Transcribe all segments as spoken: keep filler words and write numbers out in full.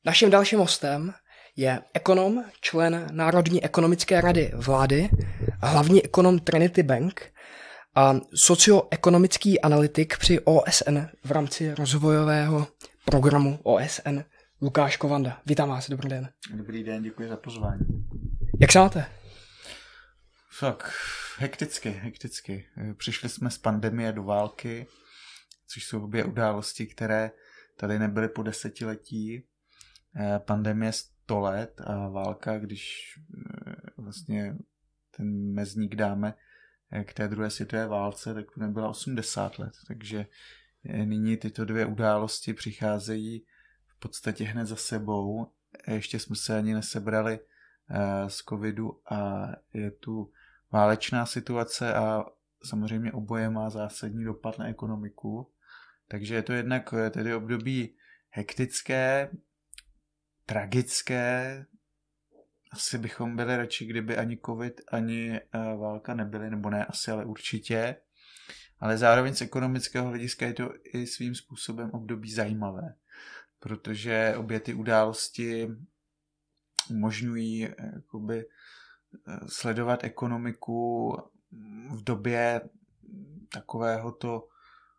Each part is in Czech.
Naším dalším hostem je ekonom, člen Národní ekonomické rady vlády, hlavní ekonom Trinity Bank a socioekonomický analytik při O S N v rámci rozvojového programu O S N Lukáš Kovanda. Vítám vás, dobrý den. Dobrý den, děkuji za pozvání. Jak se máte? Tak, hekticky, hekticky. Přišli jsme z pandemie do války, což jsou obě události, které tady nebyly po desetiletí. Pandemie sto let a válka, když vlastně ten mezník dáme k té druhé světové válce, tak to nebyla osmdesát let. Takže nyní tyto dvě události přicházejí v podstatě hned za sebou. Ještě jsme se ani nesebrali z covidu a je tu válečná situace a samozřejmě oboje má zásadní dopad na ekonomiku. Takže je to jednak tedy období hektické, tragické. Asi bychom byli radši, kdyby ani covid, ani válka nebyly, nebo ne asi, ale určitě. Ale zároveň z ekonomického hlediska je to i svým způsobem období zajímavé, protože obě ty události umožňují jakoby sledovat ekonomiku v době takovéhoto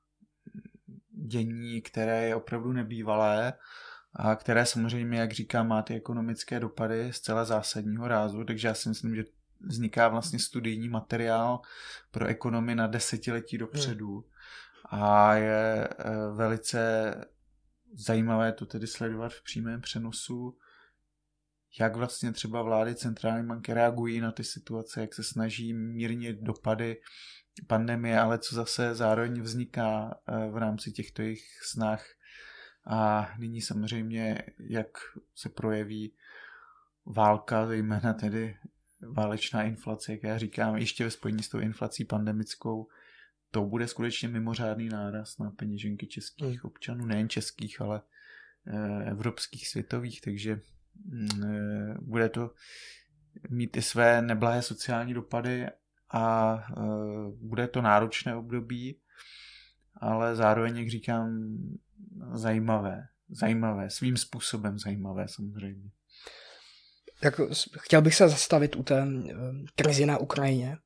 dění, které je opravdu nebývalé a které samozřejmě, jak říkám, má ty ekonomické dopady zcela zásadního rázu, takže já si myslím, že vzniká vlastně studijní materiál pro ekonomy na desetiletí dopředu a je velice zajímavé to tedy sledovat v přímém přenosu, jak vlastně třeba vlády centrální banky reagují na ty situace, jak se snaží mírnit dopady pandemie, ale co zase zároveň vzniká v rámci těchto jejich snah. A nyní samozřejmě, jak se projeví válka, zejména tedy válečná inflace, jak já říkám, ještě ve spojení s tou inflací pandemickou, to bude skutečně mimořádný náraz na peněženky českých občanů, nejen českých, ale evropských, světových, takže bude to mít i své neblahé sociální dopady a bude to náročné období, ale zároveň, jak říkám, zajímavé. Zajímavé, svým způsobem zajímavé samozřejmě. Tak chtěl bych se zastavit u té krizi na Ukrajině.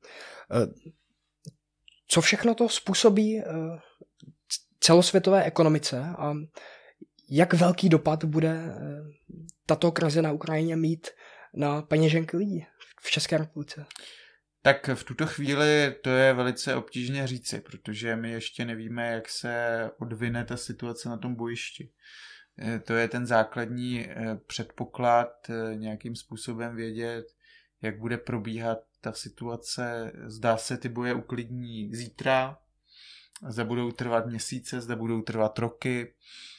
Co všechno to způsobí celosvětové ekonomice a jak velký dopad bude tato krize na Ukrajině mít na peněženky lidí v České republice? Tak v tuto chvíli to je velice obtížně říci, protože my ještě nevíme, jak se odvine ta situace na tom bojišti. To je ten základní předpoklad, nějakým způsobem vědět, jak bude probíhat ta situace. Zdá se, ty boje uklidní zítra, zda budou trvat měsíce, zda budou trvat roky.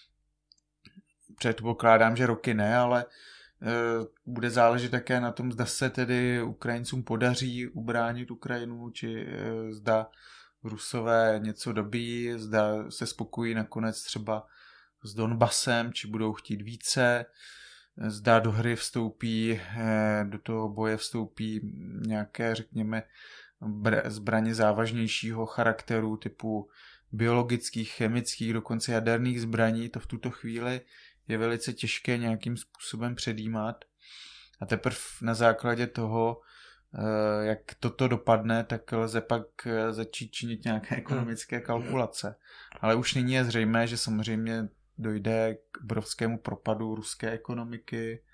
Předpokládám, že roky ne, ale bude záležet také na tom, zda se tedy Ukrajincům podaří ubránit Ukrajinu, či zda Rusové něco dobí, zda se spokojí nakonec třeba s Donbasem, či budou chtít více, zda do hry vstoupí, do toho boje vstoupí nějaké, řekněme, zbraně závažnějšího charakteru typu biologických, chemických, dokonce jaderných zbraní. To v tuto chvíli je velice těžké nějakým způsobem předjímat. A teprve na základě toho, jak toto dopadne, tak lze pak začít činit nějaké ekonomické kalkulace. Ale už nyní je zřejmé, že samozřejmě dojde k obrovskému propadu ruské ekonomiky.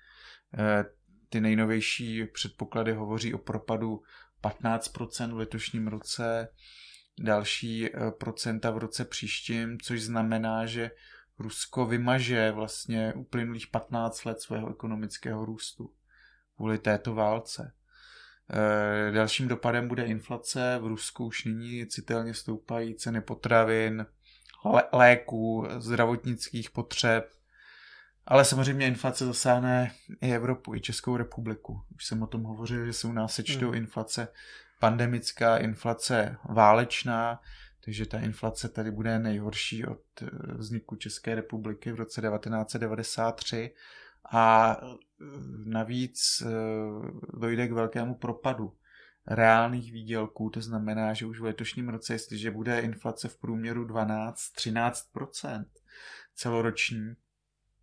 Ty nejnovější předpoklady hovoří o propadu patnáct procent v letošním roce, další procenta v roce příštím, což znamená, že Rusko vymaže vlastně uplynulých patnáct let svého ekonomického růstu kvůli této válce. E, dalším dopadem bude inflace. V Rusku už nyní citelně stoupají ceny potravin, lé- léků, zdravotnických potřeb, ale samozřejmě inflace zasáhne i Evropu, i Českou republiku. Už jsem o tom hovořil, že se u nás sečtou hmm. inflace pandemická, inflace válečná, takže ta inflace tady bude nejhorší od vzniku České republiky v roce devatenáct set devadesát tři a navíc dojde k velkému propadu reálných výdělků, to znamená, že už v letošním roce, jestliže bude inflace v průměru dvanáct až třináct procent celoroční,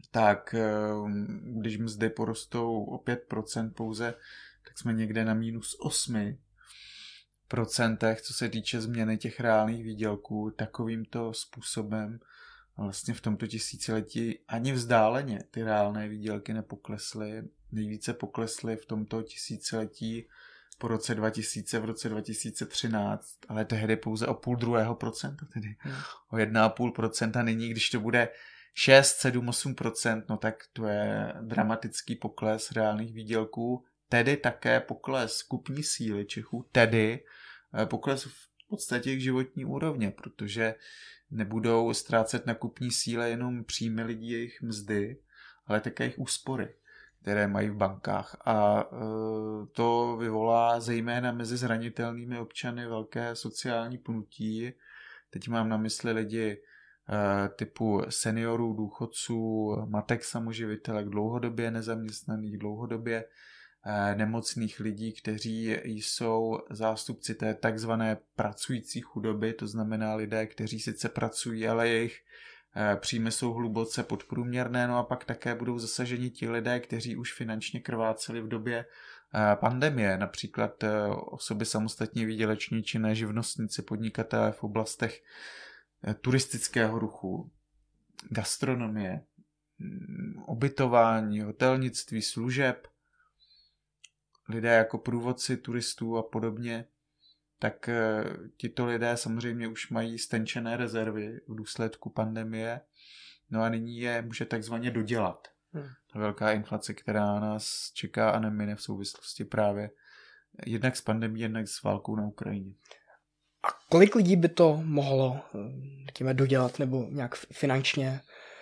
tak když mzdy porostou o pět procent pouze, tak jsme někde na minus osm procentech, co se týče změny těch reálných výdělků. Takovýmto způsobem vlastně v tomto tisíciletí ani vzdáleně ty reálné výdělky nepoklesly. Nejvíce poklesly v tomto tisíciletí po roce dva tisíce, v roce dva tisíce třináct, ale tehdy pouze o půl druhého procenta, tedy hmm. o jedna celá pět procenta. Nyní, když to bude šest, sedm, osm procent, no tak to je dramatický pokles reálných výdělků, tedy také pokles kupní síly Čechů, tedy pokles v podstatě k životní úrovně, protože nebudou ztrácet na kupní síle jenom příjmy lidí, jejich mzdy, ale také jejich úspory, které mají v bankách. A to vyvolá zejména mezi zranitelnými občany velké sociální pnutí. Teď mám na mysli lidi typu seniorů, důchodců, matek samoživitelek, dlouhodobě nezaměstnaných, dlouhodobě nemocných lidí, kteří jsou zástupci té takzvané pracující chudoby, to znamená lidé, kteří sice pracují, ale jejich příjmy jsou hluboce podprůměrné, no a pak také budou zasaženi ti lidé, kteří už finančně krváceli v době pandemie, například osoby samostatně výdělečně činné, živnostníci, podnikatelé v oblastech turistického ruchu, gastronomie, ubytování, hotelnictví, služeb, lidé jako průvodci turistů a podobně, tak tito lidé samozřejmě už mají stenčené rezervy v důsledku pandemie, no a nyní je může takzvaně dodělat. Hmm. Ta velká inflace, která nás čeká a nemine v souvislosti právě jednak s pandemií, jednak s válkou na Ukrajině. A kolik lidí by to mohlo řekněme, dodělat nebo nějak finančně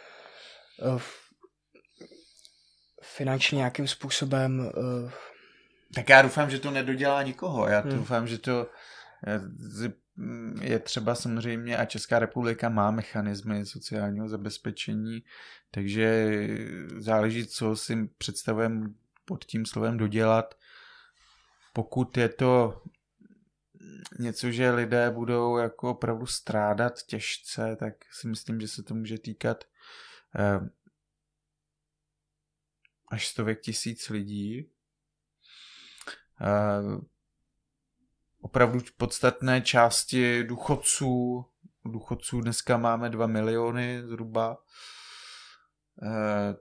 finančně nějakým způsobem? Tak já doufám, že to nedodělá nikoho. Já hmm. doufám, že to je třeba samozřejmě, a Česká republika má mechanismy sociálního zabezpečení, takže záleží, co si představujeme pod tím slovem dodělat. Pokud je to něco, že lidé budou jako opravdu strádat těžce, tak si myslím, že se to může týkat eh, až stovek tisíc lidí. Eh, opravdu podstatné části důchodců, důchodců dneska máme dva miliony zhruba, eh,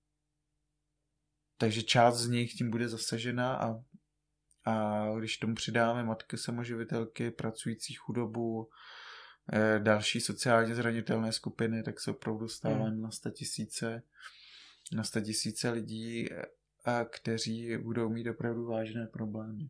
takže část z nich tím bude zasažena a A když tomu přidáme matky samoživitelky, pracující chudobu, další sociálně zranitelné skupiny, tak se opravdu stáváme hmm. na statisíce, na statisíce lidí, a kteří budou mít opravdu vážné problémy.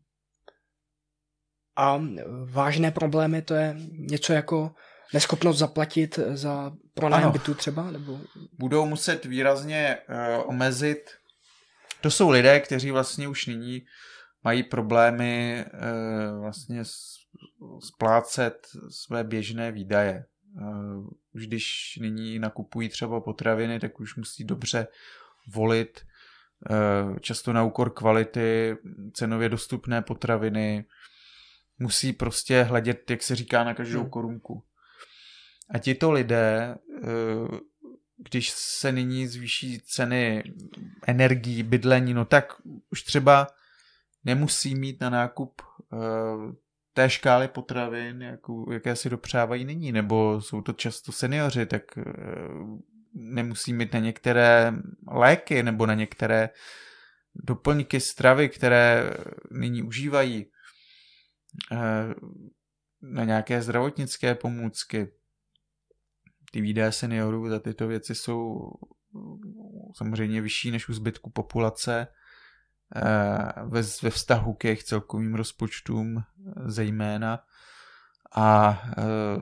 A vážné problémy, to je něco jako neschopnost zaplatit za pronájem bytu třeba? Nebo... Budou muset výrazně uh, omezit. To jsou lidé, kteří vlastně už nyní mají problémy e, vlastně splácet své běžné výdaje. E, už když nyní nakupují třeba potraviny, tak už musí dobře volit, e, často na úkor kvality, cenově dostupné potraviny. Musí prostě hledět, jak se říká, na každou hmm. korunku. A tito lidé, e, když se nyní zvýší ceny energií, bydlení, no tak už třeba nemusí mít na nákup uh, té škály potravin, jakou, jaké si dopřávají nyní, nebo jsou to často seniori, tak uh, nemusí mít na některé léky nebo na některé doplňky stravy, které nyní užívají, uh, na nějaké zdravotnické pomůcky. Ty výdaje seniorů za tyto věci jsou samozřejmě vyšší než u zbytku populace, ve, ve vztahu k jejich celkovým rozpočtům zejména. A e,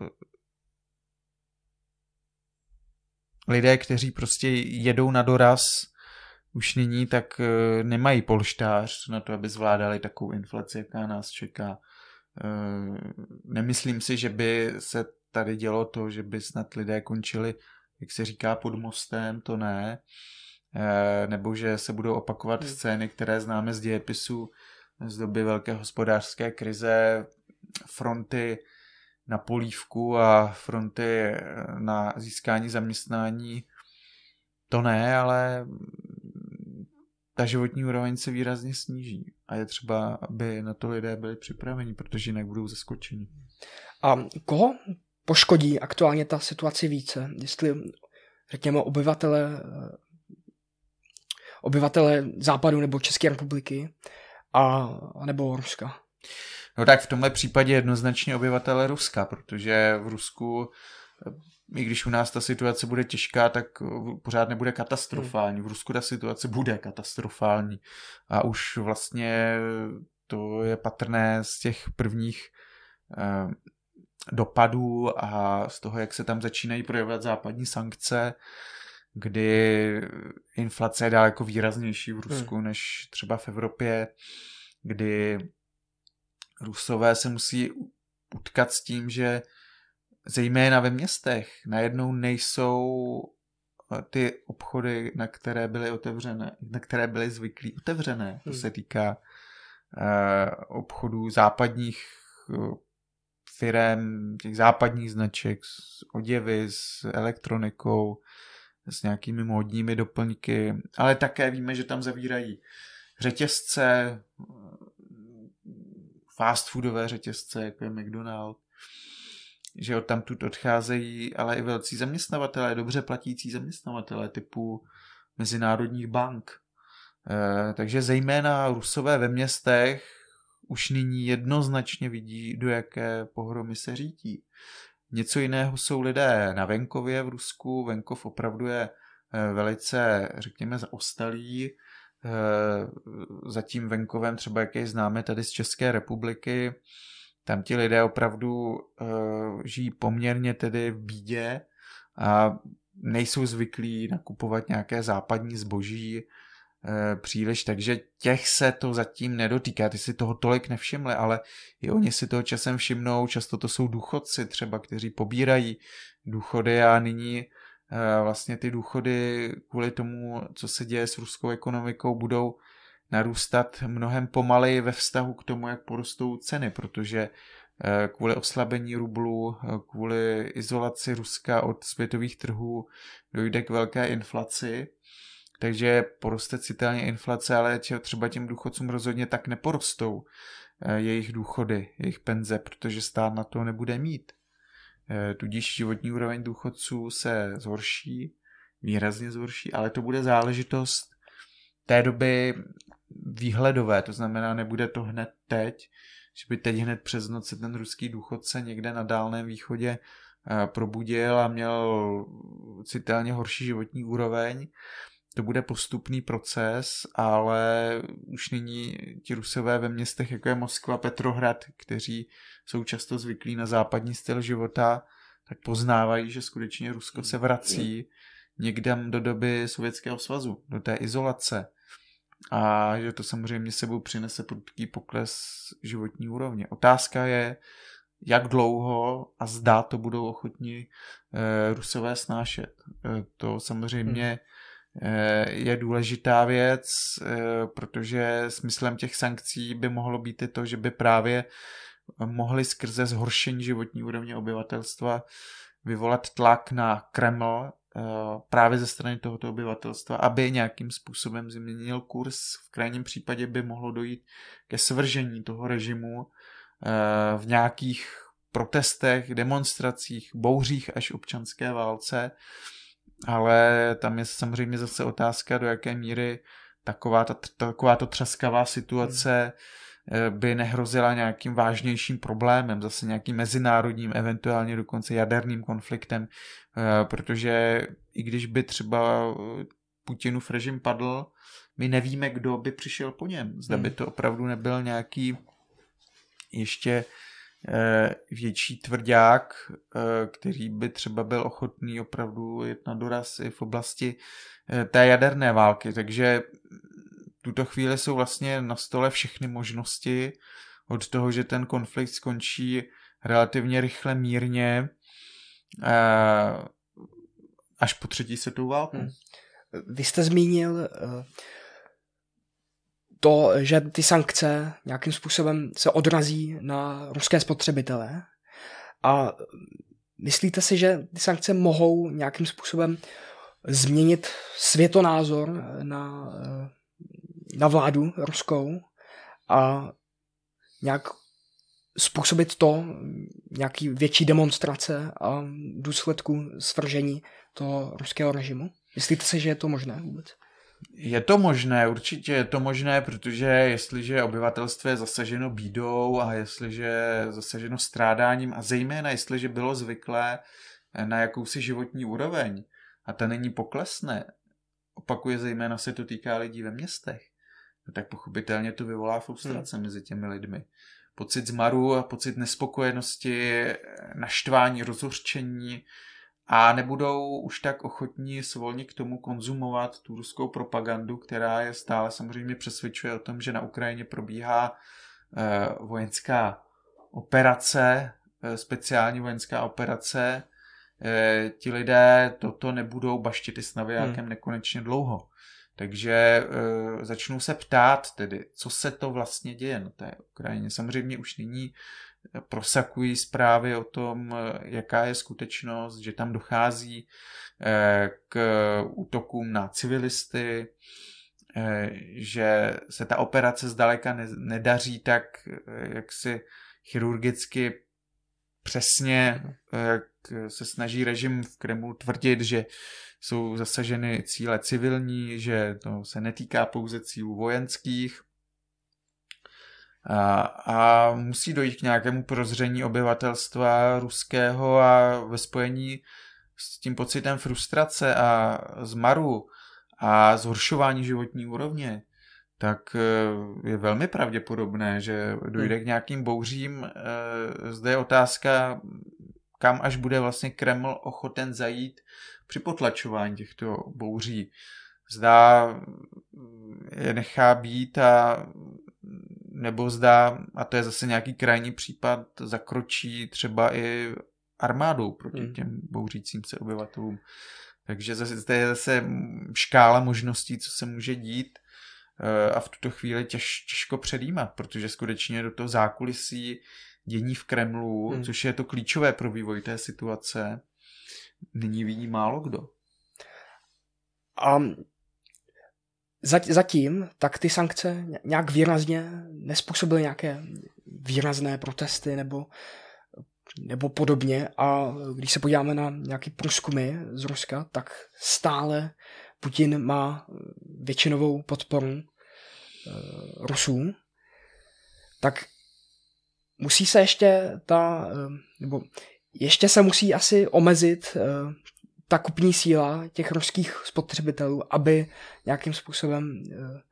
lidé, kteří prostě jedou na doraz už nyní, tak e, nemají polštář na to, aby zvládali takovou inflaci, jaká nás čeká. E, nemyslím si, že by se tady dělo to, že by snad lidé končili, jak se říká, pod mostem, to ne. Nebo že se budou opakovat scény, které známe z dějepisu z doby velké hospodářské krize, fronty na polívku a fronty na získání zaměstnání to ne, ale ta životní úroveň se výrazně sníží a je třeba, aby na to lidé byli připraveni, protože jinak budou zaskočeni. A koho poškodí aktuálně ta situace více? Jestli, řekněme, obyvatele, obyvatele Západu nebo České republiky a nebo Ruska? No tak v tomhle případě jednoznačně obyvatele Ruska, protože v Rusku, i když u nás ta situace bude těžká, tak pořád nebude katastrofální. V Rusku ta situace bude katastrofální. A už vlastně to je patrné z těch prvních eh, dopadů a z toho, jak se tam začínají projevovat západní sankce, kdy inflace je daleko výraznější v Rusku hmm. než třeba v Evropě, kdy Rusové se musí utkat s tím, že zejména ve městech najednou nejsou ty obchody, na které byly otevřené, na které byly zvyklí otevřené. To se týká uh, obchodů západních uh, firem, těch západních značek, s oděvy, s elektronikou, s nějakými módními doplňky, ale také víme, že tam zavírají řetězce, fast foodové řetězce, jako je McDonald, že odtamtud odcházejí, ale i velcí zaměstnavatelé, dobře platící zaměstnavatelé typu mezinárodních bank. E, takže zejména Rusové ve městech už nyní jednoznačně vidí, do jaké pohromy se řítí. Něco jiného jsou lidé na venkově v Rusku. Venkov opravdu je velice, řekněme, zaostalý. Za tím venkovem, třeba jaký známe tady z České republiky, tam ti lidé opravdu žijí poměrně tedy v bídě a nejsou zvyklí nakupovat nějaké západní zboží příliš, takže těch se to zatím nedotýká. Ty si toho tolik nevšimli, ale i oni si toho časem všimnou. Často to jsou důchodci třeba, kteří pobírají důchody a nyní vlastně ty důchody kvůli tomu, co se děje s ruskou ekonomikou, budou narůstat mnohem pomaleji ve vztahu k tomu, jak porostou ceny, protože kvůli oslabení rublu, kvůli izolaci Ruska od světových trhů dojde k velké inflaci. Takže poroste citelně inflace, ale třeba těm důchodcům rozhodně tak neporostou jejich důchody, jejich penze, protože stát na to nebude mít. Tudíž životní úroveň důchodců se zhorší, výrazně zhorší, ale to bude záležitost té doby výhledové, to znamená, nebude to hned teď, že by teď hned přes noc se ten ruský důchodce někde na Dálném východě probudil a měl citelně horší životní úroveň. To bude postupný proces, ale už nyní ti Rusové ve městech, jako je Moskva, Petrohrad, kteří jsou často zvyklí na západní styl života, tak poznávají, že skutečně Rusko se vrací někde do doby Sovětského svazu, do té izolace. A že to samozřejmě sebou přinese prudký pokles životní úrovně. Otázka je, jak dlouho a zda to budou ochotni e, Rusové snášet. E, to samozřejmě hmm. je důležitá věc, protože smyslem těch sankcí by mohlo být i to, že by právě mohli skrze zhoršení životní úrovně obyvatelstva vyvolat tlak na Kreml právě ze strany tohoto obyvatelstva, aby nějakým způsobem změnil kurz. V krajním případě by mohlo dojít ke svržení toho režimu v nějakých protestech, demonstracích, bouřích až občanské válce. Ale tam je samozřejmě zase otázka, do jaké míry taková ta, takováto třaskavá situace by nehrozila nějakým vážnějším problémem, zase nějakým mezinárodním, eventuálně dokonce jaderným konfliktem, protože i když by třeba Putinův režim padl, my nevíme, kdo by přišel po něm. Zda by to opravdu nebyl nějaký ještě větší tvrdák, který by třeba byl ochotný opravdu jet na doraz i v oblasti té jaderné války. Takže v tuto chvíli jsou vlastně na stole všechny možnosti od toho, že ten konflikt skončí relativně rychle, mírně, až po třetí světovou válku. Hmm. Vy jste zmínil to, že ty sankce nějakým způsobem se odrazí na ruské spotřebitele. A myslíte si, že ty sankce mohou nějakým způsobem změnit světonázor na, na vládu ruskou a nějak způsobit to, nějaký větší demonstrace a důsledku svržení toho ruského režimu? Myslíte si, že je to možné vůbec? Je to možné, určitě je to možné, protože jestliže obyvatelstvo je zasaženo bídou a jestliže je zasaženo strádáním a zejména jestliže bylo zvyklé na jakousi životní úroveň a ta není poklesne, opakuje zejména se to týká lidí ve městech, no tak pochopitelně to vyvolá frustrace hmm. mezi těmi lidmi. Pocit zmaru, pocit nespokojenosti, naštvání, rozhořčení a nebudou už tak ochotní svolně k tomu konzumovat tu ruskou propagandu, která je stále samozřejmě přesvědčuje o tom, že na Ukrajině probíhá eh, vojenská operace, eh, speciální vojenská operace. Eh, ti lidé toto nebudou baštit s navijákem hmm. nekonečně dlouho. Takže e, začnu se ptát tedy, co se to vlastně děje na té Ukrajině. Samozřejmě už nyní prosakují zprávy o tom, jaká je skutečnost, že tam dochází e, k útokům na civilisty, e, že se ta operace zdaleka ne, nedaří tak e, jaksi chirurgicky přesně, jak se snaží režim v Kremlu tvrdit, že jsou zasaženy cíle civilní, že to se netýká pouze cílů vojenských a, a musí dojít k nějakému prozření obyvatelstva ruského a ve spojení s tím pocitem frustrace a zmaru a zhoršování životní úrovně, tak je velmi pravděpodobné, že dojde k nějakým bouřím. Zde je otázka, kam až bude vlastně Kreml ochoten zajít při potlačování těchto bouří. Zdá je nechá být a nebo zdá, a to je zase nějaký krajní případ, zakročí třeba i armádou proti hmm. těm bouřícím se obyvatelům. Takže zde je zase škála možností, co se může dít a v tuto chvíli těž, těžko předjímat, protože skutečně do toho zákulisí dění v Kremlu, hmm. což je to klíčové pro vývoj té situace, nyní vidí málo kdo. A zatím tak ty sankce nějak výrazně nespůsobily nějaké výrazné protesty nebo, nebo podobně. A když se podíváme na nějaké průzkumy z Ruska, tak stále Putin má většinovou podporu e, Rusů. Tak musí se ještě ta, nebo ještě se musí asi omezit ta kupní síla těch ruských spotřebitelů, aby nějakým způsobem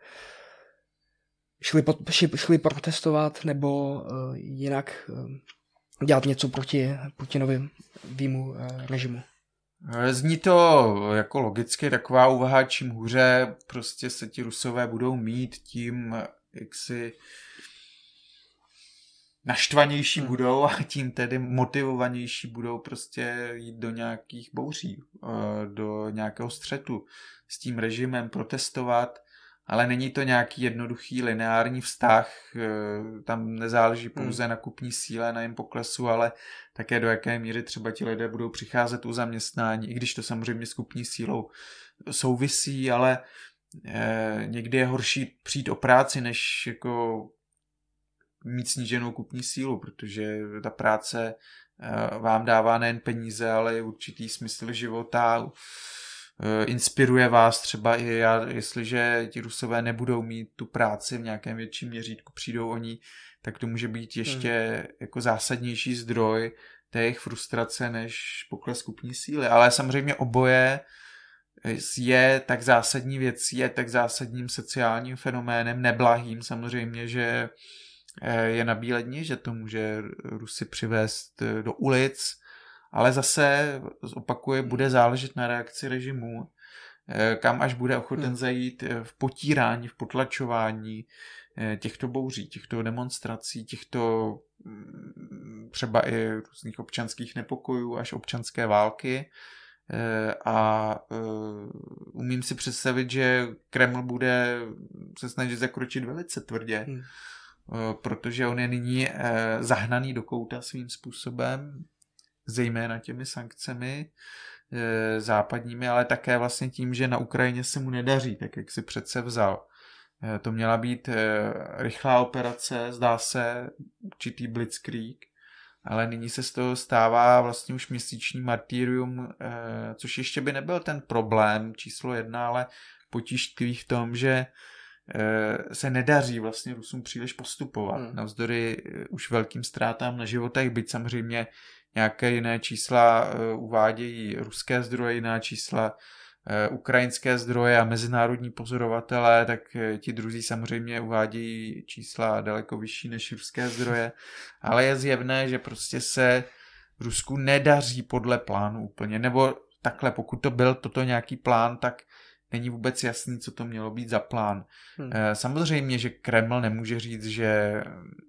šli, šli, šli protestovat nebo jinak dělat něco proti Putinovi výmu režimu. Zní to jako logicky taková úvaha, čím hůře prostě se ti Rusové budou mít, tím jak si naštvanější hmm. budou a tím tedy motivovanější budou prostě jít do nějakých bouří, do nějakého střetu s tím režimem, protestovat, ale není to nějaký jednoduchý lineární vztah, tam nezáleží pouze hmm. na kupní síle, na jejím poklesu, ale také do jaké míry třeba ti lidé budou přicházet u zaměstnání, i když to samozřejmě s kupní sílou souvisí, ale někdy je horší přijít o práci, než jako mít sníženou kupní sílu, protože ta práce vám dává nejen peníze, ale i určitý smysl života, inspiruje vás třeba i já, jestliže ti Rusové nebudou mít tu práci v nějakém větším měřítku, přijdou oni, tak to může být ještě hmm. jako zásadnější zdroj té jejich frustrace než pokles kupní síly. Ale samozřejmě oboje je tak zásadní věcí, je tak zásadním sociálním fenoménem, neblahým samozřejmě, že je nabílední, že to může Rusy přivést do ulic, ale zase, opakuje, bude záležet na reakci režimu, kam až bude ochoten zajít v potírání, v potlačování těchto bouří, těchto demonstrací, těchto třeba i různých občanských nepokojů až občanské války. A umím si představit, že Kreml bude se snažit zakročit velice tvrdě, hmm. protože on je nyní zahnaný do kouta svým způsobem, zejména těmi sankcemi, e, západními, ale také vlastně tím, že na Ukrajině se mu nedaří, tak jak si přece vzal. E, to měla být e, rychlá operace, zdá se, určitý blitzkrieg, ale nyní se z toho stává vlastně už měsíční martyrium, e, což ještě by nebyl ten problém číslo jedna, ale potíž tkví v tom, že se nedaří vlastně Rusům příliš postupovat. Hmm. Navzdory už velkým ztrátám na životech, byť samozřejmě nějaké jiné čísla uvádějí ruské zdroje, jiná čísla ukrajinské zdroje a mezinárodní pozorovatelé, tak ti druzí samozřejmě uvádějí čísla daleko vyšší než ruské zdroje, ale je zjevné, že prostě se Rusku nedaří podle plánu úplně, nebo takhle, pokud to byl toto nějaký plán, tak není vůbec jasný, co to mělo být za plán. Hmm. Samozřejmě, že Kreml nemůže říct, že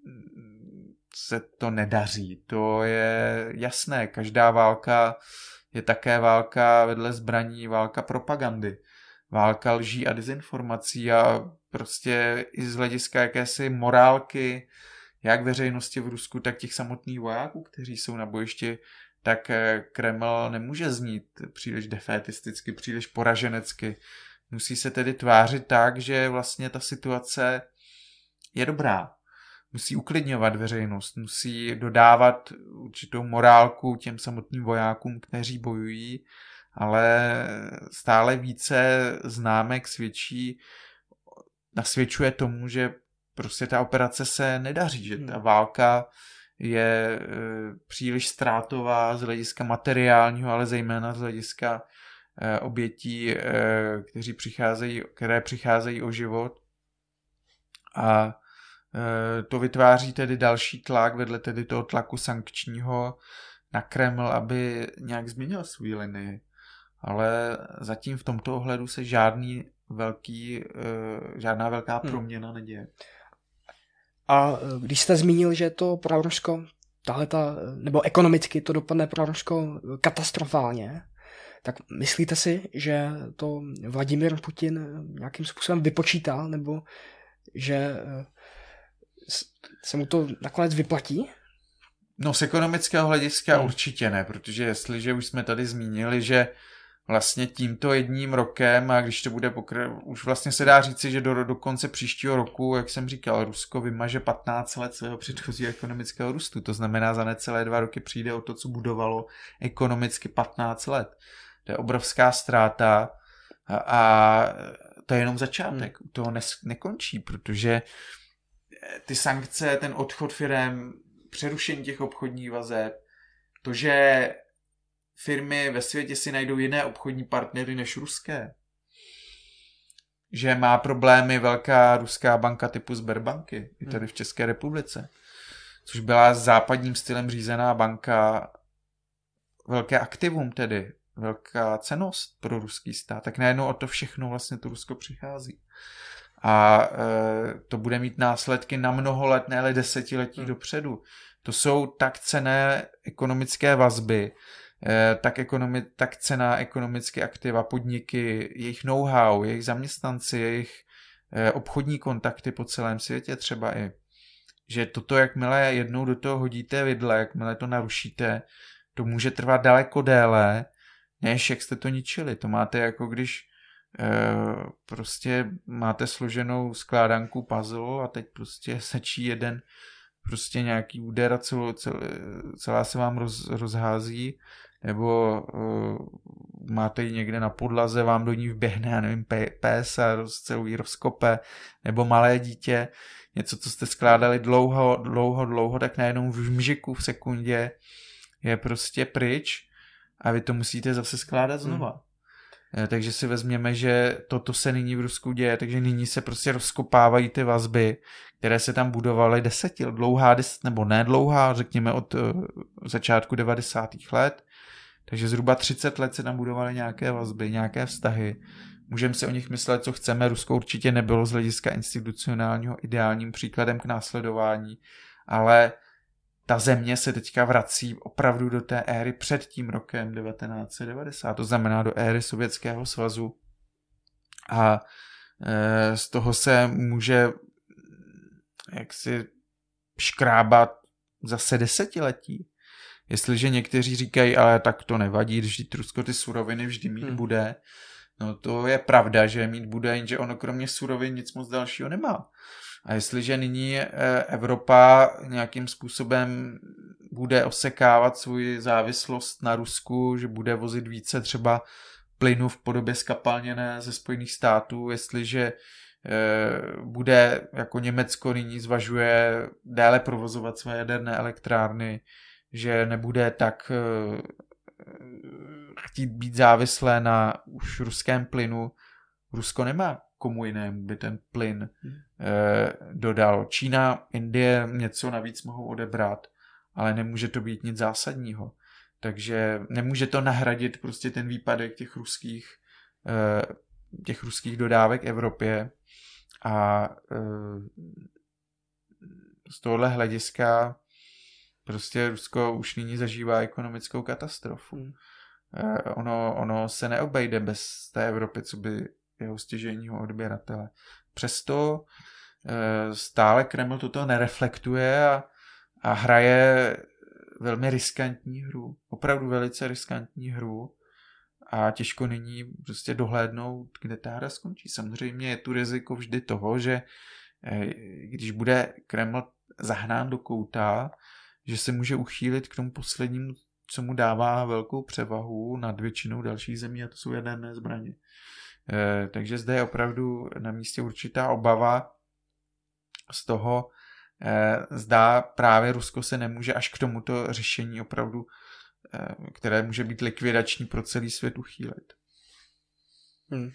se to nedaří. To je jasné. Každá válka je také válka vedle zbraní, válka propagandy. Válka lží a dezinformací a prostě i z hlediska jakési morálky, jak veřejnosti v Rusku, tak těch samotných vojáků, kteří jsou na bojišti, tak Kreml nemůže znít příliš defétisticky, příliš poraženecky. Musí se tedy tvářit tak, že vlastně ta situace je dobrá. Musí uklidňovat veřejnost, musí dodávat určitou morálku těm samotným vojákům, kteří bojují, ale stále více známek svědčí, nasvědčuje tomu, že prostě ta operace se nedaří, že ta válka je e, příliš ztrátová z hlediska materiálního, ale zejména z hlediska e, obětí, e, kteří přicházejí, které přicházejí o život. A e, to vytváří tedy další tlak vedle tedy toho tlaku sankčního na Kreml, aby nějak změnil svou linii. Ale zatím v tomto ohledu se žádný velký, e, žádná velká proměna neděje. A když jste zmínil, že to pro Rusko, tahleta, nebo ekonomicky to dopadne pro Rusko katastrofálně, tak myslíte si, že to Vladimír Putin nějakým způsobem vypočítal, nebo že se mu to nakonec vyplatí? No z ekonomického hlediska hmm. určitě ne, protože jestliže už jsme tady zmínili, že vlastně tímto jedním rokem, a když to bude pokračovat, už vlastně se dá říci, že do, do konce příštího roku, jak jsem říkal, Rusko vymaže patnáct let svého předchozího ekonomického růstu. To znamená, za necelé dva roky přijde o to, co budovalo ekonomicky patnáct let. To je obrovská ztráta a, a to je jenom začátek. Hmm. To ne, nekončí, protože ty sankce, ten odchod firem, přerušení těch obchodních vazeb, to, že firmy ve světě si najdou jiné obchodní partnery než ruské. Že má problémy velká ruská banka typu Sberbanky, i tady v České republice, což byla západním stylem řízená banka, velké aktivum tedy, velká cennost pro ruský stát, tak najednou o to všechno vlastně to Rusko přichází. A e, to bude mít následky na mnoho let, ne ale desetiletí hmm. dopředu. To jsou tak cenné ekonomické vazby, tak, ekonomi, tak cena ekonomické aktiva, podniky, jejich know-how, jejich zaměstnanci, jejich obchodní kontakty po celém světě třeba i. Že toto, jakmile jednou do toho hodíte vidle, jakmile to narušíte, to může trvat daleko déle, než jak jste to ničili. To máte jako když e, prostě máte složenou skládanku puzzle a teď prostě stačí jeden prostě nějaký úder a celo, cel, celá se vám roz, rozhází, nebo uh, máte ji někde na podlaze, vám do ní vběhne, já nevím, pes a roz, celou ji rozkope, nebo malé dítě, něco, co jste skládali dlouho, dlouho, dlouho, tak najednou v mžiku v sekundě je prostě pryč a vy to musíte zase skládat znova. Hmm. Takže si vezměme, že toto se nyní v Rusku děje, takže nyní se prostě rozkopávají ty vazby, které se tam budovaly deseti, dlouhá, nebo ne dlouhá, řekněme od uh, začátku devadesátých let, takže zhruba třicet let se tam budovaly nějaké vazby, nějaké vztahy. Můžeme si o nich myslet, co chceme, Rusko určitě nebylo z hlediska institucionálního ideálním příkladem k následování, ale ta země se teďka vrací opravdu do té éry před tím rokem devatenáct set devadesát, to znamená do éry Sovětského svazu. A e, z toho se může jaksi škrábat zase desetiletí. Jestliže někteří říkají, ale tak to nevadí, když Rusko ty suroviny vždy mít hmm. bude, no to je pravda, že mít bude, jenže ono kromě surovin nic moc dalšího nemá. A jestliže nyní Evropa nějakým způsobem bude osekávat svou závislost na Rusku, že bude vozit více třeba plynu v podobě skapalněné ze Spojených států, jestliže bude, jako Německo nyní zvažuje déle provozovat své jaderné elektrárny, že nebude tak chtít být závislé na už ruském plynu. Rusko nemá komu jinému by ten plyn hmm. eh, dodal. Čína, Indie něco navíc mohou odebrat, ale nemůže to být nic zásadního. Takže nemůže to nahradit prostě ten výpadek těch ruských, eh, těch ruských dodávek Evropě. A eh, z tohohle hlediska prostě Rusko už nyní zažívá ekonomickou katastrofu. Hmm. Eh, ono, ono se neobejde bez té Evropy, co by jeho stěžejního odběratele. Přesto e, stále Kreml toto nereflektuje a, a hraje velmi riskantní hru. Opravdu velice riskantní hru a těžko nyní prostě dohlédnout, kde ta hra skončí. Samozřejmě je tu riziko vždy toho, že e, když bude Kreml zahnán do kouta, že se může uchýlit k tomu poslednímu, co mu dává velkou převahu nad většinou dalších zemí, a to jsou jaderné zbraně. Takže zde je opravdu na místě určitá obava z toho, zdá právě Rusko se nemůže až k tomuto řešení opravdu, které může být likvidační pro celý svět, uchýlit. Hmm.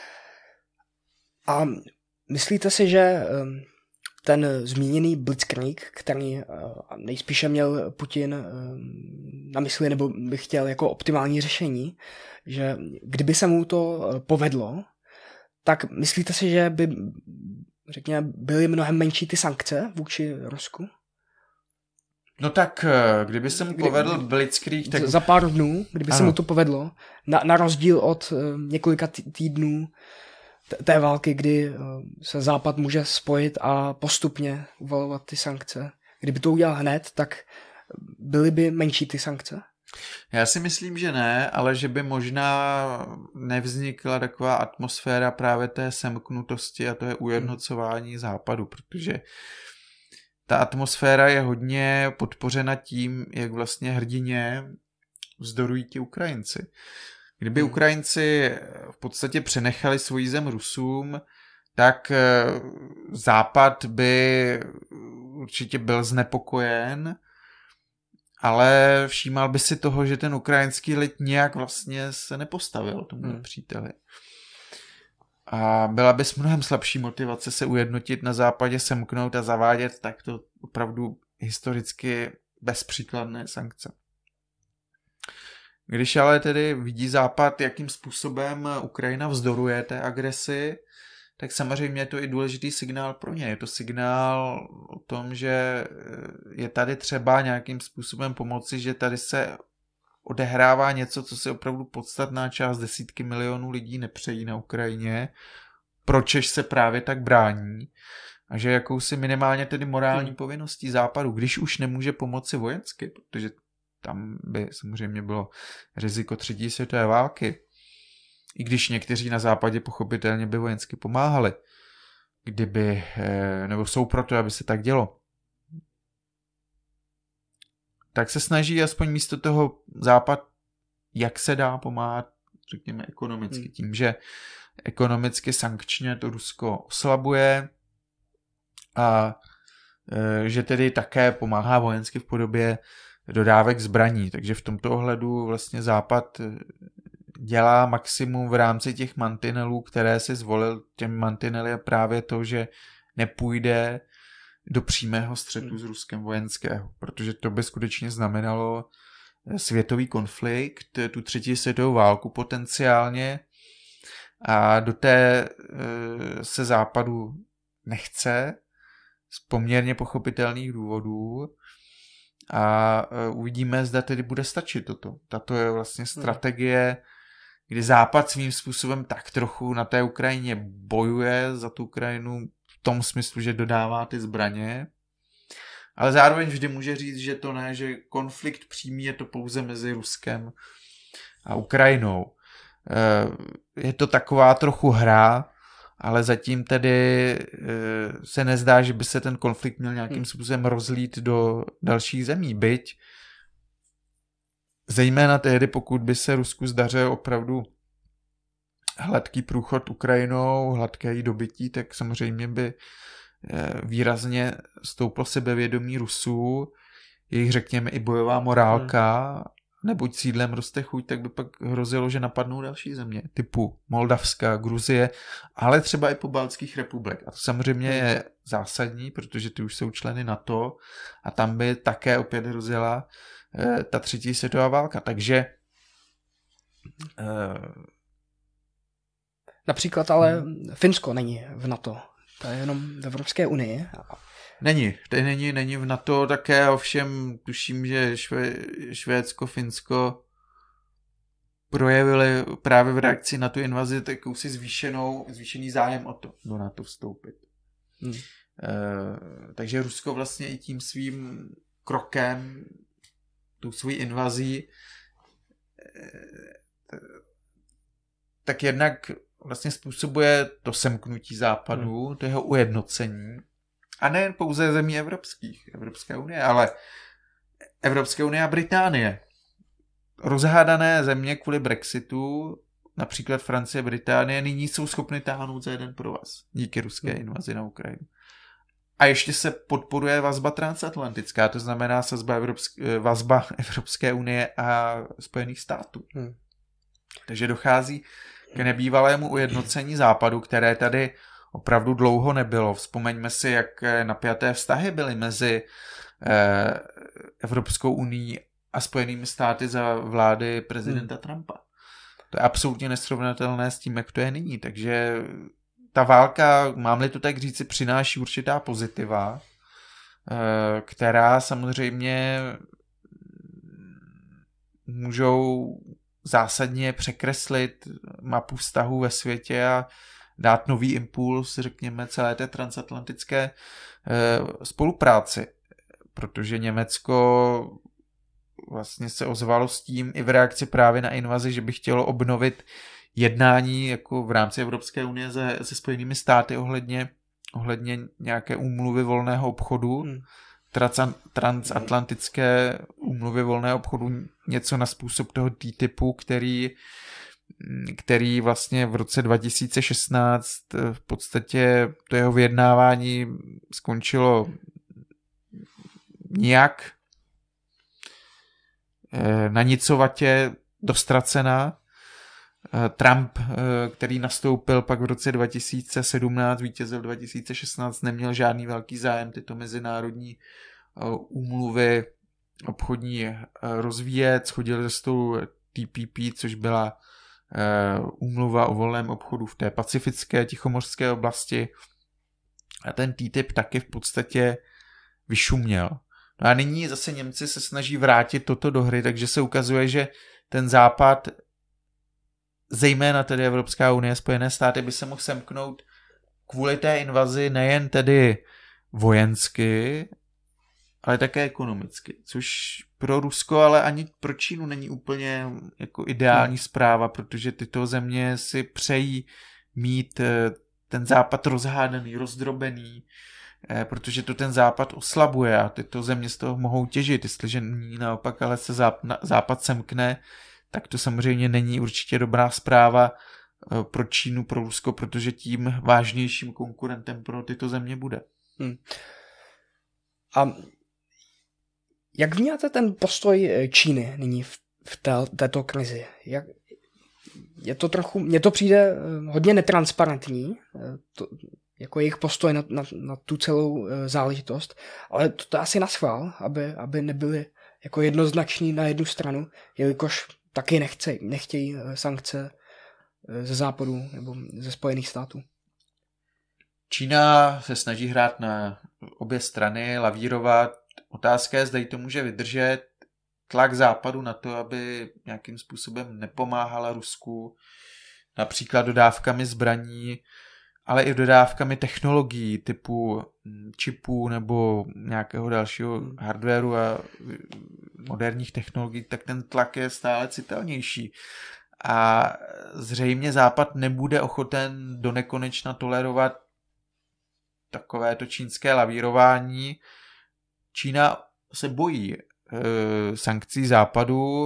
A myslíte si, že ten zmíněný blitzkrieg, který nejspíše měl Putin na mysli, nebo by chtěl jako optimální řešení, že kdyby se mu to povedlo, tak myslíte si, že by, řekněme, byly mnohem menší ty sankce vůči Rusku? No tak, kdyby se mu povedl Kdy, blitzkrieg, tak... Za pár dnů, kdyby ano. se mu to povedlo, na, na rozdíl od několika týdnů té války, kdy se Západ může spojit a postupně uvalovat ty sankce. Kdyby to udělal hned, tak byly by menší ty sankce? Já si myslím, že ne, ale že by možná nevznikla taková atmosféra právě té semknutosti a to je ujednocování Západu, protože ta atmosféra je hodně podpořena tím, jak vlastně hrdině vzdorují ti Ukrajinci. Kdyby hmm. Ukrajinci v podstatě přenechali svoji zem Rusům, tak Západ by určitě byl znepokojen, ale všímal by si toho, že ten ukrajinský lid nějak vlastně se nepostavil tomu hmm. příteli. A byla by s mnohem slabší motivace se ujednotit na Západě, semknout a zavádět takto opravdu historicky bezpříkladné sankce. Když ale tedy vidí Západ, jakým způsobem Ukrajina vzdoruje té agresi, tak samozřejmě je to i důležitý signál pro ně. Je to signál o tom, že je tady třeba nějakým způsobem pomoci, že tady se odehrává něco, co se opravdu podstatná část desítky milionů lidí nepřejí na Ukrajině, pročež se právě tak brání a že jakousi minimálně tedy morální hmm. povinností Západu, když už nemůže pomoci vojensky, protože tam by samozřejmě bylo riziko třetí světové války, i když někteří na Západě pochopitelně by vojensky pomáhali, kdyby, nebo jsou proto, aby se tak dělo, tak se snaží aspoň místo toho Západ, jak se dá pomáhat, řekněme, ekonomicky. Hmm. Tím, že ekonomicky sankčně to Rusko oslabuje a že tedy také pomáhá vojensky v podobě dodávek zbraní. Takže v tomto ohledu vlastně Západ dělá maximum v rámci těch mantinelů, které si zvolil. Těm mantinely je právě to, že nepůjde do přímého střetu s Ruskem vojenského, protože to by skutečně znamenalo světový konflikt, tu třetí světovou válku potenciálně a do té se Západu nechce z poměrně pochopitelných důvodů a uvidíme, zda tedy bude stačit toto. Tato je vlastně strategie, kdy Západ svým způsobem tak trochu na té Ukrajině bojuje za tu Ukrajinu v tom smyslu, že dodává ty zbraně ale zároveň vždy může říct, že to ne, že konflikt přímý je to pouze mezi Ruskem a Ukrajinou. Je to taková trochu hra, ale zatím tedy se nezdá, že by se ten konflikt měl nějakým způsobem rozlít do dalších zemí, byť zejména tehdy, pokud by se Rusku zdařil opravdu hladký průchod Ukrajinou, hladké jí dobytí, tak samozřejmě by výrazně stouplo sebevědomí Rusů, jejich řekněme i bojová morálka, hmm. neboť sídlem roste chuť, tak by pak hrozilo, že napadnou další země, typu Moldavska, Gruzie, ale třeba i pobaltských republik. A to samozřejmě je zásadní, protože ty už jsou členy NATO a tam by také opět hrozila eh, ta třetí světová válka. Takže eh, například ale hmm. Finsko není v NATO. To je jenom v Evropské unii. Není, to není, není v NATO také, ovšem tuším, že Švé, Švédsko, Finsko projevili právě v reakci na tu invazi takovousi zvýšenou, zvýšený zájem o to, do NATO vstoupit. Hmm. E, takže Rusko vlastně i tím svým krokem, tou svojí invazí, e, tak jednak vlastně způsobuje to semknutí západu, hmm. to jeho ujednocení. A nejen pouze zemí evropských, Evropské unie, ale Evropské unie a Británie. Rozhádané země kvůli Brexitu, například Francie, Británie, nyní jsou schopny táhnout za jeden provaz díky ruské invazi na Ukrajinu. A ještě se podporuje vazba transatlantická, to znamená sazba Evropské, vazba Evropské unie a Spojených států. Hmm. Takže dochází k nebývalému ujednocení západu, které tady opravdu dlouho nebylo. Vzpomeňme si, jak napjaté vztahy byly mezi eh, Evropskou unií a Spojenými státy za vlády prezidenta hmm. Trumpa. To je absolutně nesrovnatelné s tím, jak to je nyní. Takže ta válka, mám-li to tak říci, přináší určitá pozitiva, eh, která samozřejmě můžou zásadně překreslit mapu vztahů ve světě a dát nový impuls, řekněme, celé té transatlantické e, spolupráci. Protože Německo vlastně se ozvalo s tím i v reakci právě na invazi, že by chtělo obnovit jednání jako v rámci Evropské unie se, se Spojenými státy ohledně, ohledně nějaké úmluvy volného obchodu, hmm. transatlantické úmluvy volného obchodu, něco na způsob toho T T I P u, který který vlastně v roce dva tisíce šestnáct v podstatě to jeho vyjednávání skončilo nějak na nicovatě dostracená. Trump, který nastoupil pak v roce dva tisíce sedmnáct, vítězil dva tisíce šestnáct, neměl žádný velký zájem tyto mezinárodní úmluvy obchodní rozvíjet, schodil ze stolu T P P, což byla úmluva o volném obchodu v té pacifické tichomořské oblasti, a ten T T I P taky v podstatě vyšuměl. No a nyní zase Němci se snaží vrátit toto do hry, takže se ukazuje, že ten západ, zejména tedy Evropská unie, Spojené státy, by se mohl semknout kvůli té invazi nejen tedy vojensky, ale také ekonomicky, což pro Rusko, ale ani pro Čínu není úplně jako ideální zpráva, protože tyto země si přejí mít ten západ rozhádaný, rozdrobený, protože to ten západ oslabuje a tyto země z toho mohou těžit. Jestliže naopak ale se západ semkne, tak to samozřejmě není určitě dobrá zpráva pro Čínu, pro Rusko, protože tím vážnějším konkurentem pro tyto země bude. Hmm. A jak vnímáte ten postoj Číny nyní v, v té, této krizi? Jak, je to trochu, mně to přijde hodně netransparentní, to, jako jejich postoj na, na, na tu celou záležitost, ale to, to asi naschvál, aby, aby nebyli jako jednoznační na jednu stranu, jelikož taky nechce, nechtějí sankce ze západu nebo ze Spojených států. Čína se snaží hrát na obě strany, lavírovat. Otázka je, zda jí to může vydržet tlak západu na to, aby nějakým způsobem nepomáhala Rusku, například dodávkami zbraní, ale i dodávkami technologií typu čipů nebo nějakého dalšího hardwaru a moderních technologií, tak ten tlak je stále citelnější. A zřejmě Západ nebude ochoten do nekonečna tolerovat takovéto čínské lavírování. Čína se bojí e, sankcí Západu,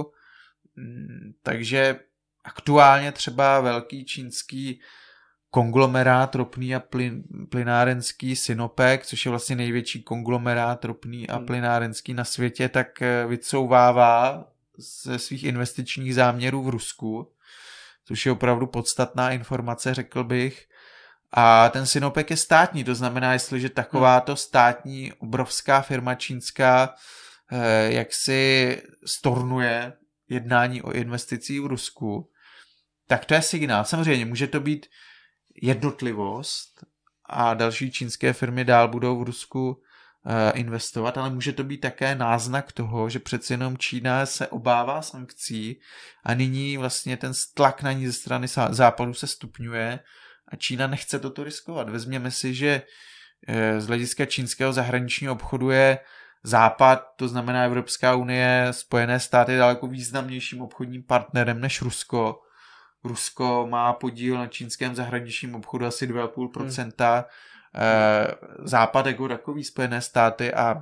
takže aktuálně třeba velký čínský konglomerát ropný a plyn, plynárenský Sinopec, což je vlastně největší konglomerát ropný a plynárenský na světě, tak vycouvává ze svých investičních záměrů v Rusku, což je opravdu podstatná informace, řekl bych. A ten Sinopec je státní, to znamená, jestliže takováto státní obrovská firma čínská jak si stornuje jednání o investicích v Rusku, tak to je signál. Samozřejmě může to být jednotlivost a další čínské firmy dál budou v Rusku investovat, ale může to být také náznak toho, že přeci jenom Čína se obává sankcí a nyní vlastně ten tlak na ní ze strany Západu se stupňuje a Čína nechce toto riskovat. Vezměme si, že z hlediska čínského zahraničního obchodu je Západ, to znamená Evropská unie, Spojené státy daleko významnějším obchodním partnerem než Rusko. Rusko má podíl na čínském zahraničním obchodu asi dva celá pět procenta, hmm. Západ jako takový, Spojené státy a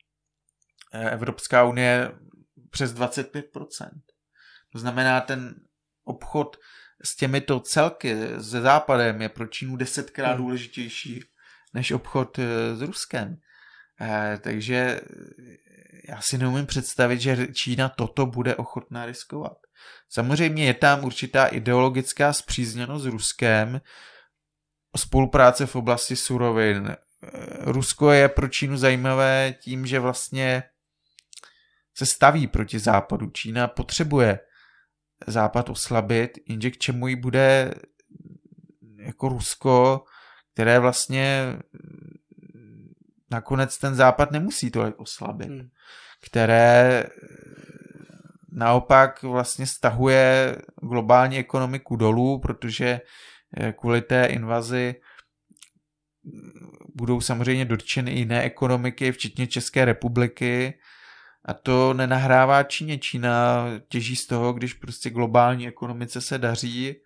Evropská unie přes dvacet pět procent. To znamená, ten obchod s těmito celky se Západem je pro Čínu desetkrát hmm. důležitější než obchod s Ruskem. Takže já si neumím představit, že Čína toto bude ochotná riskovat. Samozřejmě je tam určitá ideologická spřízněnost s Ruskem, spolupráce v oblasti surovin. Rusko je pro Čínu zajímavé tím, že vlastně se staví proti Západu. Čína potřebuje Západ oslabit, jenže k čemu jí bude jako Rusko, které vlastně nakonec ten Západ nemusí tolik oslabit, hmm. které naopak vlastně stahuje globální ekonomiku dolů, protože kvůli té invazi budou samozřejmě dotčeny i jiné ekonomiky, včetně České republiky, a to nenahrává Číně. Čína těží z toho, když prostě globální ekonomice se daří.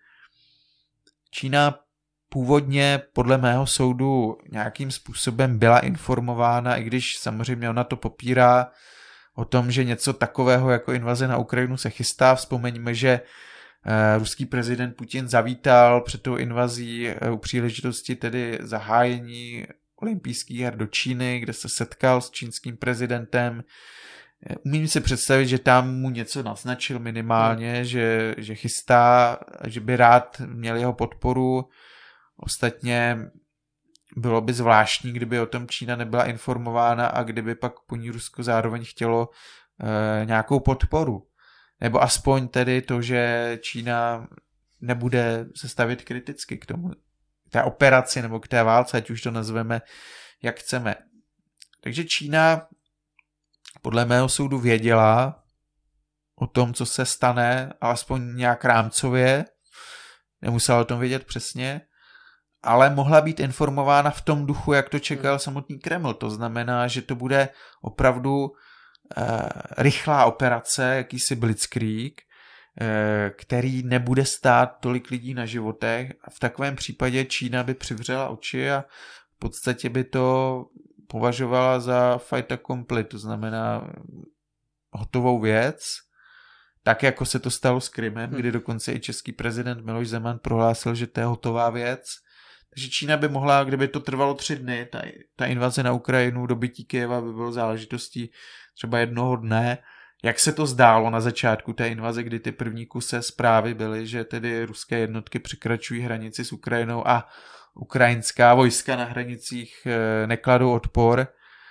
Čína původně podle mého soudu nějakým způsobem byla informována, i když samozřejmě ona to popírá, o tom, že něco takového jako invaze na Ukrajinu se chystá. Vzpomeňme, že ruský prezident Putin zavítal před tou invazí u příležitosti tedy zahájení olympijských her do Číny, kde se setkal s čínským prezidentem. Umím si představit, že tam mu něco naznačil minimálně, že, že chystá, že by rád měl jeho podporu. Ostatně bylo by zvláštní, kdyby o tom Čína nebyla informována a kdyby pak po ní Rusko zároveň chtělo e, nějakou podporu. Nebo aspoň tedy to, že Čína nebude se stavět kriticky k tomu, k té operaci nebo k té válce, ať už to nazveme, jak chceme. Takže Čína podle mého soudu věděla o tom, co se stane, alespoň nějak rámcově, nemusela o tom vědět přesně, ale mohla být informována v tom duchu, jak to čekal samotný Kreml. To znamená, že to bude opravdu eh, rychlá operace, jakýsi blitzkrieg, eh, který nebude stát tolik lidí na životech. A v takovém případě Čína by přivřela oči a v podstatě by to považovala za fait accompli, to znamená hotovou věc, tak jako se to stalo s Krymem, kdy dokonce i český prezident Miloš Zeman prohlásil, že to je hotová věc. Takže Čína by mohla, kdyby to trvalo tři dny, ta, ta invaze na Ukrajinu, dobytí Kyjeva by bylo záležitostí třeba jednoho dne, jak se to zdálo na začátku té invaze, kdy ty první kuse zprávy byly, že tedy ruské jednotky překračují hranici s Ukrajinou a ukrajinská vojska na hranicích nekladou odpor,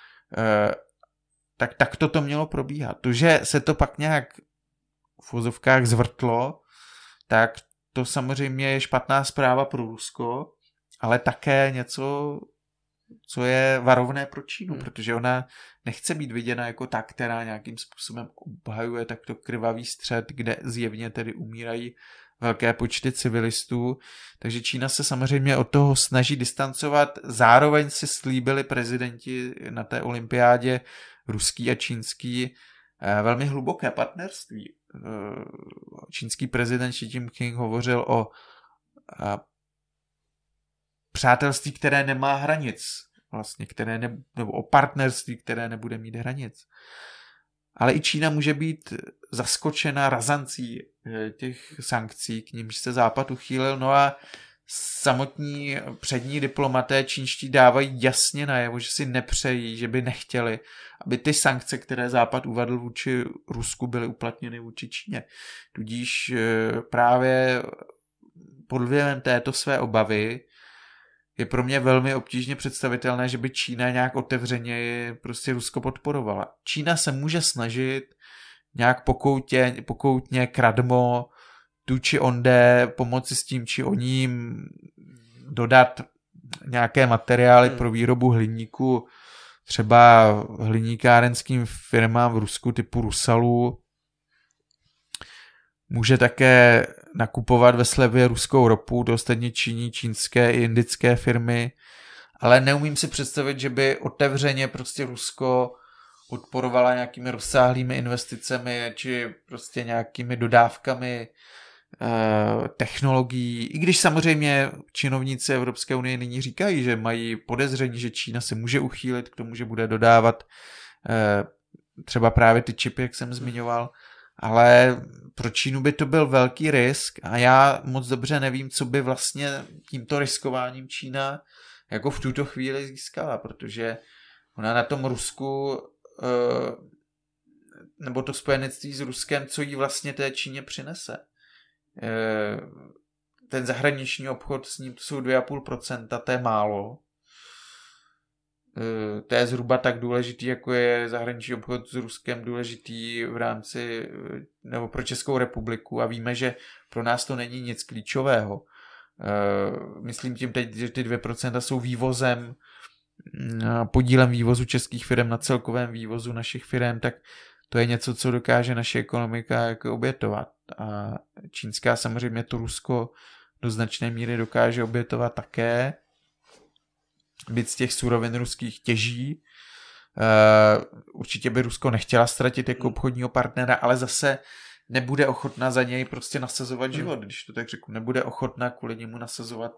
tak takto to mělo probíhat. To, že se to pak nějak v uvozovkách zvrtlo, tak to samozřejmě je špatná zpráva pro Rusko, ale také něco, co je varovné pro Čínu, hmm. protože ona nechce být viděna jako ta, která nějakým způsobem obhajuje takto krvavý střet, kde zjevně tedy umírají velké počty civilistů, takže Čína se samozřejmě od toho snaží distancovat, zároveň si slíbili prezidenti na té olympiádě ruský a čínský velmi hluboké partnerství. Čínský prezident Xi Jinping hovořil o přátelství, které nemá hranic, vlastně, které ne, nebo o partnerství, které nebude mít hranic. Ale i Čína může být zaskočena razancí těch sankcí, k nimž se Západ uchýlil. No a samotní přední diplomaté čínští dávají jasně najevo, že si nepřejí, že by nechtěli, aby ty sankce, které Západ uvedl vůči Rusku, byly uplatněny vůči Číně. Tudíž právě pod vlivem této své obavy je pro mě velmi obtížně představitelné, že by Čína nějak otevřeně prostě Rusko podporovala. Čína se může snažit nějak pokoutě, pokoutně, kradmo, tu či onde, pomoci s tím či oním, dodat nějaké materiály hmm. pro výrobu hliníku, třeba hliníkárenským firmám v Rusku typu Rusalu. Může také nakupovat ve slevě ruskou ropu, to ostatně činí čínské i indické firmy, ale neumím si představit, že by otevřeně prostě Rusko podporovala nějakými rozsáhlými investicemi či prostě nějakými dodávkami eh, technologií, i když samozřejmě činovníci Evropské unie nyní říkají, že mají podezření, že Čína se může uchýlit k tomu, že bude dodávat eh, třeba právě ty čipy, jak jsem zmiňoval, ale pro Čínu by to byl velký risk a já moc dobře nevím, co by vlastně tímto riskováním Čína jako v tuto chvíli získala, protože ona na tom Rusku nebo to spojenectví s Ruskem, co jí vlastně té Číně přinese. Ten zahraniční obchod s ním to jsou dvě celá pět procenta, to je málo. To je zhruba tak důležitý, jako je zahraniční obchod s Ruskem důležitý v rámci, nebo pro Českou republiku a víme, že pro nás to není nic klíčového. Myslím tím teď, že ty dvě procenta jsou vývozem, podílem vývozu českých firm na celkovém vývozu našich firm, tak to je něco, co dokáže naše ekonomika jako obětovat. A čínská samozřejmě to Rusko do značné míry dokáže obětovat také. Byť z těch surovin ruských těží. Určitě by Rusko nechtěla ztratit jako obchodního partnera, ale zase nebude ochotná za něj prostě nasazovat život, když to tak řeknu. Nebude ochotná kvůli němu nasazovat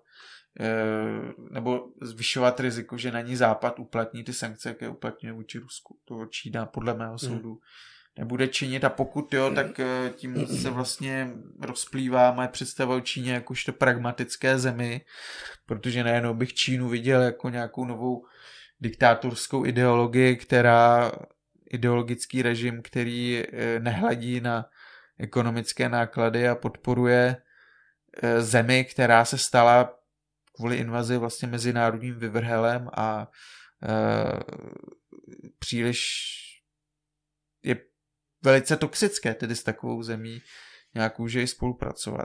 nebo zvyšovat riziko, že na ní Západ uplatní ty sankce, jaké uplatňuje vůči Rusku. To Čína podle mého soudu nebude činit a pokud jo, tak tím se vlastně rozplývá moje představa o Číně jakožto pragmatické zemi, protože nejenom bych Čínu viděl jako nějakou novou diktátorskou ideologii, která ideologický režim, který nehledí na ekonomické náklady a podporuje zemi, která se stala kvůli invazi vlastně mezinárodním vyvrhelem a e, příliš je velice toxické tedy s takovou zemí nějak může i spolupracovat.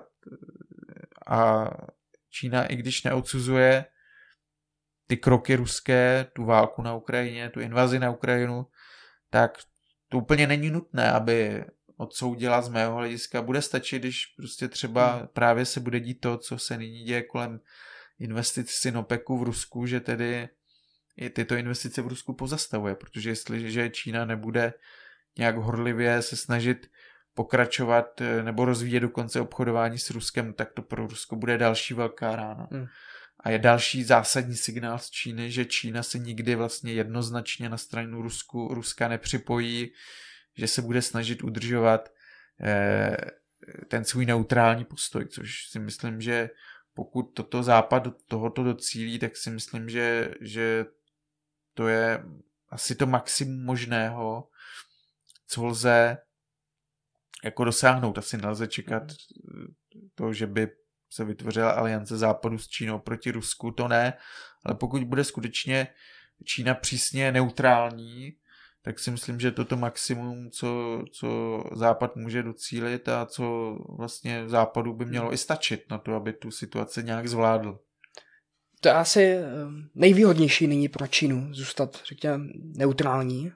A Čína, i když neodsuzuje ty kroky ruské, tu válku na Ukrajině, tu invazi na Ukrajinu, tak to úplně není nutné, aby odsoudila z mého hlediska. Bude stačit, když prostě třeba právě se bude dít to, co se nyní děje kolem investic Sinopeku v Rusku, že tedy i tyto investice v Rusku pozastavuje, protože jestliže Čína nebude nějak horlivě se snažit pokračovat nebo rozvíjet dokonce obchodování s Ruskem, tak to pro Rusko bude další velká rána. Hmm. A je další zásadní signál z Číny, že Čína se nikdy vlastně jednoznačně na stranu Rusku, Ruska nepřipojí, že se bude snažit udržovat eh, ten svůj neutrální postoj, což si myslím, že pokud toto Západ tohoto docílí, tak si myslím, že, že to je asi to maximum možného, co lze jako dosáhnout. Asi nelze čekat to, že by se vytvořila aliance Západu s Čínou proti Rusku, to ne, ale pokud bude skutečně Čína přísně neutrální, tak si myslím, že toto maximum, co, co Západ může docílit a co vlastně Západu by mělo i stačit na to, aby tu situaci nějak zvládl. To je asi nejvýhodnější nyní pro Čínu, zůstat, řekněme, neutrální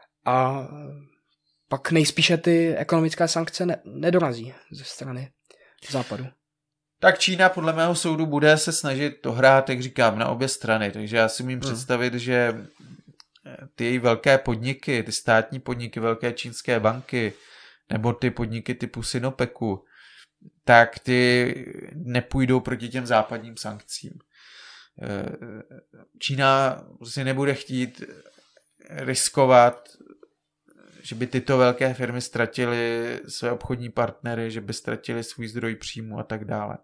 a pak nejspíše ty ekonomické sankce ne- nedorazí ze strany západu? Tak Čína podle mého soudu bude se snažit to hrát, jak říkám, na obě strany. Takže já si umím hmm. představit, že ty její velké podniky, ty státní podniky, velké čínské banky, nebo ty podniky typu Sinopeku, tak ty nepůjdou proti těm západním sankcím. Čína si nebude chtít riskovat, že by tyto velké firmy ztratily své obchodní partnery, že by ztratily svůj zdroj příjmu a tak dále.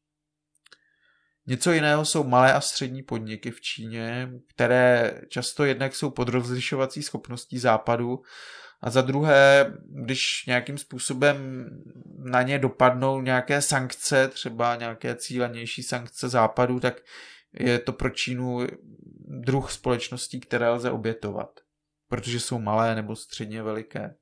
Něco jiného jsou malé a střední podniky v Číně, které často jednak jsou pod rozlišovací schopností západu a za druhé, když nějakým způsobem na ně dopadnou nějaké sankce, třeba nějaké cílenější sankce západu, tak je to pro Čínu druh společností, které lze obětovat, protože jsou malé nebo středně veliké.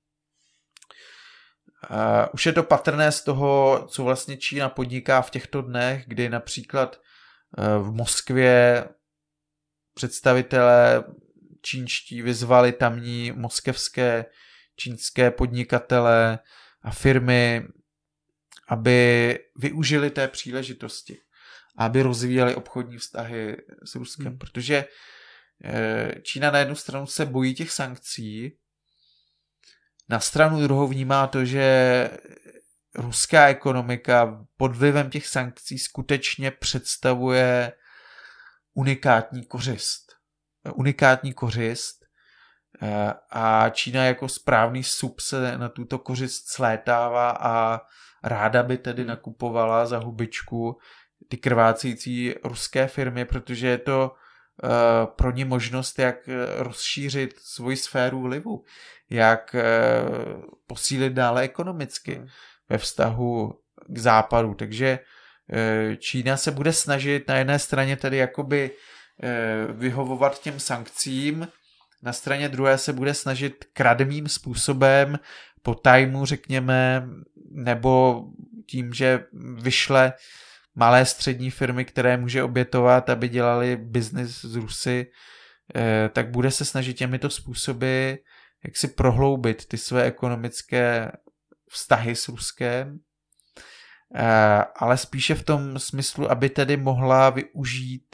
Uh, už je to patrné z toho, co vlastně Čína podniká v těchto dnech, kdy například uh, v Moskvě představitelé čínští vyzvali tamní moskevské čínské podnikatele a firmy, aby využili té příležitosti, aby rozvíjeli obchodní vztahy s Ruskem, hmm. protože uh, Čína na jednu stranu se bojí těch sankcí, na stranu druhou vnímá to, že ruská ekonomika pod vlivem těch sankcí skutečně představuje unikátní kořist. Unikátní kořist a Čína jako správný sub se na tuto kořist slétává a ráda by tedy nakupovala za hubičku ty krvácející ruské firmy, protože je to pro ně možnost, jak rozšířit svoji sféru vlivu, jak posílit dále ekonomicky ve vztahu k západu. Takže Čína se bude snažit na jedné straně tedy jakoby vyhovovat těm sankcím, na straně druhé se bude snažit kradmým způsobem po tajmu, řekněme, nebo tím, že vyšle malé střední firmy, které může obětovat, aby dělali biznis z Rusy, tak bude se snažit těmito způsoby jak si prohloubit ty své ekonomické vztahy s Ruskem, ale spíše v tom smyslu, aby tedy mohla využít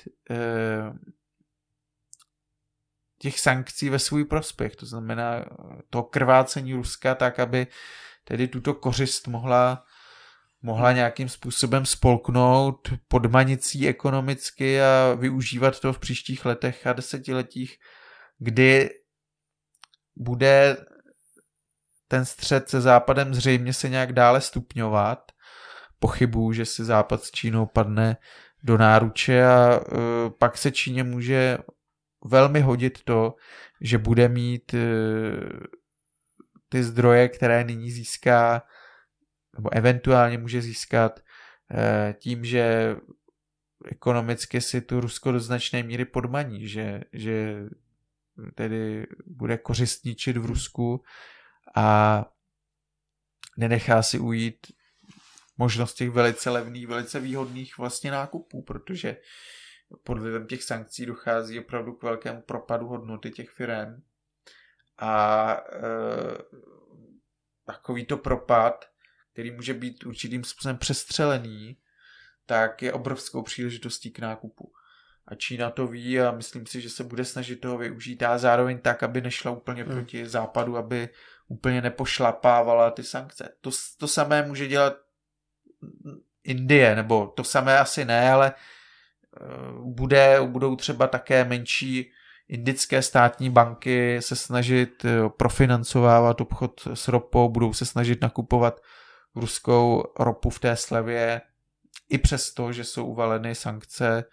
těch sankcí ve svůj prospěch. To znamená to krvácení Ruska tak, aby tedy tuto kořist mohla mohla nějakým způsobem spolknout pod manicí ekonomicky a využívat to v příštích letech a desetiletích, kdy bude ten střet se Západem zřejmě se nějak dále stupňovat. Pochybuju, že si Západ s Čínou padne do náruče a uh, pak se Číně může velmi hodit to, že bude mít uh, ty zdroje, které nyní získá nebo eventuálně může získat uh, tím, že ekonomicky si tu Rusko do značné míry podmaní, že, že tedy bude kořistničit v Rusku a nenechá si ujít možnost těch velice levných, velice výhodných vlastně nákupů, protože pod vlivem těch sankcí dochází opravdu k velkému propadu hodnoty těch firem a e, takovýto propad, který může být určitým způsobem přestřelený, tak je obrovskou příležitostí k nákupu. A Čína to ví a myslím si, že se bude snažit toho využít a zároveň tak, aby nešla úplně hmm. proti západu, aby úplně nepošlapávala ty sankce. To, to samé může dělat Indie, nebo to samé asi ne, ale bude, budou třeba také menší indické státní banky se snažit profinancovávat obchod s ropou, budou se snažit nakupovat ruskou ropu v té slevě, i přesto, že jsou uvaleny sankce,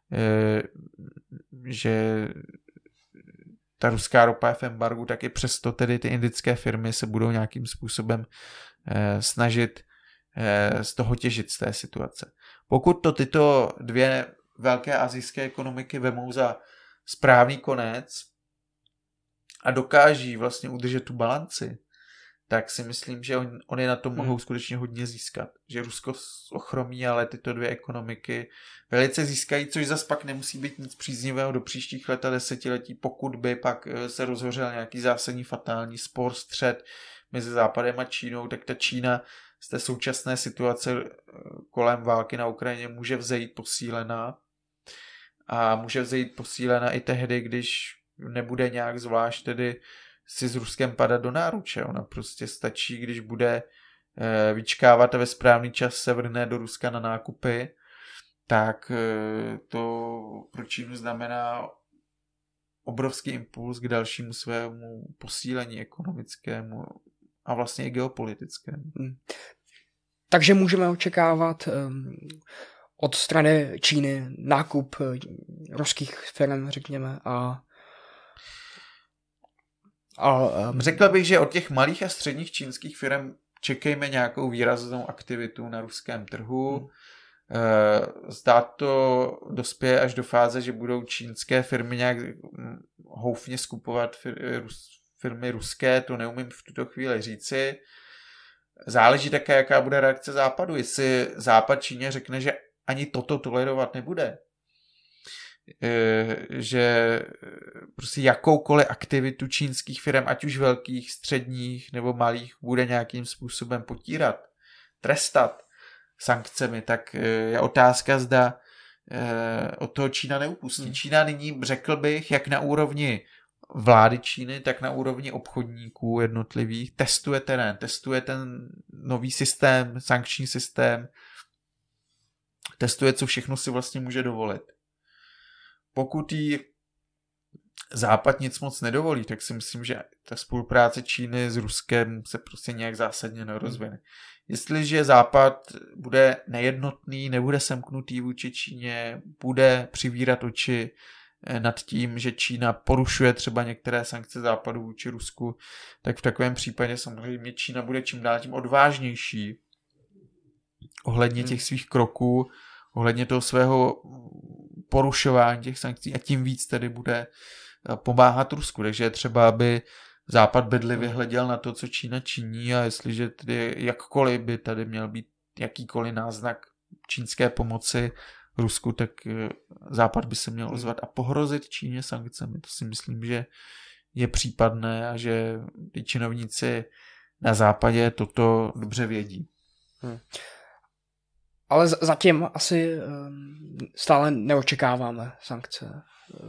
že ta ruská ropa je v embargu, tak i přesto tedy ty indické firmy se budou nějakým způsobem snažit z toho těžit z té situace. Pokud to tyto dvě velké asijské ekonomiky vemou za správný konec a dokáží vlastně udržet tu balanci, tak si myslím, že on, oni na tom mohou skutečně hodně získat. Že Rusko ochromí, ale tyto dvě ekonomiky velice získají, což zas pak nemusí být nic příznivého do příštích let a desetiletí, pokud by pak se rozhořel nějaký zásadní fatální spor, střet mezi Západem a Čínou, tak ta Čína z té současné situace kolem války na Ukrajině může vzejít posílená. A může vzejít posílená i tehdy, když nebude nějak zvlášť tedy si s Ruskem padat do náruče. Ona prostě stačí, když bude vyčkávat a ve správný čas se vrhne do Ruska na nákupy, tak to pro Čínu znamená obrovský impuls k dalšímu svému posílení ekonomickému a vlastně i geopolitickému. Hmm. Takže můžeme očekávat um, od strany Číny nákup ruských firm, řekněme, a A, um, Řekl bych, že od těch malých a středních čínských firm čekejme nějakou výraznou aktivitu na ruském trhu. Hmm. Zdá to dospěje až do fáze, že budou čínské firmy nějak houfně skupovat firmy ruské, to neumím v tuto chvíli říci. Záleží také, jaká bude reakce Západu. Jestli Západ Číně řekne, že ani toto tolerovat nebude, že prostě jakoukoliv aktivitu čínských firm, ať už velkých, středních nebo malých, bude nějakým způsobem potírat, trestat sankcemi, tak je otázka, zda od toho Čína neupustí. Hmm. Čína nyní, řekl bych, jak na úrovni vlády Číny, tak na úrovni obchodníků jednotlivých, testuje terén, testuje ten nový systém, sankční systém, testuje, co všechno si vlastně může dovolit. Pokud jí Západ nic moc nedovolí, tak si myslím, že ta spolupráce Číny s Ruskem se prostě nějak zásadně nerozvine. Jestliže Západ bude nejednotný, nebude semknutý vůči Číně, bude přivírat oči nad tím, že Čína porušuje třeba některé sankce Západu vůči Rusku, tak v takovém případě samozřejmě Čína bude čím dál tím odvážnější ohledně těch svých kroků, ohledně toho svého porušování těch sankcí a tím víc tedy bude pomáhat Rusku. Takže je třeba, aby Západ bedlivě hleděl na to, co Čína činí, a jestliže tedy jakkoliv by tady měl být jakýkoliv náznak čínské pomoci Rusku, tak Západ by se měl ozvat a pohrozit Číně sankcemi. To si myslím, že je případné a že ty činovníci na Západě toto dobře vědí. Hmm. Ale zatím asi stále neočekáváme sankce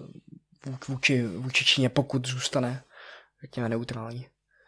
vůči, vůči Číně, pokud zůstane, řekněme, neutrální.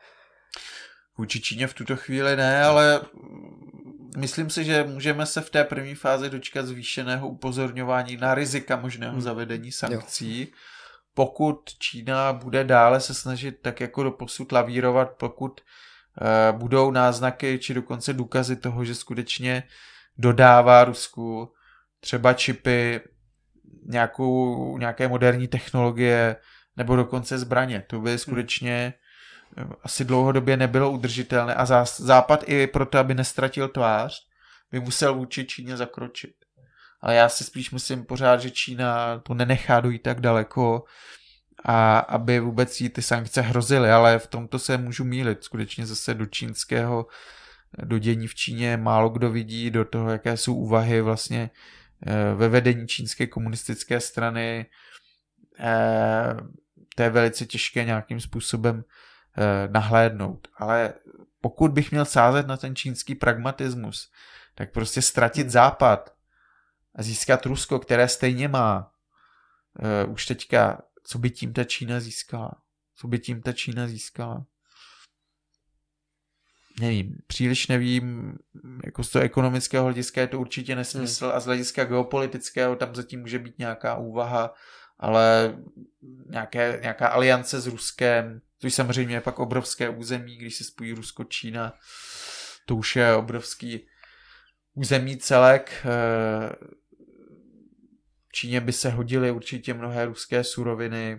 Vůči Číně v tuto chvíli ne, ale myslím si, že můžeme se v té první fázi dočkat zvýšeného upozorňování na rizika možného hmm. zavedení sankcí. Jo. Pokud Čína bude dále se snažit tak jako doposud lavírovat, pokud uh, budou náznaky či dokonce důkazy toho, že skutečně dodává Rusku třeba čipy, nějakou, nějaké moderní technologie nebo dokonce zbraně. To by skutečně hmm. asi dlouhodobě nebylo udržitelné a Západ i proto, aby nestratil tvář, by musel vůči Číně zakročit. Ale já si spíš myslím pořád, že Čína to nenechá dojít tak daleko, a aby vůbec jí ty sankce hrozily, ale v tomto se můžu mýlit. Skutečně zase do čínského do dění v Číně málo kdo vidí, do toho, jaké jsou úvahy vlastně ve vedení čínské komunistické strany. To je velice těžké nějakým způsobem nahlédnout. Ale pokud bych měl sázet na ten čínský pragmatismus, tak prostě ztratit Západ a získat Rusko, které stejně má, už teďka, co by tím ta Čína získala? Co by tím ta Čína získala? Nevím, příliš nevím, jako z toho ekonomického hlediska je to určitě nesmysl hmm. a z hlediska geopolitického tam zatím může být nějaká úvaha, ale nějaké, nějaká aliance s Ruskem, což samozřejmě je pak obrovské území, když se spojí Rusko, Čína, to už je obrovský území celek. Číně by se hodily určitě mnohé ruské suroviny,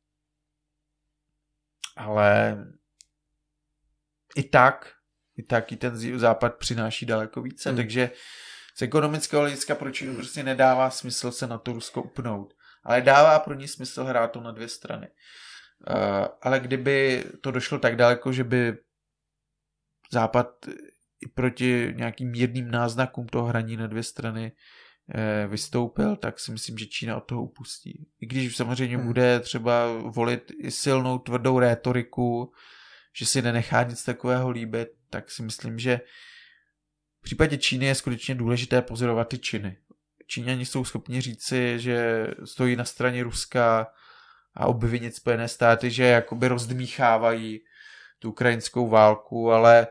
ale i tak i tak i ten Západ přináší daleko více, hmm. takže z ekonomického hlediska pro Čínu prostě nedává smysl se na to Rusko upnout, ale dává pro ní smysl hrát to na dvě strany. Uh, ale kdyby to došlo tak daleko, že by Západ i proti nějakým mírným náznakům toho hraní na dvě strany uh, vystoupil, tak si myslím, že Čína od toho upustí. I když samozřejmě hmm. bude třeba volit i silnou, tvrdou rétoriku, že si nenechá nic takového líbit, tak si myslím, že případě Číny je skutečně důležité pozorovat ty činy. Číňani jsou schopni říci, že stojí na straně Ruska a obvinit Spojené státy, že jakoby rozdmíchávají tu ukrajinskou válku, ale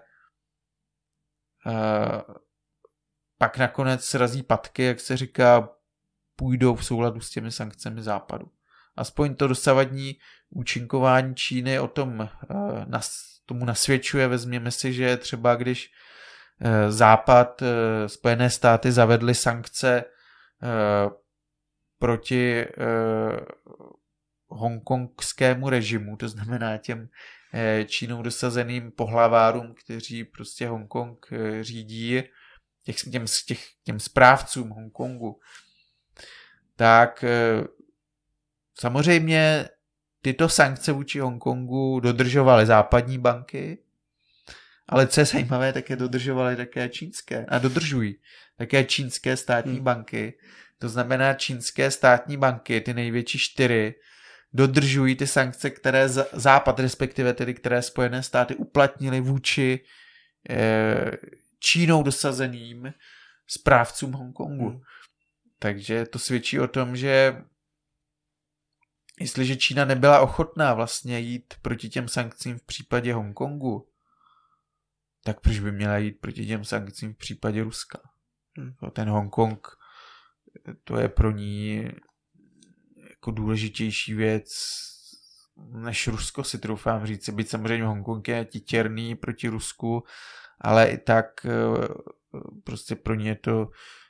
uh, pak nakonec srazí patky, jak se říká, půjdou v souladu s těmi sankcemi západu. Aspoň to dosavadní účinkování Číny o tom uh, nas, tomu nasvědčuje. Vezměme si, že třeba když uh, západ, uh, Spojené státy zavedly sankce uh, proti uh, hongkongskému režimu, to znamená těm uh, Čínou dosazeným pohlavárům, kteří prostě Hongkong uh, řídí, těch, těm, těch, těm správcům Hongkongu, tak uh, samozřejmě tyto sankce vůči Hongkongu dodržovaly západní banky, ale co je zajímavé, také dodržovaly také čínské a dodržují také čínské státní hmm. banky. To znamená, čínské státní banky, ty největší čtyři, dodržují ty sankce, které západ, respektive tedy které Spojené státy uplatnily vůči eh, Čínou dosazeným správcům Hongkongu. Hmm. Takže to svědčí o tom, že jestliže Čína nebyla ochotná vlastně jít proti těm sankcím v případě Hongkongu, tak proč by měla jít proti těm sankcím v případě Ruska? Hmm. Ten Hongkong, to je pro ní jako důležitější věc než Rusko, si troufám říct. Byť samozřejmě Hongkong je titěrný proti Rusku, ale i tak prostě pro ně je to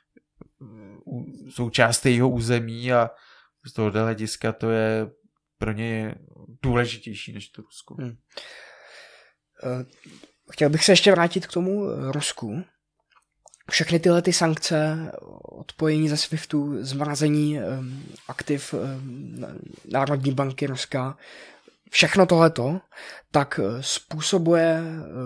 součást jejího území a z tohoto hlediska to je pro ně důležitější než to Rusko. Hmm. Chtěl bych se ještě vrátit k tomu Rusku. Všechny tyhle ty sankce, odpojení ze SWIFTu, zmrazení um, aktiv um, Národní banky Ruska, všechno tohleto, tak způsobuje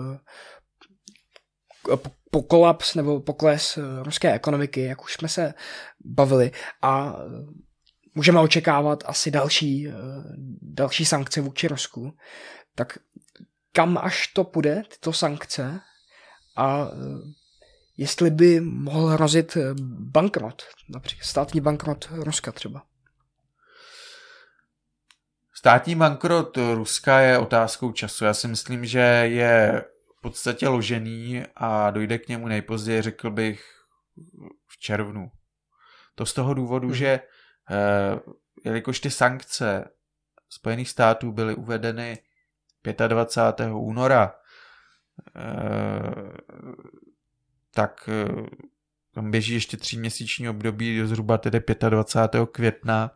uh, po kolaps nebo pokles ruské ekonomiky, jak už jsme se bavili, a můžeme očekávat asi další, další sankce vůči Rusku. Tak kam až to půjde, tyto sankce, a jestli by mohl hrozit bankrot, například státní bankrot Ruska třeba? Státní bankrot Ruska je otázkou času. Já si myslím, že je v podstatě ložený a dojde k němu nejpozději, řekl bych, v červnu. To z toho důvodu, hmm. že eh, jelikož ty sankce Spojených států byly uvedeny dvacátého pátého února, eh, tak eh, tam běží ještě tříměsíční období do zhruba tedy dvacátého pátého května,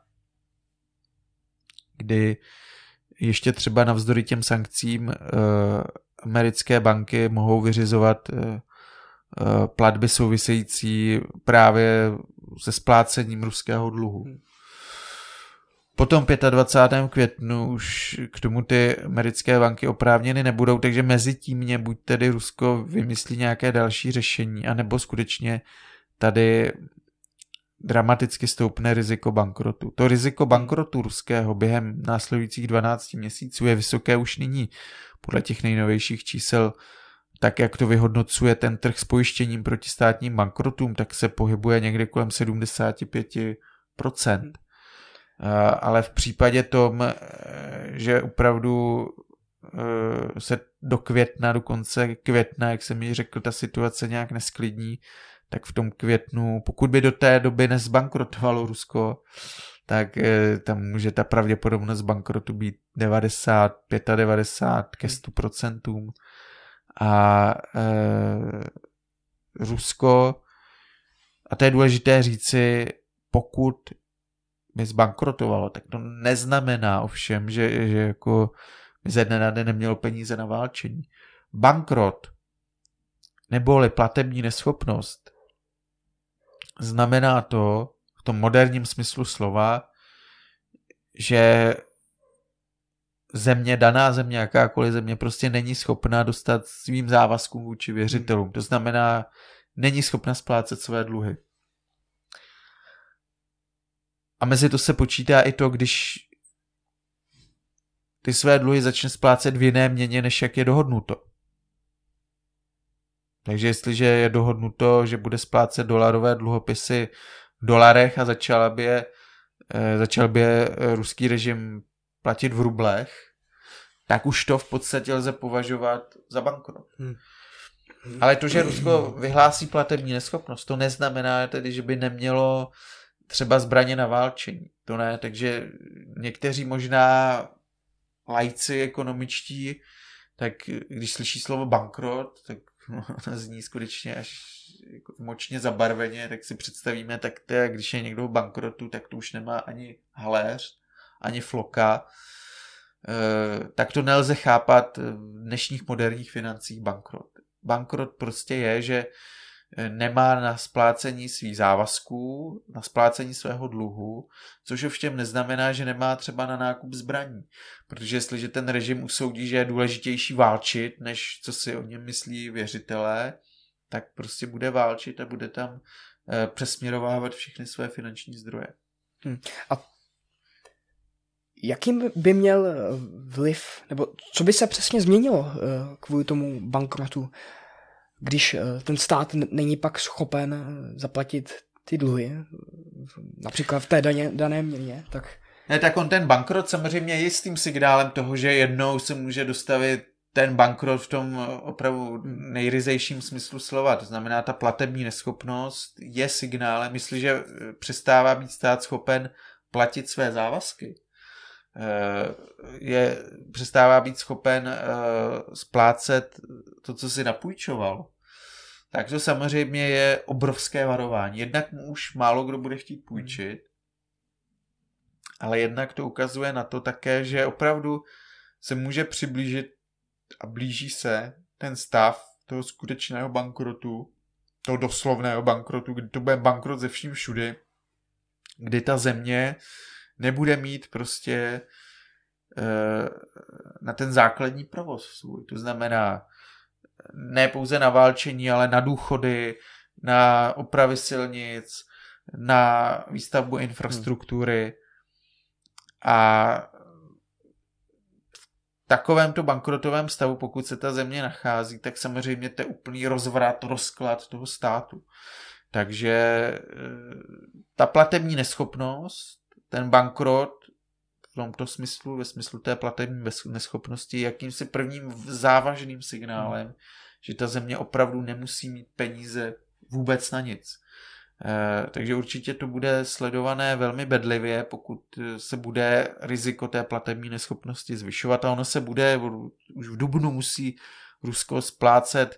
kdy ještě třeba navzdory těm sankcím eh, americké banky mohou vyřizovat eh, platby související právě se splácením ruského dluhu. Potom dvacátého pátého květnu už k tomu ty americké banky oprávněny nebudou, takže mezi tím mě buď tedy Rusko vymyslí nějaké další řešení, anebo skutečně tady dramaticky stoupne riziko bankrotu. To riziko bankrotu ruského během následujících dvanácti měsíců je vysoké už nyní. Podle těch nejnovějších čísel, tak jak to vyhodnocuje ten trh s pojištěním proti státním bankrotům, tak se pohybuje někde kolem sedmdesát pět procent. Ale v případě tom, že opravdu se do května, do konce května, jak jsem ji řekl, ta situace nějak nesklidní, tak v tom květnu, pokud by do té doby nezbankrotovalo Rusko, tak tam může ta pravděpodobnost bankrotu být devadesát, devadesát pět ke sto procentům. A e, Rusko, a to je důležité říci, pokud by zbankrotovalo, tak to neznamená ovšem, že, že jako by ze dne na den nemělo peníze na válčení. Bankrot neboli platební neschopnost znamená to v tom moderním smyslu slova, že země, daná země, jakákoliv země prostě není schopná dostat svým závazkům vůči věřitelům. To znamená, není schopna splácet své dluhy. A mezi to se počítá i to, když ty své dluhy začne splácet v jiné měně, než jak je dohodnuto. Takže jestliže je dohodnuto, že bude splácet dolarové dluhopisy v dolarech a začal by je, začal by je ruský režim platit v rublech, tak už to v podstatě lze považovat za bankrot. Hmm. Ale to, že Rusko vyhlásí platební neschopnost, to neznamená tedy, že by nemělo třeba zbraně na válčení. To ne, takže někteří možná lajci ekonomičtí, tak když slyší slovo bankrot, tak zní skutečně až jako močně zabarveně, tak si představíme, tak to, když je někdo v bankrotu, tak to už nemá ani haléř, ani floka. E, tak to nelze chápat v dnešních moderních financích bankrot. Bankrot prostě je, že nemá na splácení svých závazků, na splácení svého dluhu, což ovšem neznamená, že nemá třeba na nákup zbraní. Protože jestliže ten režim usoudí, že je důležitější válčit, než co si o něm myslí věřitelé, tak prostě bude válčit a bude tam eh, přesměrovávat všechny své finanční zdroje. Hmm. A jakým by měl vliv, nebo co by se přesně změnilo eh, kvůli tomu bankrotu, když ten stát není pak schopen zaplatit ty dluhy, například v té daně, dané měně, tak... Ne, tak on ten bankrot samozřejmě je jistým signálem toho, že jednou se může dostavit ten bankrot v tom opravdu nejryzejším smyslu slova. To znamená, ta platební neschopnost je signálem, jestliže přestává být stát schopen platit své závazky, je, přestává být schopen splácet to, co si napůjčoval, tak to samozřejmě je obrovské varování. Jednak mu už málo kdo bude chtít půjčit, ale jednak to ukazuje na to také, že opravdu se může přiblížit a blíží se ten stav toho skutečného bankrotu, toho doslovného bankrotu, kdy to bude bankrot ze vším všudy, kdy ta země nebude mít prostě na ten základní provoz svůj. To znamená ne pouze na válčení, ale na důchody, na opravy silnic, na výstavbu infrastruktury. Hmm. A v takovémto bankrotovém stavu, pokud se ta země nachází, tak samozřejmě to je úplný rozvrat, rozklad toho státu. Takže ta platební neschopnost, ten bankrot v tomto smyslu, ve smyslu té platební neschopnosti, je jakýmsi prvním závažným signálem, hmm. že ta země opravdu nemusí mít peníze vůbec na nic. E, takže určitě to bude sledované velmi bedlivě, pokud se bude riziko té platební neschopnosti zvyšovat, a ono se bude, už v dubnu musí Rusko splácet,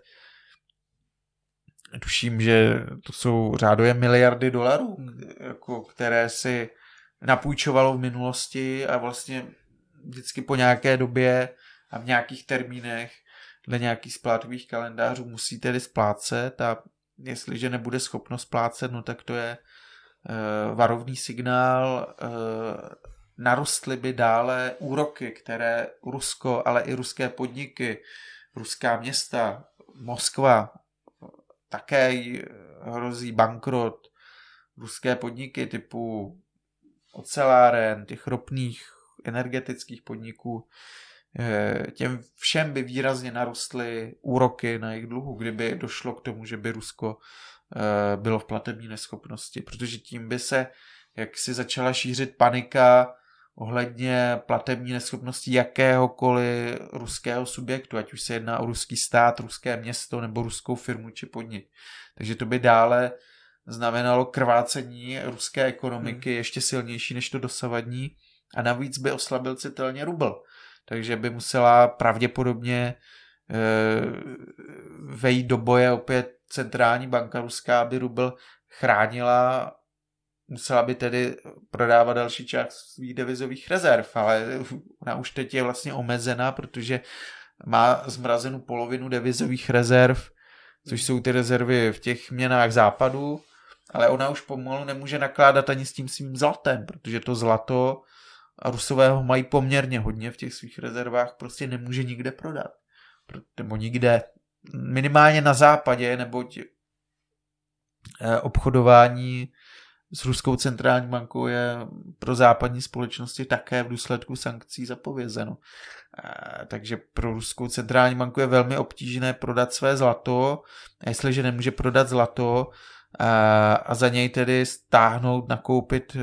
tuším, že to jsou řádově miliardy dolarů, jako, které si napůjčovalo v minulosti a vlastně vždycky po nějaké době a v nějakých termínech dle nějakých splátových kalendářů musí tedy splácet, a jestliže nebude schopno splácet, no tak to je uh, varovný signál. Uh, narostly by dále úroky, které Rusko, ale i ruské podniky, ruská města, Moskva, také hrozí bankrot. Ruské podniky typu oceláren, těch ropných energetických podniků, těm všem by výrazně narostly úroky na jejich dluhu, kdyby došlo k tomu, že by Rusko bylo v platební neschopnosti, protože tím by se jaksi začala šířit panika ohledně platební neschopnosti jakéhokoliv ruského subjektu, ať už se jedná o ruský stát, ruské město nebo ruskou firmu či podnik. Takže to by dále znamenalo krvácení ruské ekonomiky hmm. ještě silnější než to dosavadní, a navíc by oslabil citelně rubl. Takže by musela pravděpodobně e, vejít do boje opět centrální banka ruská, aby rubl chránila, musela by tedy prodávat další část svých devizových rezerv, ale ona už teď je vlastně omezená, protože má zmrazenou polovinu devizových rezerv, což jsou ty rezervy v těch měnách západu, ale ona už pomalu nemůže nakládat ani s tím svým zlatem, protože to zlato, a Rusové ho mají poměrně hodně v těch svých rezervách, prostě nemůže nikde prodat. Nebo nikde, minimálně na západě, neboť obchodování s ruskou centrální bankou je pro západní společnosti také v důsledku sankcí zapovězeno. Takže pro ruskou centrální banku je velmi obtížné prodat své zlato, a jestliže nemůže prodat zlato a za něj tedy stáhnout, nakoupit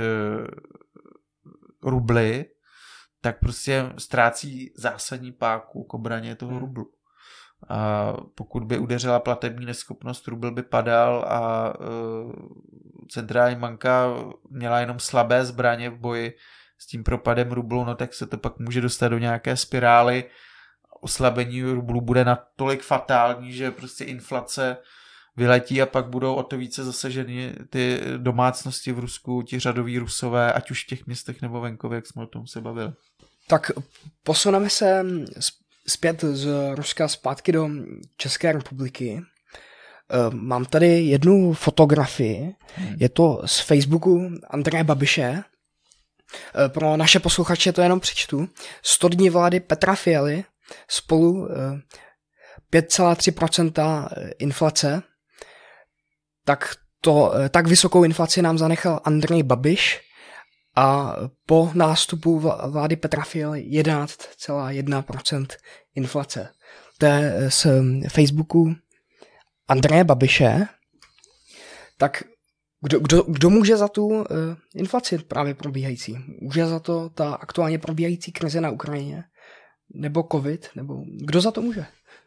rubly, tak prostě ztrácí zásadní páku k obraně toho rublu. A pokud by udeřila platební neschopnost, rubl by padal a centrální banka měla jenom slabé zbraně v boji s tím propadem rublu, no tak se to pak může dostat do nějaké spirály. Oslabení rublu bude natolik fatální, že prostě inflace vyletí a pak budou o to více zasaženy ty domácnosti v Rusku, ti řadoví Rusové, ať už v těch městech nebo venkově, jak jsme o tom se bavili. Tak posuneme se zpět z Ruska zpátky do České republiky. Mám tady jednu fotografii, hmm. je to z Facebooku Andreje Babiše. Pro naše posluchače to jenom přečtu. sto dní vlády Petra Fialy spolu pět celá tři procenta inflace. Tak, to, tak vysokou inflaci nám zanechal Andrej Babiš a po nástupu vlády Petra Fialy jedenáct celá jedna procenta inflace. To je z Facebooku Andreje Babiše. Tak kdo, kdo, kdo může za tu uh, inflaci právě probíhající? Může za to ta aktuálně probíhající krize na Ukrajině? Nebo covid? Nebo kdo za to může?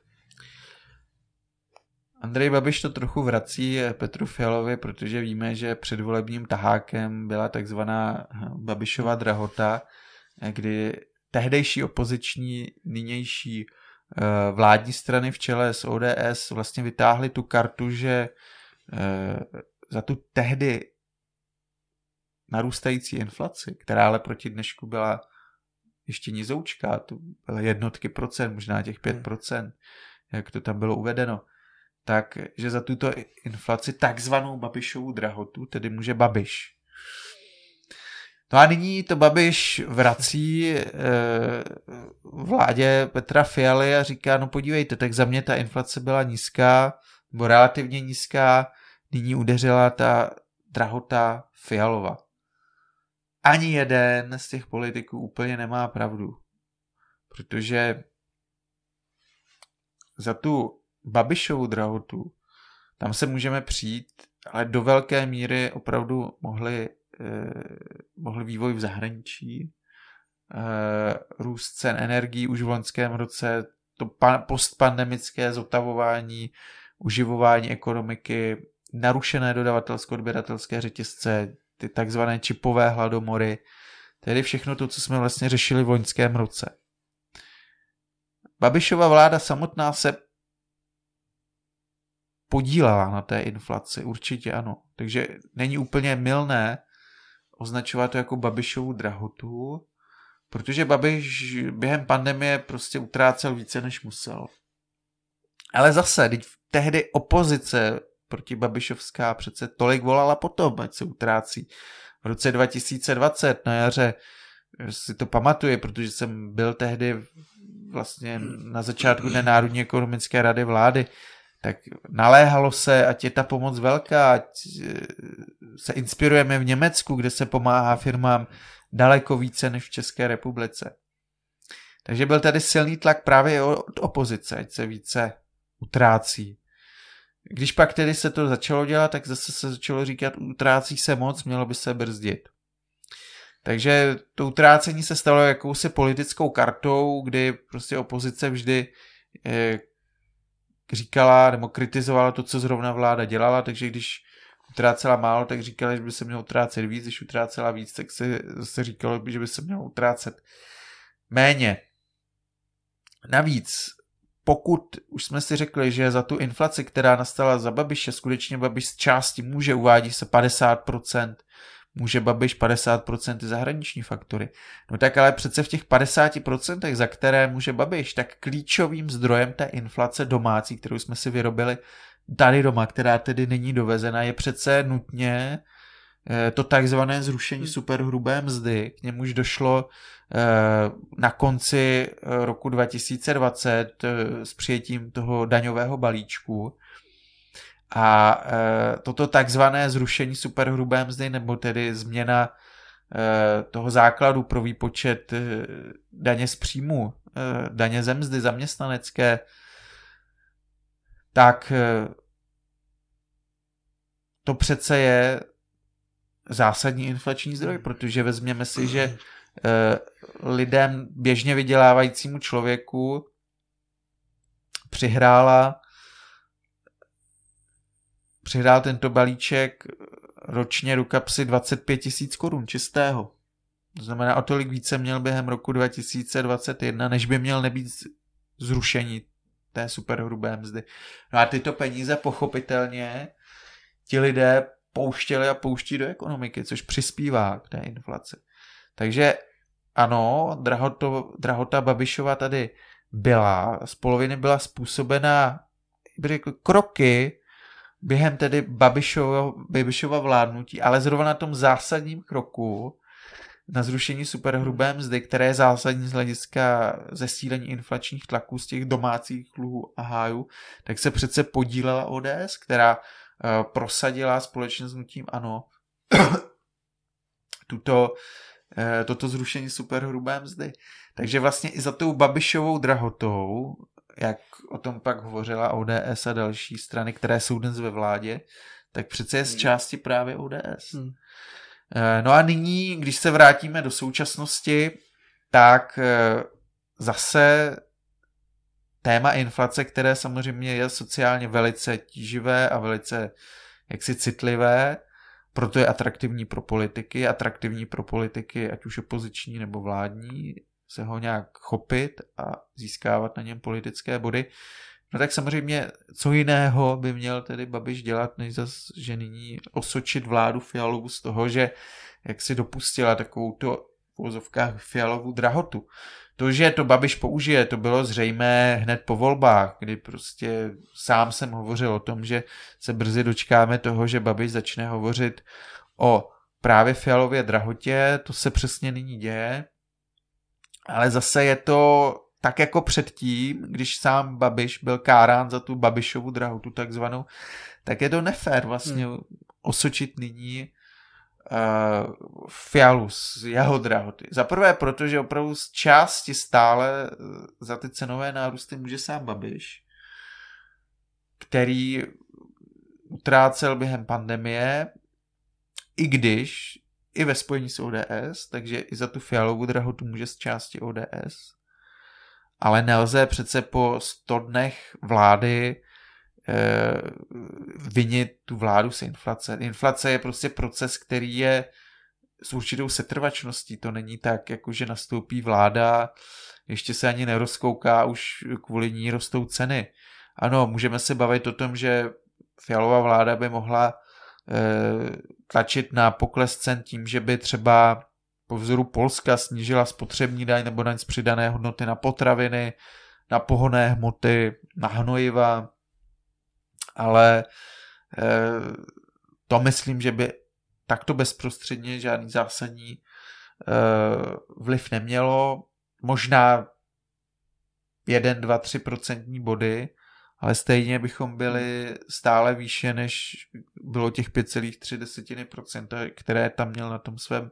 Andrej Babiš to trochu vrací Petru Fialovi, protože víme, že předvolebním tahákem byla takzvaná Babišova drahota, kdy tehdejší opoziční, nynější vládní strany v čele s O D S vlastně vytáhly tu kartu, že za tu tehdy narůstající inflaci, která ale proti dnešku byla ještě nizoučká, to byly jednotky procent, možná těch pět procent, jak to tam bylo uvedeno, tak, že za tuto inflaci takzvanou Babišovu drahotu tedy může Babiš. No a nyní to Babiš vrací e, vládě Petra Fialy a říká, no podívejte, tak za mě ta inflace byla nízká, nebo relativně nízká, nyní udeřila ta drahota Fialova. Ani jeden z těch politiků úplně nemá pravdu, protože za tu Babišovu drahotu tam se můžeme přijít, ale do velké míry opravdu mohli, eh, mohli vývoj v zahraničí, eh, růst cen energií už v loňském roce, to pa- postpandemické zotavování, uživování ekonomiky, narušené dodavatelsko-odběratelské řetězce, ty takzvané čipové hladomory, tedy všechno to, co jsme vlastně řešili v loňském roce. Babišova vláda samotná se podílela na té inflaci, určitě ano. Takže není úplně mylné označovat to jako Babišovu drahotu, protože Babiš během pandemie prostě utrácel více, než musel. Ale zase, teď tehdy opozice proti Babišovská přece tolik volala potom, ať se utrácí. V roce dva tisíce dvacet na jaře, si to pamatuju, protože jsem byl tehdy vlastně na začátku té Národní ekonomické rady vlády, tak naléhalo se, ať je ta pomoc velká, ať se inspirujeme v Německu, kde se pomáhá firmám daleko více než v České republice. Takže byl tady silný tlak právě od opozice, ať se více utrácí. Když pak tedy se to začalo dělat, tak zase se začalo říkat, utrácí se moc, mělo by se brzdit. Takže to utrácení se stalo jakousi politickou kartou, kdy prostě opozice vždy eh, říkala nebo kritizovala to, co zrovna vláda dělala, takže když utrácela málo, tak říkala, že by se mělo utrácet víc, když utrácela víc, tak se zase říkalo, že by se mělo utrácet méně. Navíc, pokud už jsme si řekli, že za tu inflaci, která nastala za Babiše, skutečně Babiš z části může, uvádí se padesát procent, může Babiš padesát procent zahraniční faktory. No tak ale přece v těch padesáti procentech, za které může Babiš, tak klíčovým zdrojem té inflace domácí, kterou jsme si vyrobili tady doma, která tedy není dovezena, je přece nutně to takzvané zrušení superhrubé mzdy. K němuž došlo na konci roku dva tisíce dvacet s přijetím toho daňového balíčku. A toto takzvané zrušení superhrubé mzdy, nebo tedy změna toho základu pro výpočet daně z příjmu, daně ze mzdy zaměstnanecké, tak to přece je zásadní inflační zdroj, protože vezměme si, že lidem běžně vydělávajícímu člověku přihrála přihrál tento balíček ročně do kapsy dvacet pět tisíc korun čistého. To znamená, o tolik více měl během roku dva tisíce dvacet jedna, než by měl nebýt zrušení té superhrubé mzdy. No a tyto peníze pochopitelně ti lidé pouštěli a pouští do ekonomiky, což přispívá k té inflaci. Takže ano, drahoto, drahota Babišova tady byla, z poloviny byla způsobena, bych řekl, kroky během tedy Babišova, Babišova vládnutí, ale zrovna na tom zásadním kroku na zrušení superhrubé mzdy, které je zásadní z hlediska zesílení inflačních tlaků z těch domácích dluhů a hájů, tak se přece podílela O D S, která uh, prosadila společně s hnutím ANO tuto, uh, toto zrušení superhrubé mzdy. Takže vlastně i za tou Babišovou drahotou, jak o tom pak hovořila O D S a další strany, které jsou dnes ve vládě, tak přece je z části právě O D S. Hmm. No a nyní, když se vrátíme do současnosti, tak zase téma inflace, které samozřejmě je sociálně velice tíživé a velice jaksi citlivé, proto je atraktivní pro politiky, atraktivní pro politiky, ať už opoziční nebo vládní, se ho nějak chopit a získávat na něm politické body. No tak samozřejmě, co jiného by měl tedy Babiš dělat, než zase, že nyní osočit vládu Fialovu z toho, že jak si dopustila takovouto v uvozovkách Fialovu drahotu. To, že to Babiš použije, to bylo zřejmé hned po volbách, kdy prostě sám jsem hovořil o tom, že se brzy dočkáme toho, že Babiš začne hovořit o právě Fialově drahotě, to se přesně nyní děje, ale zase je to tak jako předtím, když sám Babiš byl kárán za tu Babišovu drahotu takzvanou, tak je to nefér vlastně hmm. osočit nyní uh, Fialu z jeho drahoty. Za prvé, protože opravdu z části stále za ty cenové nárůsty může sám Babiš, který utrácel během pandemie, i když i ve spojení s O D S, takže i za tu Fialovu drahotu může z části O D S. Ale nelze přece po sto dnech vlády eh, vinit tu vládu z inflace. Inflace je prostě proces, který je s určitou setrvačností. To není tak, jako že nastoupí vláda, ještě se ani nerozkouká, už kvůli ní rostou ceny. Ano, můžeme se bavit o tom, že Fialova vláda by mohla eh, tlačit na pokles cen tím, že by třeba po vzoru Polska snížila spotřební daň nebo daň z přidané hodnoty na potraviny, na pohonné hmoty, na hnojiva, ale eh, to myslím, že by takto bezprostředně žádný zásadní eh, vliv nemělo. Možná jeden, dva, tři procentní body, ale stejně bychom byli stále výše, než bylo těch pět celá tři procenta, které tam měl na tom svém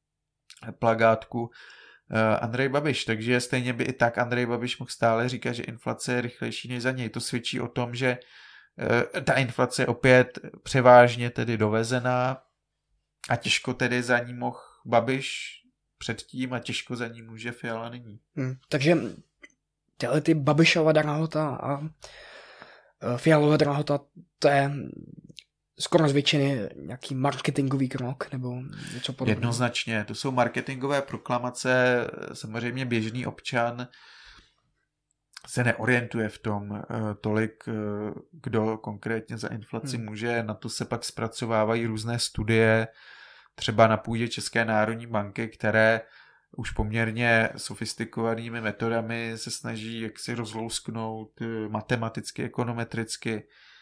plakátku Andrej Babiš, takže stejně by i tak Andrej Babiš mohl stále říkat, že inflace je rychlejší než za něj. To svědčí o tom, že ta inflace je opět převážně tedy dovezená a těžko tedy za ní mohl Babiš předtím a těžko za ní může Fiala nyní. Hmm, takže tyhle ty Babišova drahota a Fialova drahota, to je skoro z většiny nějaký marketingový krok nebo něco podobného. Jednoznačně, to jsou marketingové proklamace, samozřejmě běžný občan se neorientuje v tom tolik, kdo konkrétně za inflaci hmm. může, na to se pak zpracovávají různé studie, třeba na půdě České národní banky, které už poměrně sofistikovanými metodami se snaží jaksi rozlousknout matematicky, ekonometricky,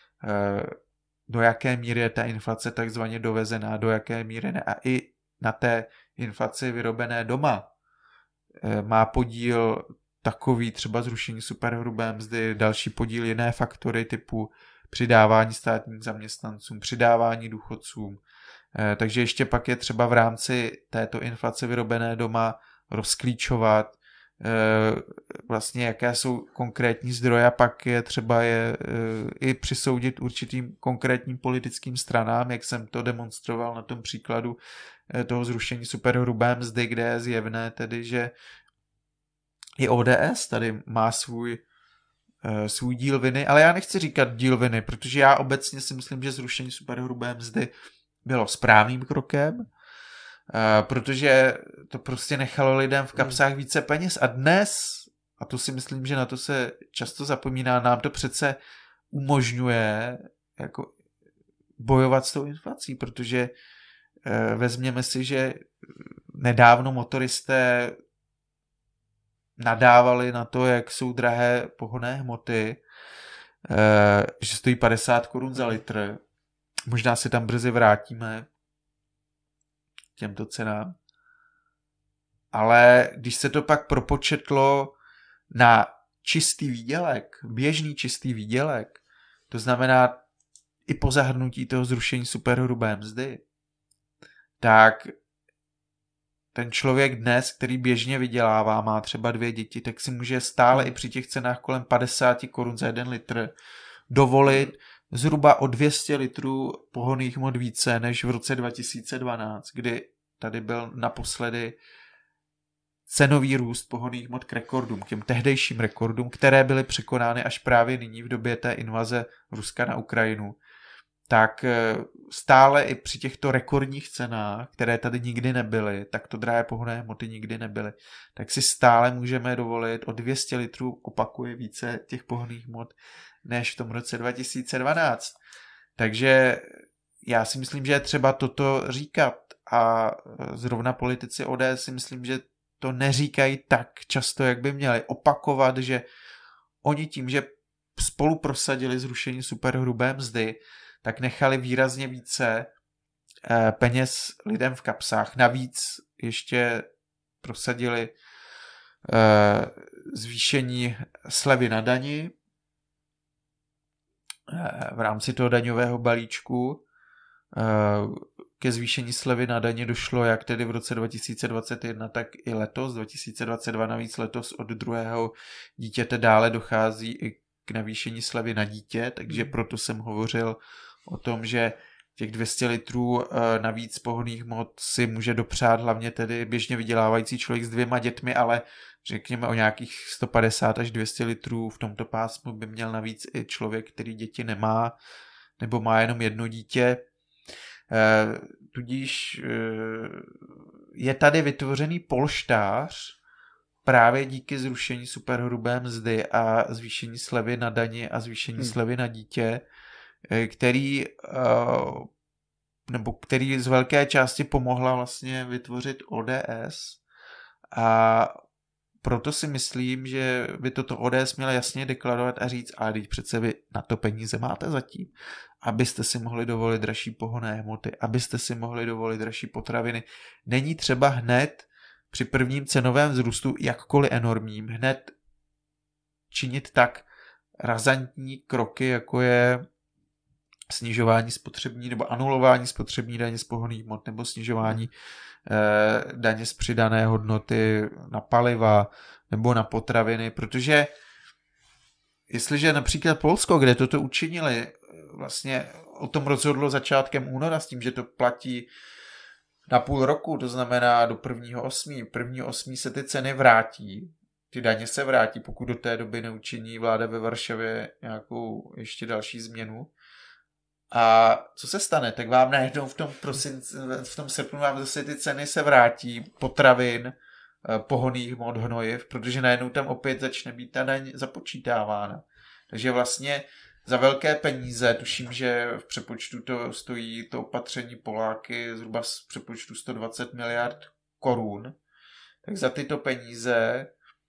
do jaké míry je ta inflace takzvaně dovezená, do jaké míry ne. A i na té inflaci vyrobené doma má podíl takový třeba zrušení superhrubé mzdy, další podíl jiné faktory typu přidávání státním zaměstnancům, přidávání důchodcům, Takže ještě pak je třeba v rámci této inflace vyrobené doma rozklíčovat vlastně jaké jsou konkrétní zdroje a pak je třeba je i přisoudit určitým konkrétním politickým stranám, jak jsem to demonstroval na tom příkladu toho zrušení superhrubé mzdy, kde je zjevné tedy, že i O D S tady má svůj, svůj díl viny, ale já nechci říkat díl viny, protože já obecně si myslím, že zrušení superhrubé mzdy bylo správným krokem, protože to prostě nechalo lidem v kapsách více peněz a dnes, a to si myslím, že na to se často zapomíná, nám to přece umožňuje jako bojovat s tou inflací, protože vezměme si, že nedávno motoristé nadávali na to, jak jsou drahé pohonné hmoty, že stojí padesát korun za litr. Možná si tam brzy vrátíme těmto cenám. Ale když se to pak propočetlo na čistý výdělek, běžný čistý výdělek, to znamená i po zahrnutí toho zrušení superhrubé mzdy, tak ten člověk dnes, který běžně vydělává, má třeba dvě děti, tak si může stále i při těch cenách kolem padesát korun za jeden litr dovolit zhruba o dvě stě litrů pohonných hmot více než v roce dva tisíce dvanáct, kdy tady byl naposledy cenový růst pohonných hmot k rekordům, k těm tehdejším rekordům, které byly překonány až právě nyní v době té invaze Ruska na Ukrajinu. Tak stále i při těchto rekordních cenách, které tady nikdy nebyly, tak to drahé pohonné hmoty nikdy nebyly, tak si stále můžeme dovolit o dvě stě litrů, opakuje více těch pohonných hmot, než v tom roce dva tisíce dvanáct. Takže já si myslím, že je třeba toto říkat a zrovna politici O D S si myslím, že to neříkají tak často, jak by měli. Opakovat, že oni tím, že spolu prosadili zrušení superhrubé mzdy, tak nechali výrazně více peněz lidem v kapsách. Navíc ještě prosadili zvýšení slevy na dani v rámci toho daňového balíčku. Ke zvýšení slevy na daně došlo jak tedy v roce dva tisíce dvacet jedna, tak i letos, dva tisíce dvacet dva, navíc letos od druhého dítěte dále dochází i k navýšení slevy na dítě, takže proto jsem hovořil o tom, že těch dvě stě litrů navíc pohonných hmot si může dopřát hlavně tedy běžně vydělávající člověk s dvěma dětmi, ale řekněme o nějakých sto padesát až dvě stě litrů v tomto pásmu by měl navíc i člověk, který děti nemá nebo má jenom jedno dítě. Tudíž je tady vytvořený polštář právě díky zrušení superhrubé mzdy a zvýšení slevy na dani a zvýšení hmm. slevy na dítě, který nebo který z velké části pomohla vlastně vytvořit O D S a proto si myslím, že by toto O D S měla jasně deklarovat a říct, ale teď přece vy na to peníze máte zatím, abyste si mohli dovolit dražší pohonné hmoty, abyste si mohli dovolit dražší potraviny. Není třeba hned při prvním cenovém vzrůstu, jakkoliv enormním, hned činit tak razantní kroky, jako je snižování spotřební nebo anulování spotřební daně z pohonných hmot nebo snižování eh, daně z přidané hodnoty na paliva nebo na potraviny, protože jestliže například Polsko, kde toto učinili, vlastně o tom rozhodlo začátkem února s tím, že to platí na půl roku, to znamená do prvního osmého prvního osmého se ty ceny vrátí, ty daně se vrátí, pokud do té doby neučiní vláda ve Varšavě nějakou ještě další změnu. A co se stane? Tak vám najednou v tom prosinci, v tom srpnu vám zase ty ceny se vrátí, potravin, pohonných hmot, hnojiv, protože najednou tam opět začne být ta daň započítávána. Takže vlastně za velké peníze, tuším, že v přepočtu to stojí to opatření Poláky zhruba z přepočtu sto dvacet miliard korun, tak za tyto peníze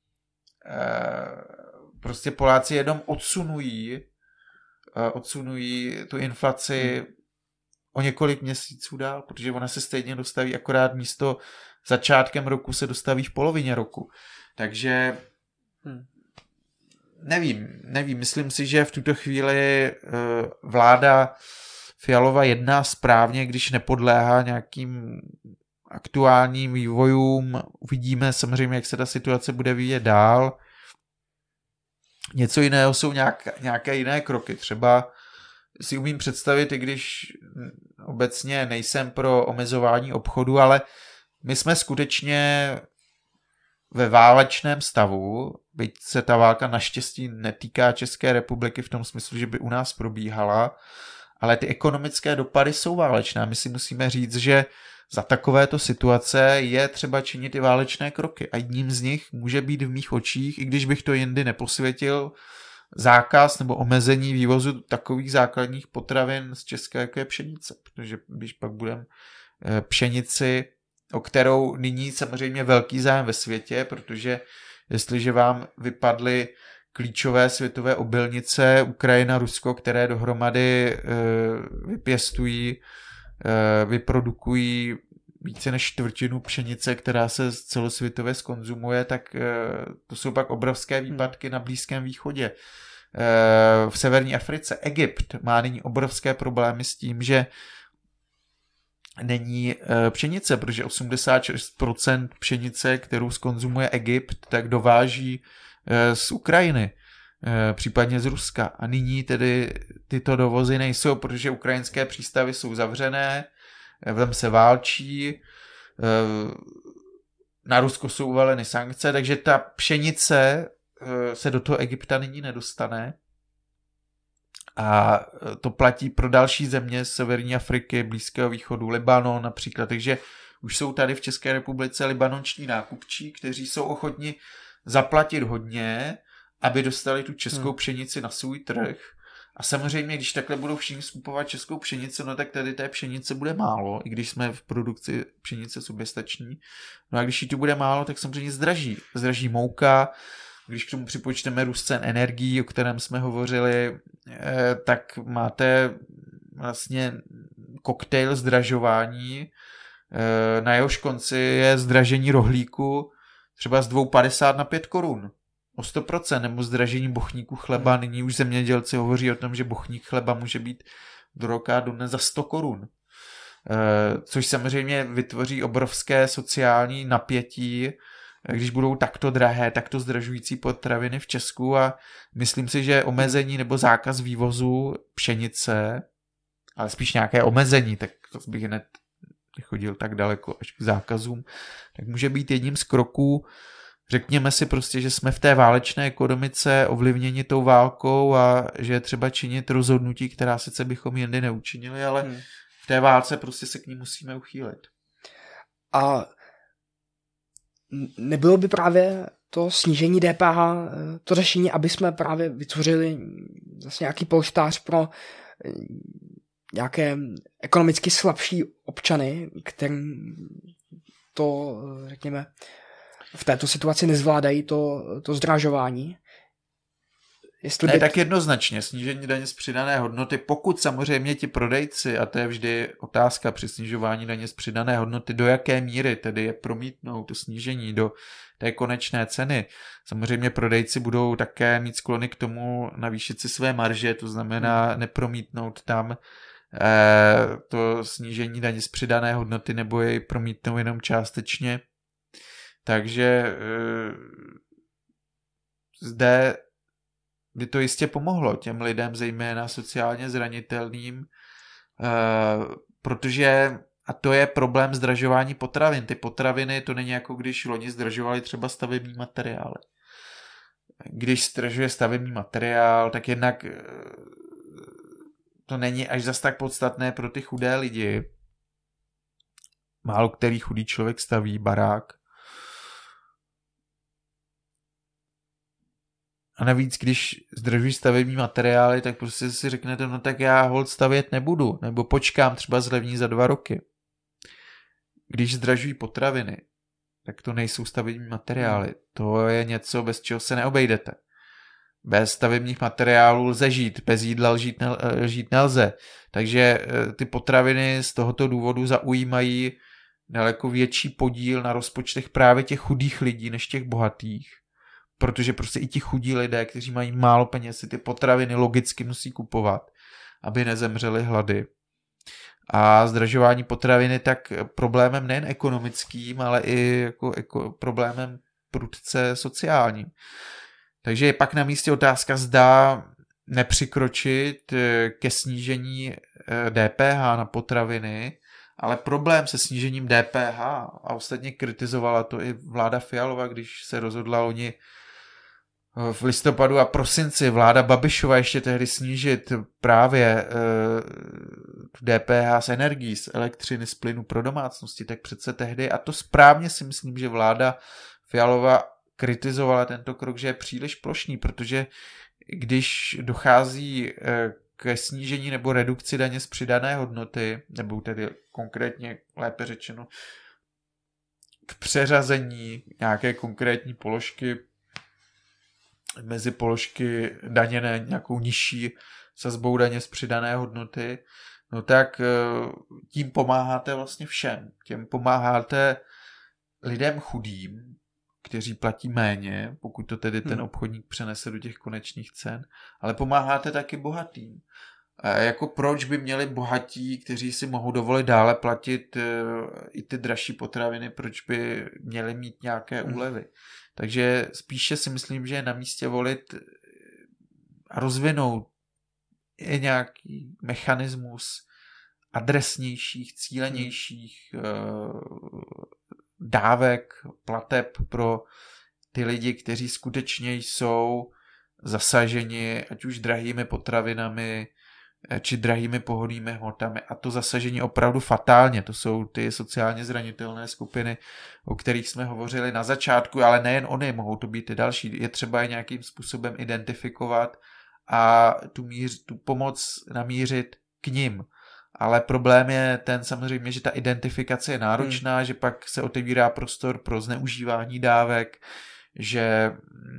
prostě Poláci jenom odsunují odsunují tu inflaci hmm. o několik měsíců dál, protože ona se stejně dostaví, akorát místo začátkem roku se dostaví v polovině roku. Takže hmm. nevím, nevím, myslím si, že v tuto chvíli vláda Fialova jedná správně, když nepodléhá nějakým aktuálním vývojům. Uvidíme samozřejmě, jak se ta situace bude vyvíjet dál. Něco jiného jsou nějak, nějaké jiné kroky. Třeba si umím představit, i když obecně nejsem pro omezování obchodu, ale my jsme skutečně ve válečném stavu, byť se ta válka naštěstí netýká České republiky v tom smyslu, že by u nás probíhala, ale ty ekonomické dopady jsou válečné. My si musíme říct, že za takovéto situace je třeba činit i válečné kroky. A jedním z nich může být v mých očích, i když bych to jindy neposvětil, zákaz nebo omezení vývozu takových základních potravin z České, jako je pšenice. Protože když pak budeme pšenici, o kterou nyní samozřejmě velký zájem ve světě, protože jestliže vám vypadly klíčové světové obilnice Ukrajina, Rusko, které dohromady vypěstují, vyprodukují více než čtvrtinu pšenice, která se celosvětově skonzumuje, tak to jsou pak obrovské výpadky na Blízkém východě. V severní Africe Egypt má nyní obrovské problémy s tím, že není pšenice, protože osmdesát šest procent pšenice, kterou skonzumuje Egypt, tak dováží z Ukrajiny, případně z Ruska. A nyní tedy tyto dovozy nejsou, protože ukrajinské přístavy jsou zavřené, tam se válčí, na Rusko jsou uvaleny sankce, takže ta pšenice se do toho Egypta nyní nedostane. A to platí pro další země z severní Afriky, Blízkého východu, Libanon například. Takže už jsou tady v České republice libanonští nákupčí, kteří jsou ochotni zaplatit hodně, aby dostali tu českou hmm. pšenici na svůj trh. A samozřejmě, když takhle budou všichni skupovat českou pšenici, no tak tady té pšenice bude málo, i když jsme v produkci pšenice soběstační. No a když jí tu bude málo, tak samozřejmě zdraží. Zdraží mouka. Když k tomu připočteme růst cen energií, o kterém jsme hovořili, tak máte vlastně koktejl zdražování. Na jehož konci je zdražení rohlíku třeba z dvě padesát na pět korun. O sto procent, nebo zdražení bochníku chleba. Nyní už zemědělci hovoří o tom, že bochník chleba může být do roka do dne za sto korun. Což samozřejmě vytvoří obrovské sociální napětí, když budou takto drahé, takto zdražující potraviny v Česku, a myslím si, že omezení nebo zákaz vývozu pšenice, ale spíš nějaké omezení, tak to bych hned chodil tak daleko až k zákazům, tak může být jedním z kroků. Řekněme si prostě, že jsme v té válečné ekonomice ovlivněni tou válkou a že je třeba činit rozhodnutí, která sice bychom jindy neučinili, ale hmm. v té válce prostě se k ní musíme uchýlit. A nebylo by právě to snížení D P H to řešení, aby jsme právě vytvořili zase nějaký polštář pro nějaké ekonomicky slabší občany, kterým to, řekněme, v této situaci nezvládají to, to zdražování? Jestli ne, by... tak jednoznačně snížení daně z přidané hodnoty, pokud samozřejmě ti prodejci, a to je vždy otázka při snižování daně z přidané hodnoty, do jaké míry tedy je promítnou to snížení do té konečné ceny. Samozřejmě prodejci budou také mít sklony k tomu navýšit si své marže, to znamená nepromítnout tam eh, to snížení daně z přidané hodnoty, nebo jej promítnou jenom částečně. Takže eh, zde by to jistě pomohlo těm lidem, zejména sociálně zranitelným, protože, a to je problém zdražování potravin. Ty potraviny, to není jako když loni zdražovali třeba stavební materiály. Když zdražuje stavební materiál, tak jednak to není až zas tak podstatné pro ty chudé lidi. Málo který chudý člověk staví barák. A navíc, když zdražují stavební materiály, tak prostě si řeknete, no tak já holt stavět nebudu, nebo počkám, třeba zlevní za dva roky. Když zdražují potraviny, tak to nejsou stavební materiály. To je něco, bez čeho se neobejdete. Bez stavebních materiálů lze žít, bez jídla žít, nel, žít nelze. Takže ty potraviny z tohoto důvodu zaujímají daleko větší podíl na rozpočtech právě těch chudých lidí, než těch bohatých. Protože prostě i ti chudí lidé, kteří mají málo peněz, si ty potraviny logicky musí kupovat, aby nezemřeli hlady. A zdražování potravin je tak problémem nejen ekonomickým, ale i jako, jako problémem prudce sociálním. Takže je pak na místě otázka, zda nepřikročit ke snížení D P H na potraviny, ale problém se snížením D P H, a ostatně kritizovala to i vláda Fialova, když se rozhodla oni v listopadu a prosinci vláda Babišova ještě tehdy snížit právě tu D P H z energií, z elektřiny, z plynu pro domácnosti, tak přece tehdy, a to správně si myslím, že vláda Fialova kritizovala tento krok, že je příliš plošný, protože když dochází ke snížení nebo redukci daně z přidané hodnoty, nebo tedy konkrétně lépe řečeno k přeřazení nějaké konkrétní položky mezi položky daně na nějakou nižší sazbou daně z přidané hodnoty, no tak tím pomáháte vlastně všem. Tím pomáháte lidem chudým, kteří platí méně, pokud to tedy ten obchodník přenese do těch konečných cen, ale pomáháte taky bohatým. A jako proč by měli bohatí, kteří si mohou dovolit dále platit i ty dražší potraviny, proč by měli mít nějaké úlevy. Takže spíše si myslím, že je na místě volit a rozvinout i nějaký mechanismus adresnějších, cílenějších dávek, plateb pro ty lidi, kteří skutečně jsou zasaženi ať už drahými potravinami, či drahými pohonnými hmotami. A to zasažení opravdu fatálně. To jsou ty sociálně zranitelné skupiny, o kterých jsme hovořili na začátku, ale nejen oni, mohou to být i další. Je třeba je nějakým způsobem identifikovat a tu, míř, tu pomoc namířit k nim. Ale problém je ten samozřejmě, že ta identifikace je náročná, hmm. že pak se otevírá prostor pro zneužívání dávek, že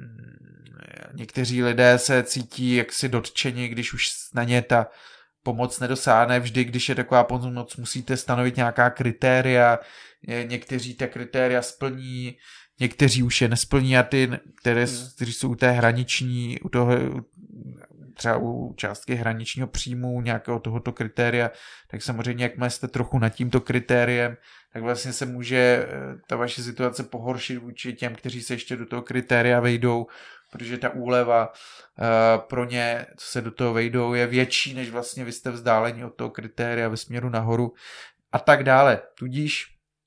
někteří lidé se cítí jaksi dotčeni, když už na ně ta pomoc nedosáhne. Vždy, když je taková pomoc, musíte stanovit nějaká kritéria. Někteří ta kritéria splní, někteří už je nesplní a ty, které, kteří jsou u té hraniční, u toho, třeba u částky hraničního příjmu nějakého tohoto kritéria, tak samozřejmě, jakmile jste trochu nad tímto kritériem, tak vlastně se může ta vaše situace pohoršit vůči těm, kteří se ještě do toho kritéria vejdou, protože ta úleva uh, pro ně, co se do toho vejdou, je větší, než vlastně vy jste vzdáleni od toho kritéria ve směru nahoru a tak dále. Tudíž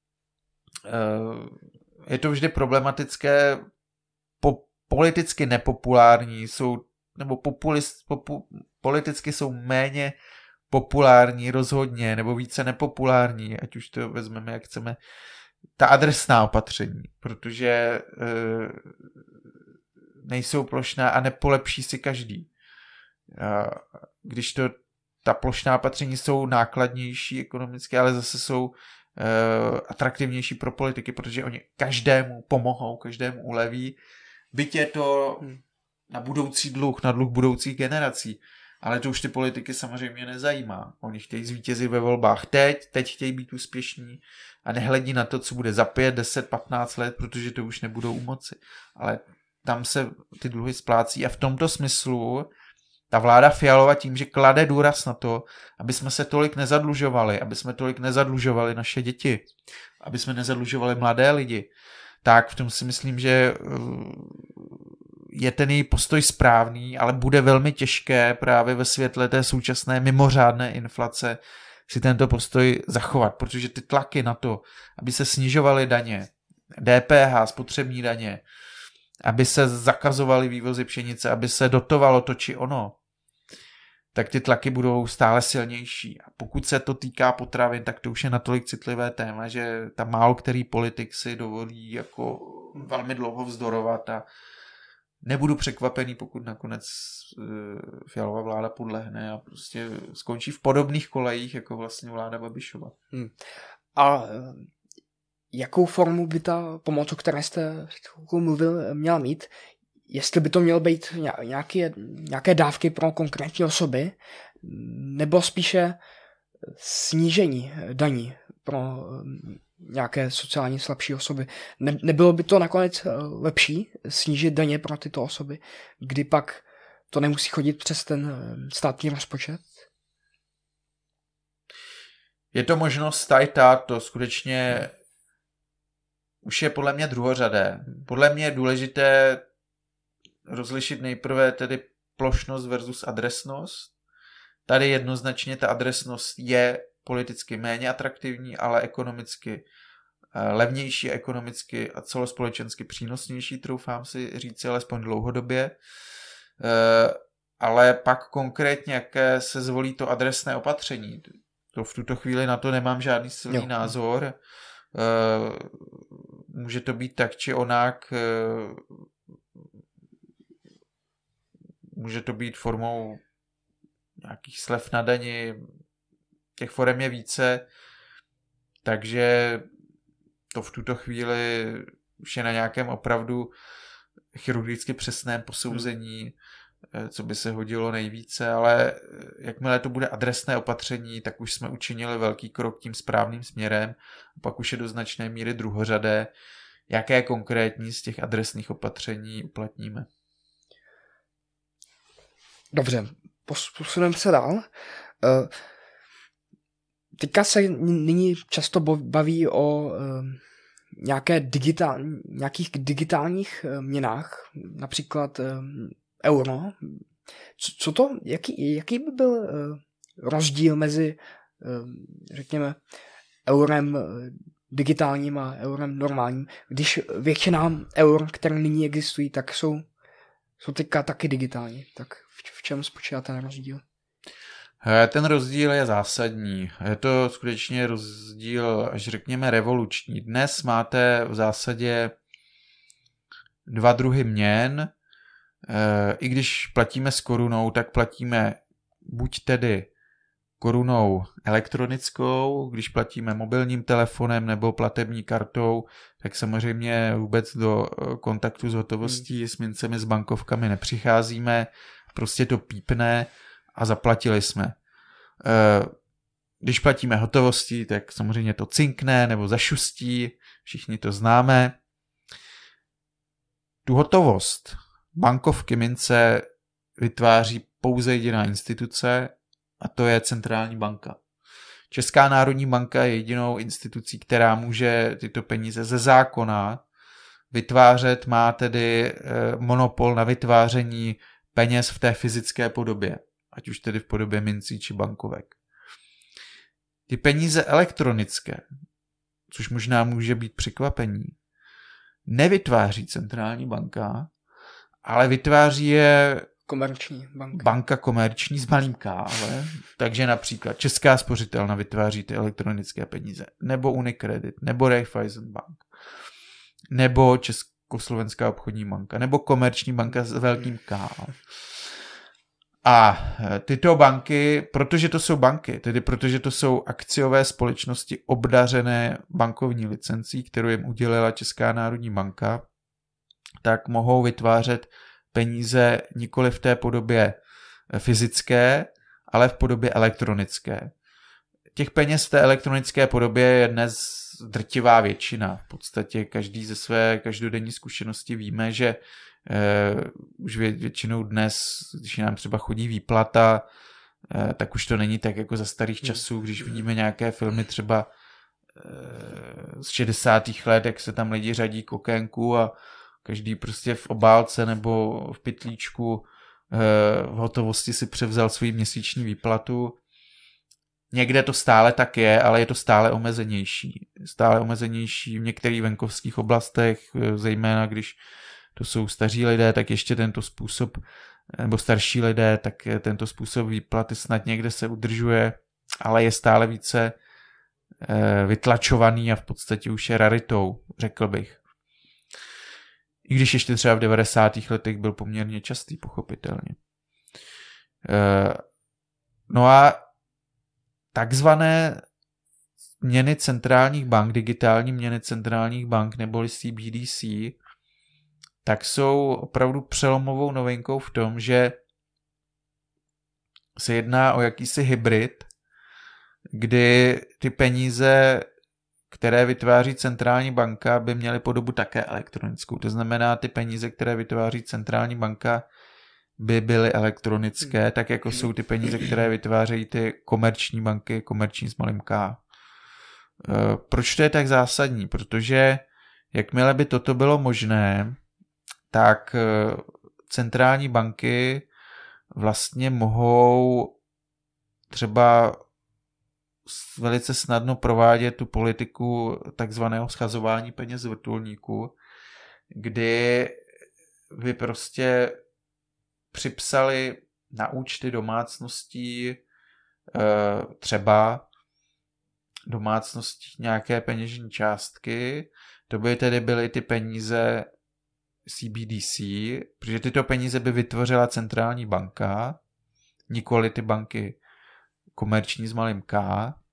uh, je to vždy problematické, po, politicky nepopulární, jsou, nebo populist, popu, politicky jsou méně populární rozhodně, nebo více nepopulární, ať už to vezmeme, jak chceme, ta adresná opatření, protože uh, nejsou plošná a nepolepší si každý. Když to, ta plošná opatření jsou nákladnější ekonomicky, ale zase jsou uh, atraktivnější pro politiky, protože oni každému pomohou, každému uleví. Byť je to na budoucí dluh, na dluh budoucích generací. Ale to už ty politiky samozřejmě nezajímá. Oni chtějí zvítězit ve volbách teď, teď chtějí být úspěšní a nehledí na to, co bude za pět, deset, patnáct let, protože to už nebudou u moci. Ale tam se ty dluhy splácí a v tomto smyslu ta vláda Fialova tím, že klade důraz na to, aby jsme se tolik nezadlužovali, aby jsme tolik nezadlužovali naše děti, aby jsme nezadlužovali mladé lidi, tak v tom si myslím, že je ten její postoj správný, ale bude velmi těžké právě ve světle té současné mimořádné inflace si tento postoj zachovat, protože ty tlaky na to, aby se snižovaly daně, D P H, spotřební daně, aby se zakazovaly vývozy pšenice, aby se dotovalo to či ono, tak ty tlaky budou stále silnější. A pokud se to týká potravin, tak to už je natolik citlivé téma, že tam málo který politik si dovolí jako velmi dlouho vzdorovat a nebudu překvapený, pokud nakonec Fialova vláda podlehne a prostě skončí v podobných kolejích jako vlastně vláda Babišova. Hmm. A jakou formu by ta pomoc, o které jste mluvil, měla mít? Jestli by to mělo být nějaké, nějaké dávky pro konkrétní osoby, nebo spíše snížení daní pro nějaké sociálně slabší osoby. Ne, nebylo by to nakonec lepší snížit daně pro tyto osoby, kdy pak to nemusí chodit přes ten státní rozpočet? Je to možnost tajta, to skutečně už je podle mě druhořadé. Podle mě je důležité rozlišit nejprve tedy plošnost versus adresnost. Tady jednoznačně ta adresnost je politicky méně atraktivní, ale ekonomicky levnější, ekonomicky a celospolečensky přínosnější, troufám si říct, alespoň dlouhodobě. Ale pak konkrétně, jaké se zvolí to adresné opatření, to v tuto chvíli na to nemám žádný silný jo. názor. Může to být tak, či onak. Může to být formou nějakých slev na dani. Těch forem je více. Takže to v tuto chvíli už je na nějakém opravdu chirurgicky přesném posouzení, co by se hodilo nejvíce, ale jakmile to bude adresné opatření, tak už jsme učinili velký krok tím správným směrem, a pak už je do značné míry druhořadé, jaké konkrétní z těch adresných opatření uplatníme. Dobře, posuneme se dál. Teďka se nyní často baví o nějaké digitál, nějakých digitálních měnách, například euro. Co to, jaký, jaký by byl rozdíl mezi, řekněme, eurem digitálním a eurem normálním, když většina eur, které nyní existují, tak jsou, jsou teďka taky digitální. Tak v čem spočívá ten rozdíl? Ten rozdíl je zásadní. Je to skutečně rozdíl, až řekněme, revoluční. Dnes máte v zásadě dva druhy měn. I když platíme s korunou, tak platíme buď tedy korunou elektronickou, když platíme mobilním telefonem nebo platební kartou, tak samozřejmě vůbec do kontaktu s hotovostí, hmm. s mincemi, s bankovkami nepřicházíme, prostě to pípne a zaplatili jsme. Když platíme hotovostí, tak samozřejmě to cinkne nebo zašustí, všichni to známe. Tu hotovost bankovky, mince vytváří pouze jediná instituce, a to je centrální banka. Česká národní banka je jedinou institucí, která může tyto peníze ze zákona vytvářet, má tedy monopol na vytváření peněz v té fyzické podobě, ať už tedy v podobě mincí či bankovek. Ty peníze elektronické, což možná může být překvapení, nevytváří centrální banka, ale vytváří je komerční banka. Banka komerční s malým K, ale. Takže například Česká spořitelna vytváří ty elektronické peníze, nebo Unicredit, nebo Raiffeisen Bank, nebo Československá obchodní banka, nebo Komerční banka s velkým K. A tyto banky, protože to jsou banky, tedy protože to jsou akciové společnosti obdařené bankovní licencí, kterou jim udělila Česká národní banka, tak mohou vytvářet peníze nikoli v té podobě fyzické, ale v podobě elektronické. Těch peněz v té elektronické podobě je dnes drtivá většina. V podstatě každý ze své každodenní zkušenosti víme, že eh, už vě, většinou dnes, když nám třeba chodí výplata, eh, tak už to není tak jako za starých časů, když vidíme nějaké filmy třeba eh, z šedesátých let, jak se tam lidi řadí k okénku a každý prostě v obálce nebo v pytlíčku v hotovosti si převzal svou měsíční výplatu. Někde to stále tak je, ale je to stále omezenější. Stále omezenější v některých venkovských oblastech, zejména když to jsou staří lidé, tak ještě tento způsob, nebo starší lidé, tak tento způsob výplaty snad někde se udržuje, ale je stále více vytlačovaný a v podstatě už je raritou, řekl bych. I když ještě třeba v devadesátých letech byl poměrně častý, pochopitelně. No a takzvané měny centrálních bank, digitální měny centrálních bank neboli C B D C, tak jsou opravdu přelomovou novinkou v tom, že se jedná o jakýsi hybrid, kdy ty peníze, které vytváří centrální banka, by měly podobu také elektronickou. To znamená, ty peníze, které vytváří centrální banka, by byly elektronické, tak jako jsou ty peníze, které vytvářejí ty komerční banky, komerční s malým K. Proč to je tak zásadní? Protože jakmile by toto bylo možné, tak centrální banky vlastně mohou třeba velice snadno provádět tu politiku takzvaného schazování peněz z vrtulníku, kdy by prostě připsali na účty domácností třeba domácností nějaké peněžní částky. To by tedy byly ty peníze C B D C, protože tyto peníze by vytvořila centrální banka, nikoli ty banky komerční s malým K.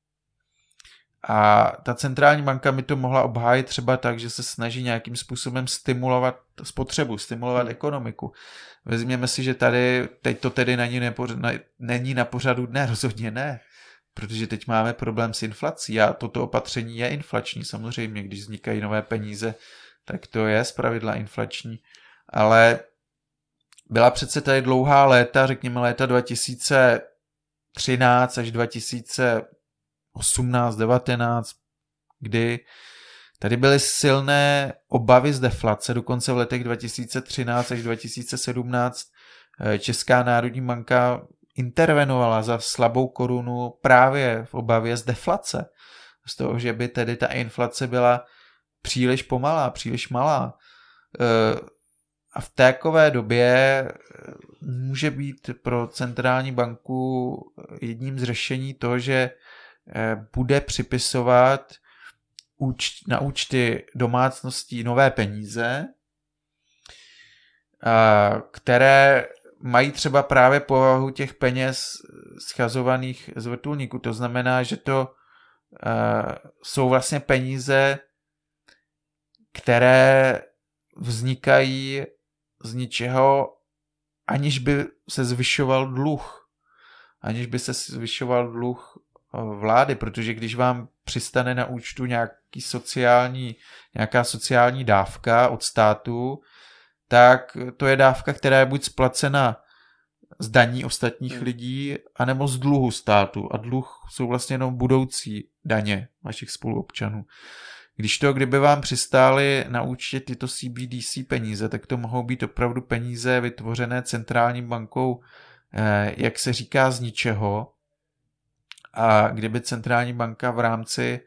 A ta centrální banka by to mohla obhájit třeba tak, že se snaží nějakým způsobem stimulovat spotřebu, stimulovat hmm. ekonomiku. Vezměme si, že tady, teď to tedy není, nepořad, není na pořadu dne, rozhodně ne, protože teď máme problém s inflací a toto opatření je inflační. Samozřejmě, když vznikají nové peníze, tak to je zpravidla inflační. Ale byla přece tady dlouhá léta, řekněme léta dva tisíce třináct až dva tisíce osmnáct devatenáct, kdy tady byly silné obavy z deflace, dokonce v letech dva tisíce třináct až dva tisíce sedmnáct Česká národní banka intervenovala za slabou korunu právě v obavě z deflace. Z toho, že by tedy ta inflace byla příliš pomalá, příliš malá. A v takové době může být pro centrální banku jedním z řešení to, že bude připisovat na účty domácností nové peníze, které mají třeba právě povahu těch peněz schazovaných z vrtulníku. To znamená, že to jsou vlastně peníze, které vznikají z ničeho, aniž by se zvyšoval dluh. Aniž by se zvyšoval dluh vlády, protože když vám přistane na účtu nějaký sociální, nějaká sociální dávka od státu, tak to je dávka, která je buď splacena z daní ostatních hmm. lidí, anebo z dluhu státu. A dluh jsou vlastně jenom budoucí daně vašich spoluobčanů. Když to, kdyby vám přistály na účtě tyto C B D C peníze, tak to mohou být opravdu peníze vytvořené centrální bankou, jak se říká, z ničeho. A kdyby centrální banka v rámci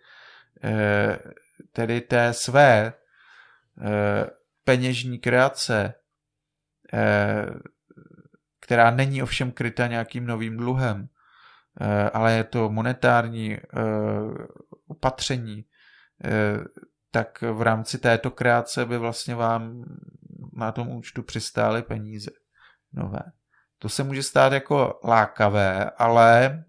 tedy té své peněžní kreace, která není ovšem kryta nějakým novým dluhem, ale je to monetární opatření, tak v rámci této kreace by vlastně vám na tom účtu přistály peníze nové. To se může stát jako lákavé, ale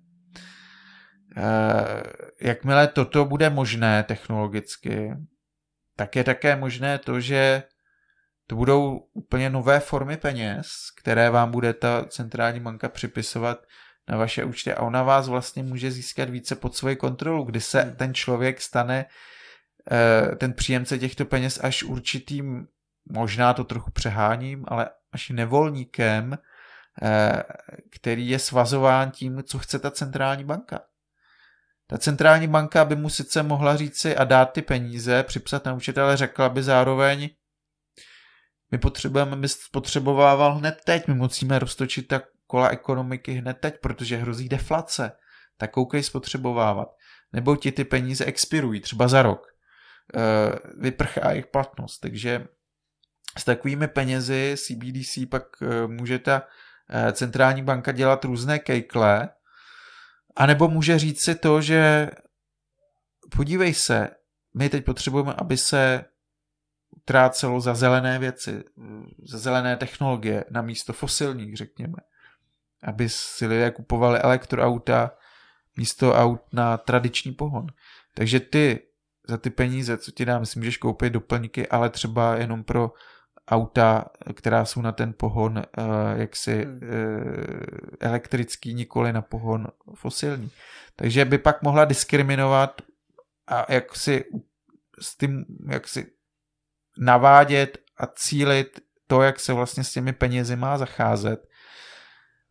jakmile toto bude možné technologicky, tak je také možné to, že to budou úplně nové formy peněz, které vám bude ta centrální banka připisovat na vaše účty a ona vás vlastně může získat více pod svoji kontrolu, kdy se ten člověk stane ten příjemce těchto peněz až určitým, možná to trochu přeháním, ale až nevolníkem, který je svazován tím, co chce ta centrální banka. Ta centrální banka by mu sice mohla říci a dát ty peníze, připsat na účet, ale řekla by zároveň, my potřebujeme, aby spotřebovával hned teď, my musíme roztočit ta kola ekonomiky hned teď, protože hrozí deflace, tak koukej spotřebovávat. Nebo ti ty peníze expirují, třeba za rok. Vyprchá jejich platnost, takže s takovými penězi C B D C pak může ta centrální banka dělat různé kejkle, anebo může říct si to, že podívej se, my teď potřebujeme, aby se utrácelo za zelené věci, za zelené technologie, na místo fosilních, řekněme. Aby si lidé kupovali elektroauta místo aut na tradiční pohon. Takže ty za ty peníze, co ti dám, si můžeš koupit doplňky, ale třeba jenom pro auta, která jsou na ten pohon jaksi elektrický, nikoli na pohon fosilní. Takže by pak mohla diskriminovat a jaksi, s tím, jaksi navádět a cílit to, jak se vlastně s těmi penězi má zacházet.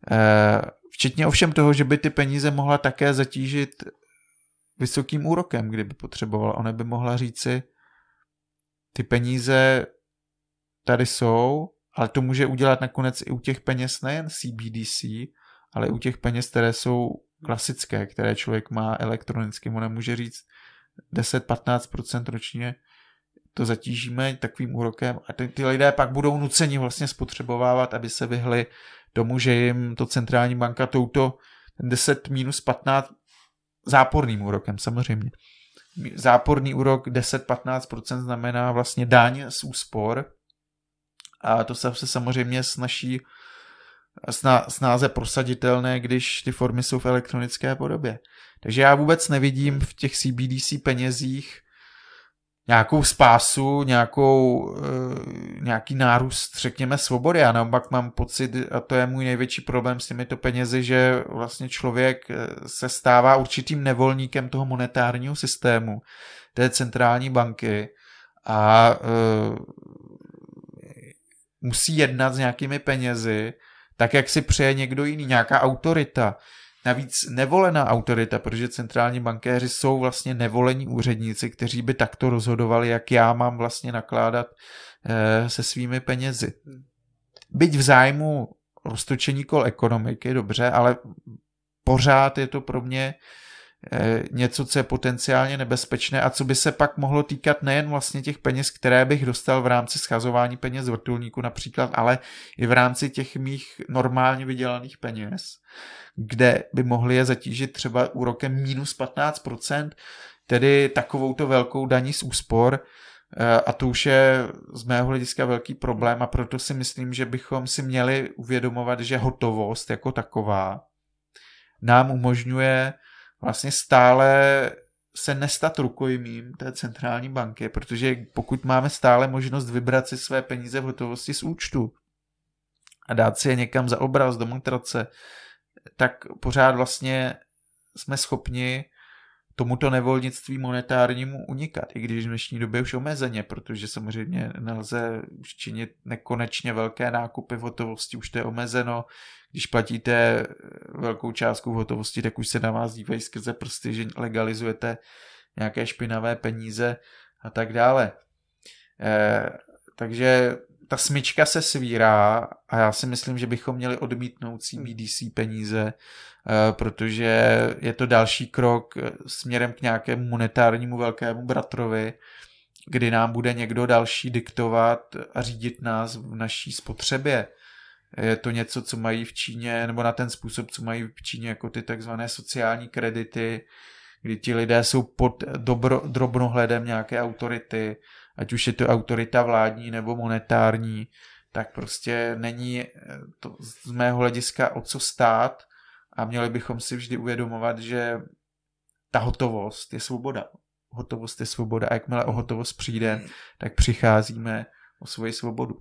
Včetně ovšem toho, že by ty peníze mohla také zatížit vysokým úrokem, kdyby potřebovala. Ona by mohla říci, ty peníze tady jsou, ale to může udělat nakonec i u těch peněz nejen C B D C, ale i u těch peněz, které jsou klasické, které člověk má elektronicky. Ona může říct deset až patnáct procent ročně to zatížíme takovým úrokem a ty, ty lidé pak budou nuceni vlastně spotřebovávat, aby se vyhli tomu, že jim to centrální banka touto deset minus patnáct záporným úrokem samozřejmě. Záporný úrok deset až patnáct procent znamená vlastně daň z úspor a to se samozřejmě snaží sná, snáze prosaditelné, když ty formy jsou v elektronické podobě. Takže já vůbec nevidím v těch C B D C penězích nějakou spásu, nějakou, nějaký nárůst, řekněme, svobody. Já naopak mám pocit, a to je můj největší problém s těmito penězi, že vlastně člověk se stává určitým nevolníkem toho monetárního systému, té centrální banky a uh, musí jednat s nějakými penězi, tak jak si přeje někdo jiný, nějaká autorita. Navíc nevolená autorita, protože centrální bankéři jsou vlastně nevolení úředníci, kteří by takto rozhodovali, jak já mám vlastně nakládat eh, se svými penězi. Byť v zájmu roztočení kol ekonomiky, dobře, ale pořád je to pro mě eh, něco, co je potenciálně nebezpečné a co by se pak mohlo týkat nejen vlastně těch peněz, které bych dostal v rámci schazování peněz z vrtulníku například, ale i v rámci těch mých normálně vydělaných peněz, kde by mohli je zatížit třeba úrokem minus patnáct procent, tedy takovouto velkou daní z úspor a to už je z mého hlediska velký problém a proto si myslím, že bychom si měli uvědomovat, že hotovost jako taková nám umožňuje vlastně stále se nestat rukojmím té centrální banky, protože pokud máme stále možnost vybrat si své peníze v hotovosti z účtu a dát si je někam za obraz do montrace, tak pořád vlastně jsme schopni tomuto nevolnictví monetárnímu unikat, i když v dnešní době už omezeně, protože samozřejmě nelze už činit nekonečně velké nákupy v hotovosti, už to je omezeno. Když platíte velkou částku v hotovosti, tak už se na vás dívají skrze prsty, že legalizujete nějaké špinavé peníze a tak dále. Eh, takže ta smyčka se svírá a já si myslím, že bychom měli odmítnout C B D C peníze, protože je to další krok směrem k nějakému monetárnímu velkému bratrovi, kdy nám bude někdo další diktovat a řídit nás v naší spotřebě. Je to něco, co mají v Číně, nebo na ten způsob, co mají v Číně jako ty takzvané sociální kredity, kdy ti lidé jsou pod dobro, drobnohledem nějaké autority, ať už je to autorita vládní nebo monetární, tak prostě není to z mého hlediska o co stát a měli bychom si vždy uvědomovat, že ta hotovost je svoboda. Hotovost je svoboda a jakmile o hotovost přijde, tak přicházíme o svoji svobodu.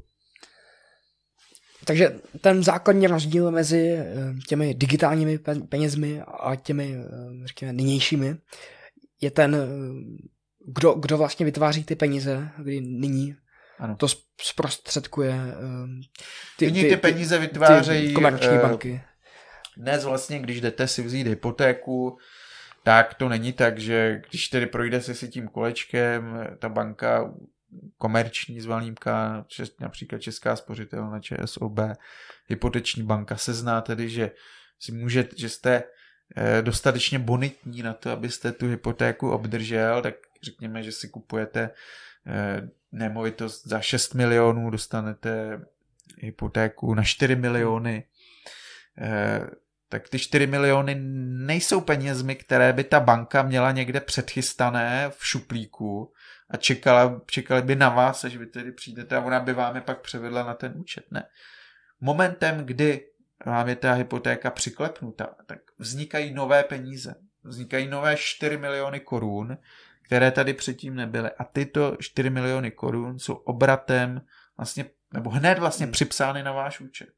Takže ten základní rozdíl mezi těmi digitálními penězmi a těmi, řekněme, nynějšími je ten, kdo, kdo vlastně vytváří ty peníze, kdy nyní ano. To zprostředkuje ty, ty, ty, ty peníze vytvářejí ty komerční banky. Dnes vlastně, když jdete si vzít hypotéku, tak to není tak, že když tedy projde se si tím kolečkem, ta banka komerční zvalnímka, například Česká spořitelna, Č S O B, hypoteční banka sezná tedy, že si můžete, že jste dostatečně bonitní na to, abyste tu hypotéku obdržel, tak řekněme, že si kupujete nemovitost za šest milionů, dostanete hypotéku na čtyři miliony, tak ty čtyři miliony nejsou penězmi, které by ta banka měla někde předchystané v šuplíku a čekala, čekali by na vás, až vy tedy přijdete a ona by vám je pak převedla na ten účet. Ne. Momentem, kdy vám je ta hypotéka přiklepnuta, tak vznikají nové peníze. Vznikají nové čtyři miliony korun, které tady předtím nebyly. A tyto čtyři miliony korun jsou obratem vlastně, nebo hned vlastně připsány na váš účet.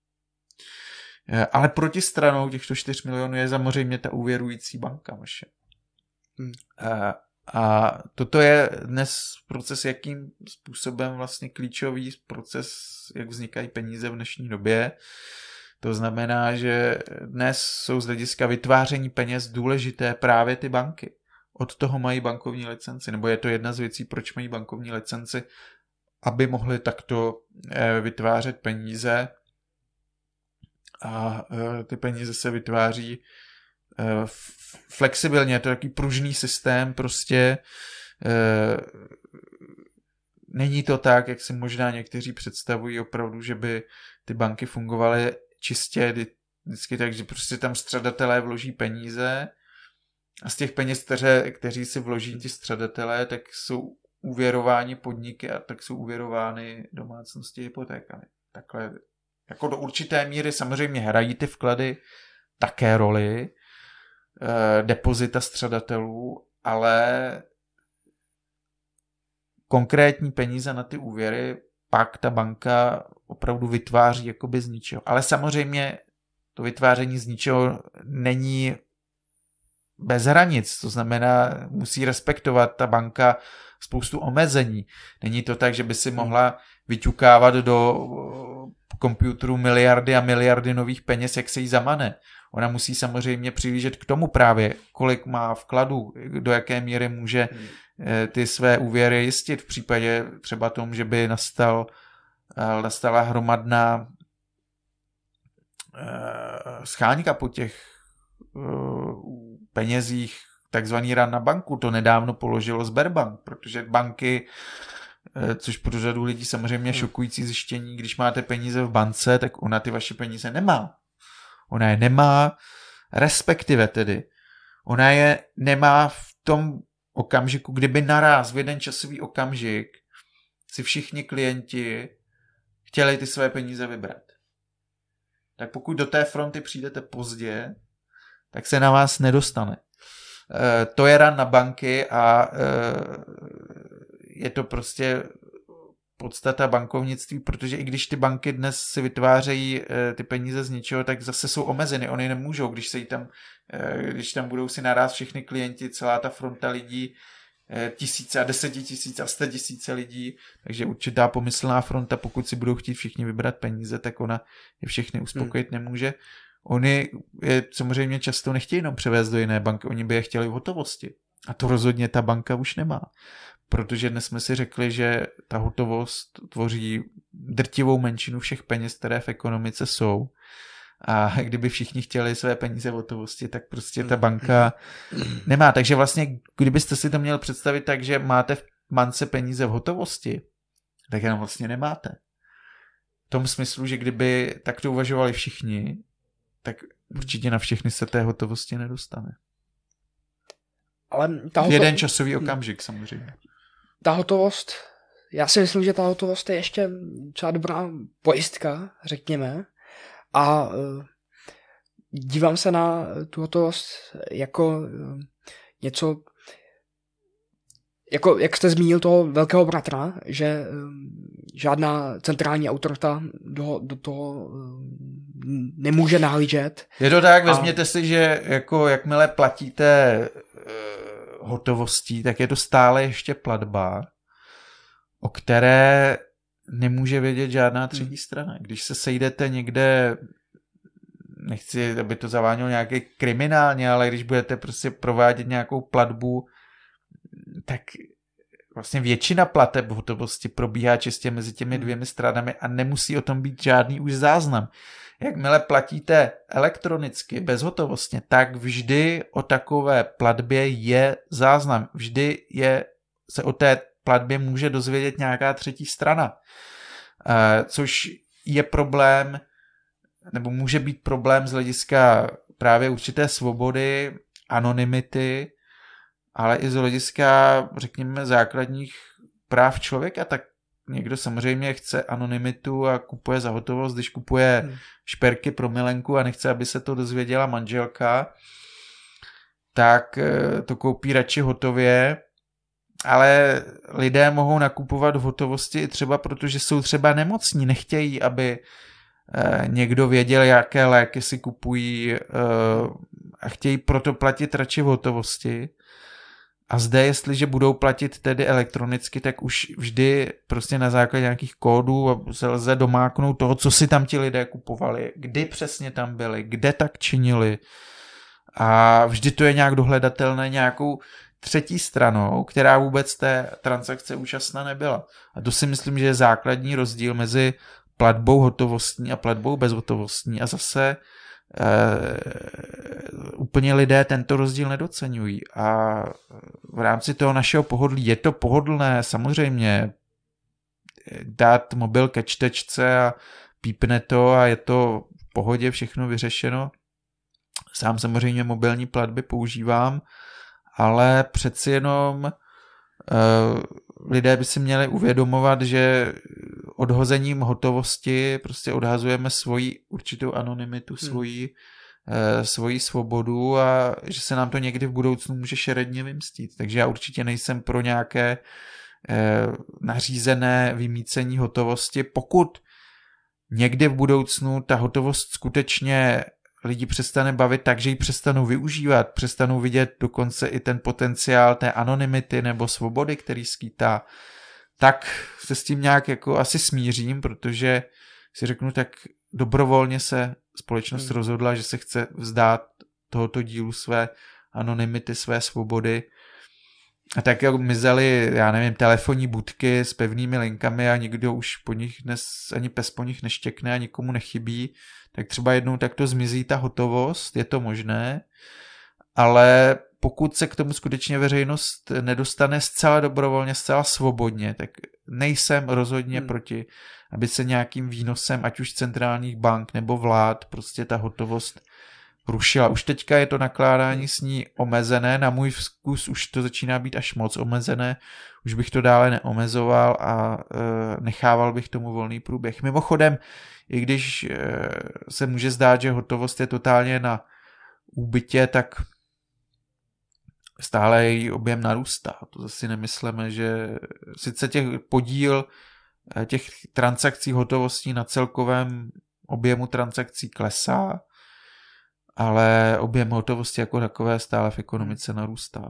Ale protistranou těchto čtyř milionů je samozřejmě ta úvěrující banka vaše. Hmm. A, a toto je dnes proces, jakým způsobem vlastně klíčový proces, jak vznikají peníze v dnešní době. To znamená, že dnes jsou z hlediska vytváření peněz důležité právě ty banky. Od toho mají bankovní licenci, nebo je to jedna z věcí, proč mají bankovní licenci, aby mohli takto vytvářet peníze. A ty peníze se vytváří flexibilně, je to takový pružný systém, prostě není to tak, jak si možná někteří představují opravdu, že by ty banky fungovaly čistě vždycky tak, že prostě tam střadatelé vloží peníze a z těch peněz, kteře, kteří si vloží ti střadatelé, tak jsou úvěrováni podniky a tak jsou úvěrovány domácnosti hypotékami. Takhle jako do určité míry samozřejmě hrají ty vklady také roli, eh, depozita střadatelů, ale konkrétní peníze na ty úvěry pak ta banka opravdu vytváří jakoby z ničeho. Ale samozřejmě to vytváření z ničeho není bez hranic, to znamená, musí respektovat ta banka spoustu omezení. Není to tak, že by si mohla vyťukávat do počítačů miliardy a miliardy nových peněz, jak se jí zamane. Ona musí samozřejmě přihlížet k tomu právě, kolik má vkladu, do jaké míry může ty své úvěry jistit v případě třeba tomu, že by nastal, nastala hromadná scháňka po těch penězích, takzvaný run na banku. To nedávno položilo Sberbank, protože banky, což pro řadu lidí samozřejmě šokující zjištění, když máte peníze v bance, tak ona ty vaše peníze nemá. Ona je nemá, respektive tedy. Ona je nemá v tom okamžiku, kdyby naraz v jeden časový okamžik si všichni klienti chtěli ty své peníze vybrat. Tak pokud do té fronty přijdete pozdě, tak se na vás nedostane. E, to je ran na banky a e, je to prostě podstata bankovnictví, protože i když ty banky dnes si vytvářejí e, ty peníze z ničeho, tak zase jsou omezeny. Oni nemůžou, když se jí tam, e, když tam budou si naraz všichni klienti, celá ta fronta lidí, e, tisíce a desetitisíce a sta tisíce lidí, takže určitá pomyslná fronta, pokud si budou chtít všichni vybrat peníze, tak ona je všechny uspokojit hmm. nemůže. Oni je samozřejmě často nechtějí jenom převést do jiné banky, oni by je chtěli v hotovosti. A to rozhodně ta banka už nemá. Protože dnes jsme si řekli, že ta hotovost tvoří drtivou menšinu všech peněz, které v ekonomice jsou. A kdyby všichni chtěli své peníze v hotovosti, tak prostě ta banka nemá. Takže vlastně, kdybyste si to měli představit tak, že máte v bance peníze v hotovosti, tak jenom vlastně nemáte. V tom smyslu, že kdyby takto uvažovali všichni, tak určitě na všechny se té hotovosti nedostane. Ale ta hotovost... Jeden časový okamžik samozřejmě. Ta hotovost, já si myslím, že ta hotovost je ještě třeba dobrá pojistka, řekněme. A uh, dívám se na tu hotovost jako uh, něco, jako jak jste zmínil toho velkého bratra, že uh, žádná centrální autorita do, do toho uh, nemůže nahlížet. Je to tak, vezměte a... si, že jako jakmile platíte uh, hotovostí, tak je to stále ještě platba, o které nemůže vědět žádná třetí hmm. strana. Když se sejdete někde, nechci, aby to zavánělo nějaký kriminálně, ale když budete prostě provádět nějakou platbu, tak vlastně většina plateb v hotovosti probíhá čistě mezi těmi dvěmi stranami a nemusí o tom být žádný už záznam. Jakmile platíte elektronicky, bezhotovostně, tak vždy o takové platbě je záznam. Vždy je, se o té platbě může dozvědět nějaká třetí strana. E, což je problém, nebo může být problém z hlediska právě určité svobody, anonymity, ale i z hlediska, řekněme, základních práv člověka. Tak někdo samozřejmě chce anonymitu a kupuje za hotovost, když kupuje hmm. šperky pro milenku a nechce, aby se to dozvěděla manželka, tak to koupí radši hotově. Ale lidé mohou nakupovat v hotovosti i třeba protože jsou třeba nemocní, nechtějí, aby někdo věděl, jaké léky si kupují a chtějí proto platit radši v hotovosti. A zde, jestliže budou platit tedy elektronicky, tak už vždy prostě na základě nějakých kódů se lze domáknout toho, co si tam ti lidé kupovali, kdy přesně tam byli, kde tak činili. A vždy to je nějak dohledatelné nějakou třetí stranou, která vůbec té transakce účastna nebyla. A to si myslím, že je základní rozdíl mezi platbou hotovostní a platbou bezhotovostní. A zase e, úplně lidé tento rozdíl nedoceňují. A v rámci toho našeho pohodlí je to pohodlné samozřejmě dát mobil ke čtečce a pípne to a je to v pohodě, všechno vyřešeno. Sám samozřejmě mobilní platby používám, ale přeci jenom uh, lidé by si měli uvědomovat, že odhozením hotovosti prostě odhazujeme svoji určitou anonymitu, svoji, hmm. uh, svoji svobodu a že se nám to někdy v budoucnu může šeredně vymstít. Takže já určitě nejsem pro nějaké uh, nařízené vymýcení hotovosti. Pokud někdy v budoucnu ta hotovost skutečně lidi přestane bavit tak, že ji přestanou využívat, přestanou vidět dokonce i ten potenciál té anonymity nebo svobody, který skýtá, tak se s tím nějak jako asi smířím, protože si řeknu, tak dobrovolně se společnost hmm. rozhodla, že se chce vzdát tohoto dílu své anonymity, své svobody. A tak jak mizely, já nevím, telefonní budky s pevnými linkami a nikdo už po nich dnes, ani pes po nich neštěkne a nikomu nechybí, tak třeba jednou takto zmizí ta hotovost, je to možné, ale pokud se k tomu skutečně veřejnost nedostane zcela dobrovolně, zcela svobodně, tak nejsem rozhodně hmm. proti, aby se nějakým výnosem, ať už centrálních bank nebo vlád, prostě ta hotovost rušila. Už teďka je to nakládání s ní omezené, na můj vkus už to začíná být až moc omezené, už bych to dále neomezoval a e, nechával bych tomu volný průběh. Mimochodem, i když e, se může zdát, že hotovost je totálně na úbytě, tak stále její objem narůstá. To zase nemyslíme, že sice těch podíl těch transakcí hotovostí na celkovém objemu transakcí klesá, ale objem hotovosti jako takové stále v ekonomice narůstá.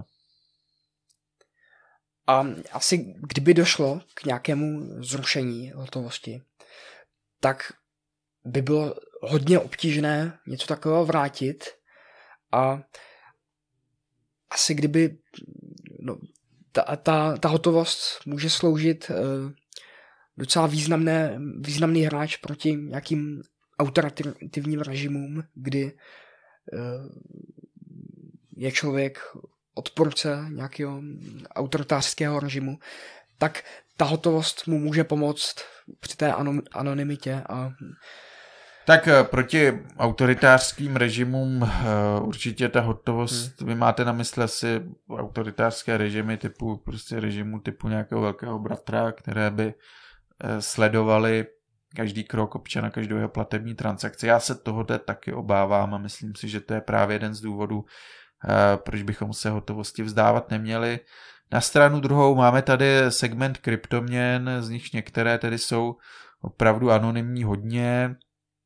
A asi kdyby došlo k nějakému zrušení hotovosti, tak by bylo hodně obtížné něco takového vrátit a asi kdyby no, ta, ta, ta hotovost může sloužit uh, docela významné, významný hráč proti nějakým autoritativním režimům, kdy je člověk odporce nějakého autoritářského režimu, tak ta hotovost mu může pomoct při té anonymitě. A... Tak proti autoritářským režimům určitě ta hotovost, hmm. vy máte na mysli asi autoritářské režimy typu, prostě režimu typu nějakého velkého bratra, které by sledovali každý krok občana, každou jeho platební transakci. Já se tohoto taky obávám a myslím si, že to je právě jeden z důvodů, proč bychom se hotovosti vzdávat neměli. Na stranu druhou máme tady segment kryptoměn, z nich některé tedy jsou opravdu anonymní hodně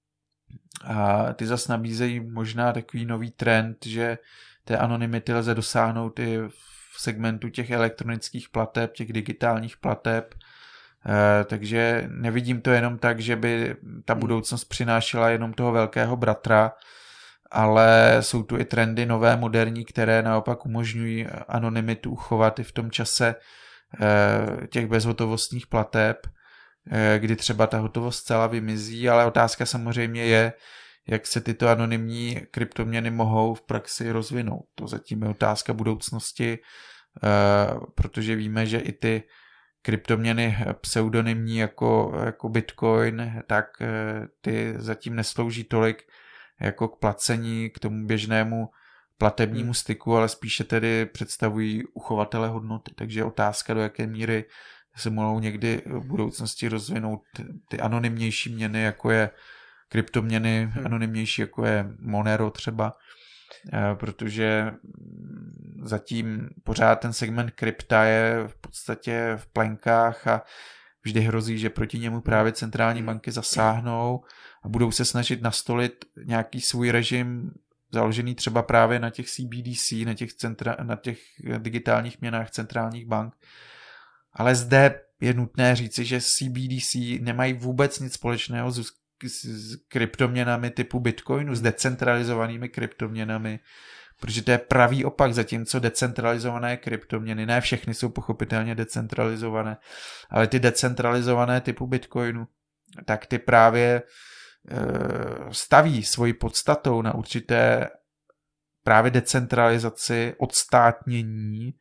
a ty zase nabízejí možná takový nový trend, že té anonymity lze dosáhnout i v segmentu těch elektronických plateb, těch digitálních plateb. Uh, takže nevidím to jenom tak, že by ta budoucnost přinášela jenom toho velkého bratra, ale jsou tu i trendy nové, moderní, které naopak umožňují anonymitu uchovat i v tom čase uh, těch bezhotovostních plateb, uh, kdy třeba ta hotovost zcela vymizí, ale otázka samozřejmě je, jak se tyto anonymní kryptoměny mohou v praxi rozvinout. To zatím je otázka budoucnosti, uh, protože víme, že i ty kryptoměny pseudonymní jako, jako Bitcoin, tak ty zatím neslouží tolik jako k placení, k tomu běžnému platebnímu styku, ale spíše tedy představují uchovatele hodnoty. Takže otázka, do jaké míry se mohou někdy v budoucnosti rozvinout ty anonymnější měny, jako je kryptoměny, hmm. anonymnější, jako je Monero třeba, protože zatím pořád ten segment krypta je v podstatě v plenkách a vždy hrozí, že proti němu právě centrální banky zasáhnou a budou se snažit nastolit nějaký svůj režim založený třeba právě na těch C B D C, na těch, centra, na těch digitálních měnách centrálních bank. Ale zde je nutné říci, že C B D C nemají vůbec nic společného s, s, s kryptoměnami typu Bitcoinu, s decentralizovanými kryptoměnami, protože to je pravý opak, zatímco decentralizované kryptoměny, ne všechny jsou pochopitelně decentralizované, ale ty decentralizované typu Bitcoinu, tak ty právě staví svoji podstatou na určité právě decentralizaci, odstátnění,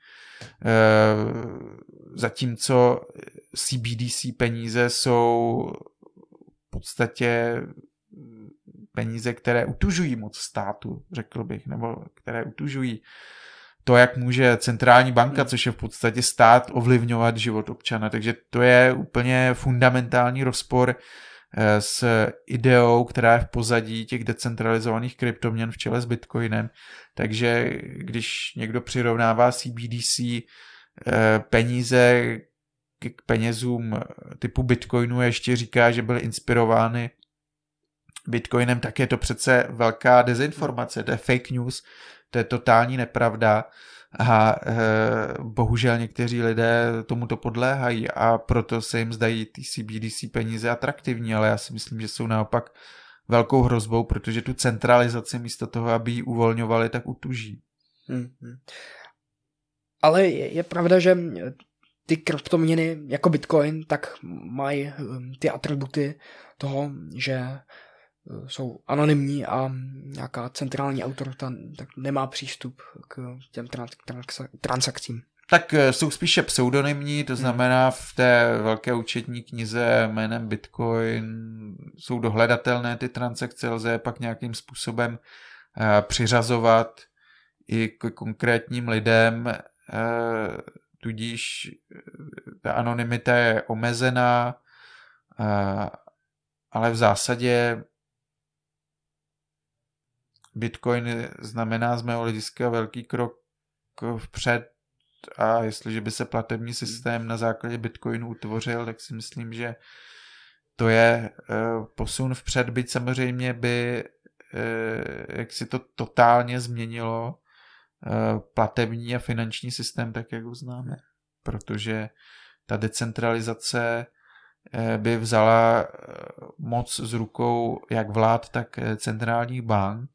zatímco C B D C peníze jsou v podstatě peníze, které utužují moc státu, řekl bych, nebo které utužují to, jak může centrální banka, což je v podstatě stát, ovlivňovat život občana. Takže to je úplně fundamentální rozpor s ideou, která je v pozadí těch decentralizovaných kryptoměn v čele s Bitcoinem. Takže když někdo přirovnává C B D C peníze k penězům typu Bitcoinu, ještě říká, že byly inspirovány Bitcoinem, tak je to přece velká dezinformace, to je fake news, to je totální nepravda a e, bohužel někteří lidé tomuto podléhají a proto se jim zdají ty C B D C peníze atraktivní, ale já si myslím, že jsou naopak velkou hrozbou, protože tu centralizaci místo toho, aby ji uvolňovali, tak utuží. Hmm. Ale je, je pravda, že ty kryptoměny jako Bitcoin tak mají ty atributy toho, že jsou anonymní a nějaká centrální autorita tak nemá přístup k těm transakcím. Tak jsou spíše pseudonymní, to znamená v té velké účetní knize jménem Bitcoin jsou dohledatelné ty transakce, lze je pak nějakým způsobem přiřazovat i k konkrétním lidem, tudíž ta anonymita je omezená, ale v zásadě Bitcoin znamená z mého hlediska velký krok vpřed a jestliže by se platební systém na základě Bitcoinu utvořil, tak si myslím, že to je posun vpřed, byť samozřejmě by jak si to totálně změnilo platební a finanční systém tak, jak ho známe. Protože ta decentralizace by vzala moc z rukou jak vlád, tak centrálních bank.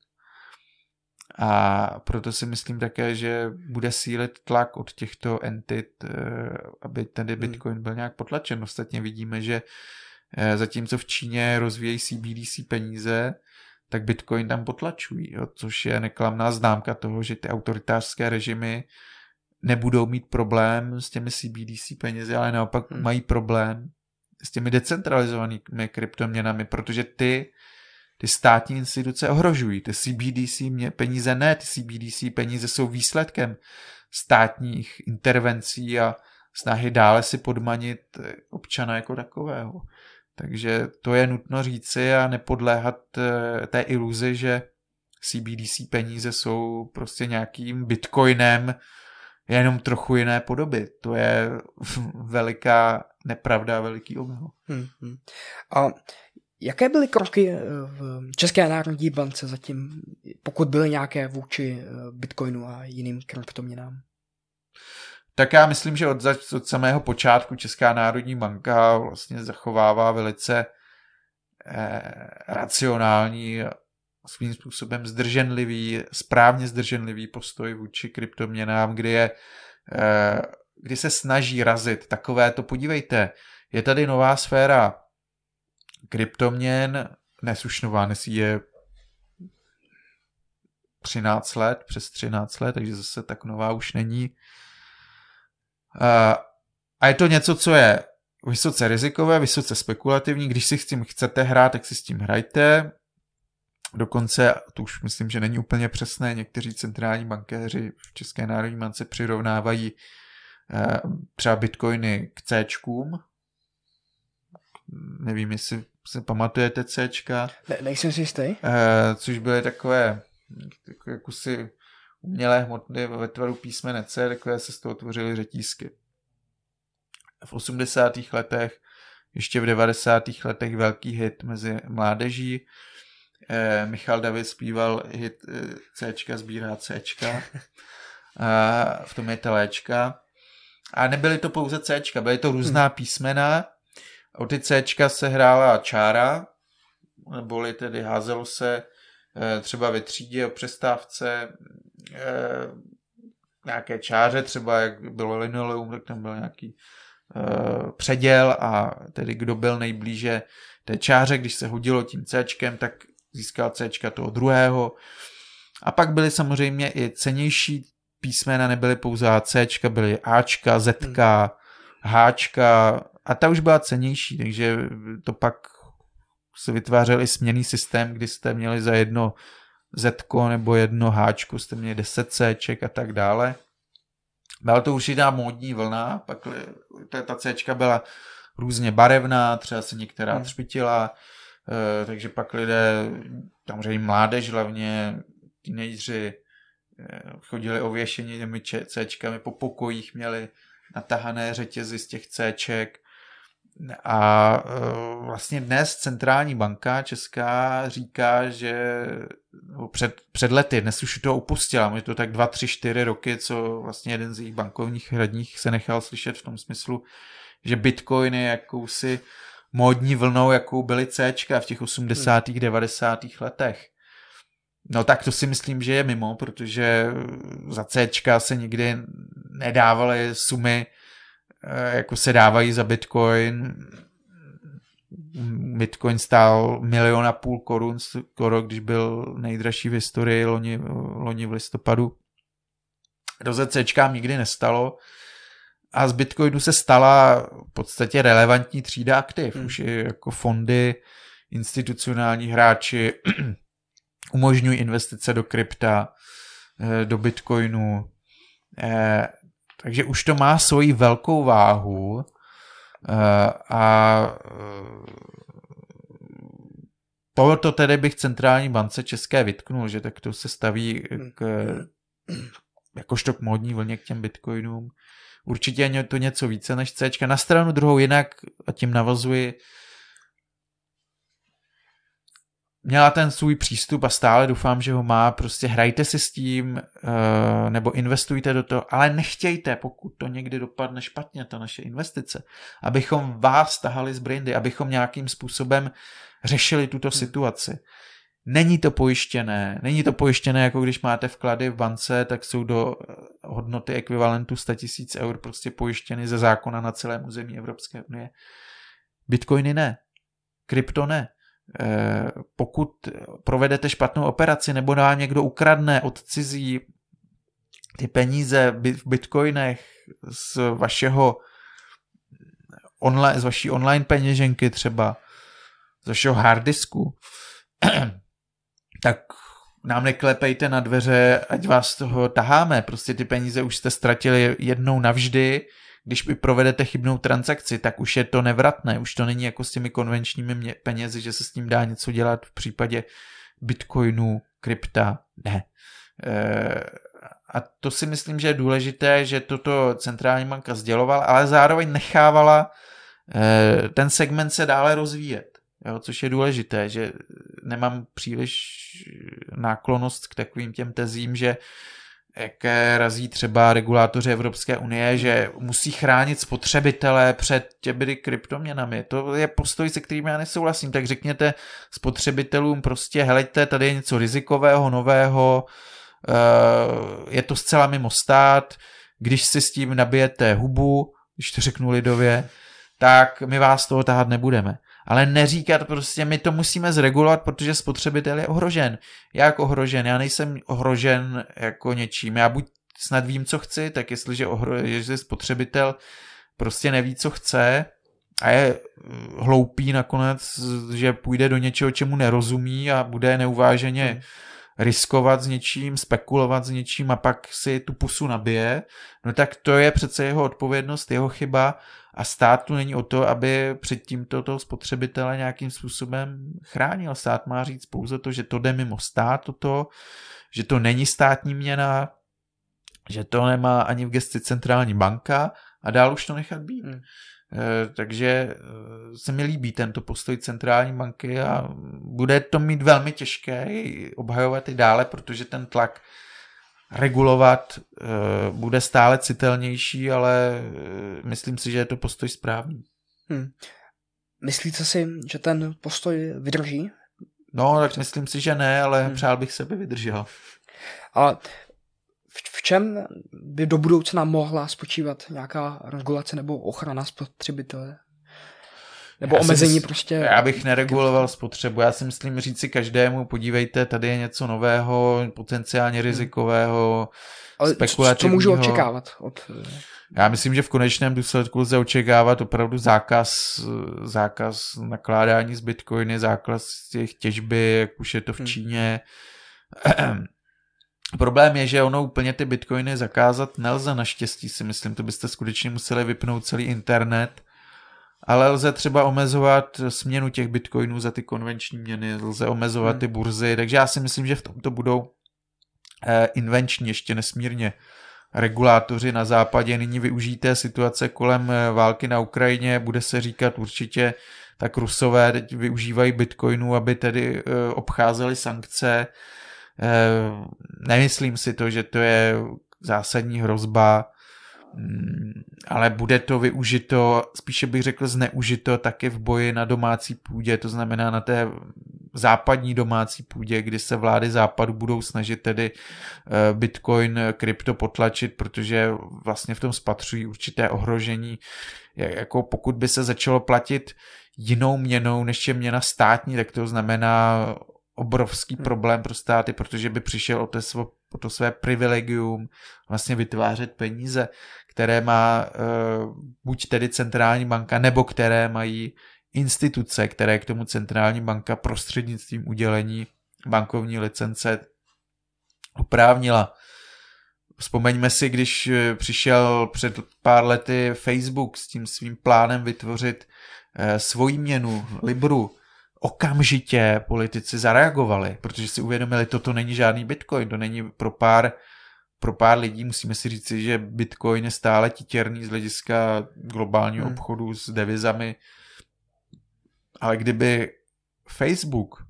A proto si myslím také, že bude sílit tlak od těchto entit, aby tedy Bitcoin byl nějak potlačen. Ostatně vidíme, že zatímco v Číně rozvíjejí C B D C peníze, tak Bitcoin tam potlačují, jo, což je neklamná známka toho, že ty autoritářské režimy nebudou mít problém s těmi C B D C penězi, ale naopak hmm. mají problém s těmi decentralizovanými kryptoměnami, protože ty ty státní instituce ohrožují. Ty C B D C mě, peníze ne, ty C B D C peníze jsou výsledkem státních intervencí a snahy dále si podmanit občana jako takového. Takže to je nutno říci a nepodléhat té iluzi, že C B D C peníze jsou prostě nějakým Bitcoinem jenom trochu jiné podoby. To je veliká nepravda, veliký omyl. Hmm, hmm. A jaké byly kroky v České národní bance zatím, pokud byly nějaké vůči Bitcoinu a jiným kryptoměnám? Tak já myslím, že od, zač- od samého počátku Česká národní banka vlastně zachovává velice eh, racionální, svým způsobem zdrženlivý, správně zdrženlivý postoj vůči kryptoměnám, kdy, je, eh, kdy se snaží razit takovéto, podívejte, je tady nová sféra kryptoměn, dnes už nová, dnes je třináct let, přes třináct let, takže zase tak nová už není. A je to něco, co je vysoce rizikové, vysoce spekulativní. Když si s tím chcete hrát, tak si s tím hrajte. Dokonce, to už myslím, že není úplně přesné, někteří centrální bankéři v České národní bance přirovnávají třeba bitcoiny k Cčkům. Nevím, jestli si pamatujete Cčka. Ne, nejsem si jistý. Což byly takové jako si umělé hmoty ve tvaru písmene C, takové se z toho tvořily řetízky. V osmdesátých letech, ještě v devadesátých letech velký hit mezi mládeží. eh, Michal David zpíval hit eh, Cčka sbírá Cčka. eh, v tom je teléčka. A nebyly to pouze Cčka, byly to různá písmena. O ty Cčka se hrála čára, neboli tedy házelo se eh, třeba ve třídě o přestávce eh, nějaké čáře, třeba jak bylo linoleum, tak tam byl nějaký uh, předěl a tedy kdo byl nejblíže té čáře, když se hodilo tím Cčkem, tak získal Cčka toho druhého. A pak byly samozřejmě i cenější písmena, nebyly pouze Cčka, byly Ačka, Zka, Háčka a ta už byla cenější, takže to pak se vytvářel i směnný systém, kdy jste měli za jedno Zetko nebo jedno Háčko, jste měli deset Cček a tak dále. Byla to určitá módní vlna, pak ta Cčka byla různě barevná, třeba se některá hmm. třpitila, takže pak lidé, samozřejmě mládež hlavně, teenageři, chodili ověšení těmi Cčkami, po pokojích měli natahané řetězy z těch Cček. A vlastně dnes centrální banka česká říká, že před, před lety, dnes už to upustila, možná to tak dva, tři, čtyři roky, co vlastně jeden z jejich bankovních radních se nechal slyšet v tom smyslu, že Bitcoin je jakousi módní vlnou, jakou byly Cčka v těch osmdesátých, devadesátých letech. No tak to si myslím, že je mimo, protože za Cčka se nikdy nedávaly sumy, jako se dávají za Bitcoin. Bitcoin stál milion a půl korun skoro, když byl nejdražší v historii loni, loni v listopadu. To ze Cčkám nikdy nestalo a z Bitcoinu se stala v podstatě relevantní třída aktiv. Hmm. Už i jako fondy, institucionální hráči umožňují investice do krypta, do Bitcoinu. Takže už to má svoji velkou váhu a proto tedy bych centrální bance české vytknul, že tak to se staví k, jakožto k módní vlně k těm Bitcoinům. Určitě je to něco více než Cčka. Na stranu druhou jinak, a tím navazuji, měla ten svůj přístup a stále doufám, že ho má, prostě hrajte si s tím nebo investujte do toho, ale nechtějte, pokud to někdy dopadne špatně, ta naše investice, abychom vás tahali z brindy, abychom nějakým způsobem řešili tuto situaci. Není to pojištěné, není to pojištěné, jako když máte vklady v bance, tak jsou do hodnoty ekvivalentu sto tisíc eur prostě pojištěny ze zákona na celém území Evropské unie. Bitcoiny ne, krypto ne. Pokud provedete špatnou operaci nebo vám někdo ukradne, odcizí ty peníze v bitcoinech z vašeho online, z vaší online peněženky třeba, z vašeho harddisku, tak nám neklepejte na dveře, ať vás z toho taháme. Prostě ty peníze už jste ztratili jednou navždy. Když vy provedete chybnou transakci, tak už je to nevratné, už to není jako s těmi konvenčními penězi, že se s tím dá něco dělat v případě Bitcoinu, krypta, ne. E, a to si myslím, že je důležité, že toto centrální banka sdělovala, ale zároveň nechávala e, ten segment se dále rozvíjet, jo, což je důležité, že nemám příliš náklonnost k takovým těm tezím, že jaké razí třeba regulátoři Evropské unie, že musí chránit spotřebitele před těmi kryptoměnami. To je postoj, se kterým já nesouhlasím. Tak řekněte spotřebitelům prostě, helejte, tady je něco rizikového, nového, je to zcela mimo stát, když si s tím nabijete hubu, když to řeknu lidově, tak my vás toho tahat nebudeme. Ale neříkat prostě, my to musíme zregulovat, protože spotřebitel je ohrožen. Jak ohrožen? Já nejsem ohrožen jako něčím. Já buď snad vím, co chci, tak jestliže ohrožen spotřebitel prostě neví, co chce a je hloupý nakonec, že půjde do něčeho, čemu nerozumí a bude neuváženě hmm. riskovat s něčím, spekulovat s něčím a pak si tu pusu nabije, no tak to je přece jeho odpovědnost, jeho chyba a státu není o to, aby předtím toho spotřebitele nějakým způsobem chránil. Stát má říct pouze to, že to jde mimo stát, toto, že to není státní měna, že to nemá ani v gesci centrální banka a dál už to nechat být. Hmm. Takže se mi líbí tento postoj centrální banky a bude to mít velmi těžké obhajovat i dále, protože ten tlak regulovat bude stále citelnější, ale myslím si, že je to postoj správný. Hmm. Myslíte si, že ten postoj vydrží? No, tak myslím si, že ne, ale hmm. přál bych se, by vydržel. Ale v čem by do budoucna mohla spočívat nějaká regulace nebo ochrana spotřebitele? Nebo já omezení si, prostě... Já bych nereguloval spotřebu. Já si myslím říci každému, podívejte, tady je něco nového, potenciálně rizikového, ale spekulativního. Co můžu očekávat? Od... Já myslím, že v konečném důsledku lze očekávat opravdu zákaz, zákaz nakládání s bitcoiny, zákaz těch těžby, jak už je to v Číně. Hmm. Problém je, že ono úplně ty bitcoiny zakázat nelze, naštěstí si myslím, to byste skutečně museli vypnout celý internet, ale lze třeba omezovat směnu těch bitcoinů za ty konvenční měny, lze omezovat hmm. ty burzy, takže já si myslím, že v tomto budou eh, invenční ještě nesmírně regulátoři na západě. Nyní využijte situace kolem války na Ukrajině, bude se říkat určitě, tak Rusové teď využívají bitcoinů, aby tedy eh, obcházeli sankce. Nemyslím si to, že to je zásadní hrozba, ale bude to využito, spíše bych řekl zneužito taky v boji na domácí půdě, to znamená na té západní domácí půdě, kdy se vlády západu budou snažit tedy Bitcoin, krypto potlačit, protože vlastně v tom spatřují určité ohrožení, jako pokud by se začalo platit jinou měnou, než je měna státní, tak to znamená obrovský problém pro státy, protože by přišel o to, svo, o to své privilegium vlastně vytvářet peníze, které má uh, buď tedy centrální banka, nebo které mají instituce, které k tomu centrální banka prostřednictvím udělení bankovní licence oprávnila. Vzpomeňme si, když přišel před pár lety Facebook s tím svým plánem vytvořit uh, svoji měnu, Libru, okamžitě politici zareagovali, protože si uvědomili, toto není žádný bitcoin, to není pro pár, pro pár lidí, musíme si říci, že bitcoin je stále titěrný z hlediska globálního hmm. obchodu s devizami, ale kdyby Facebook,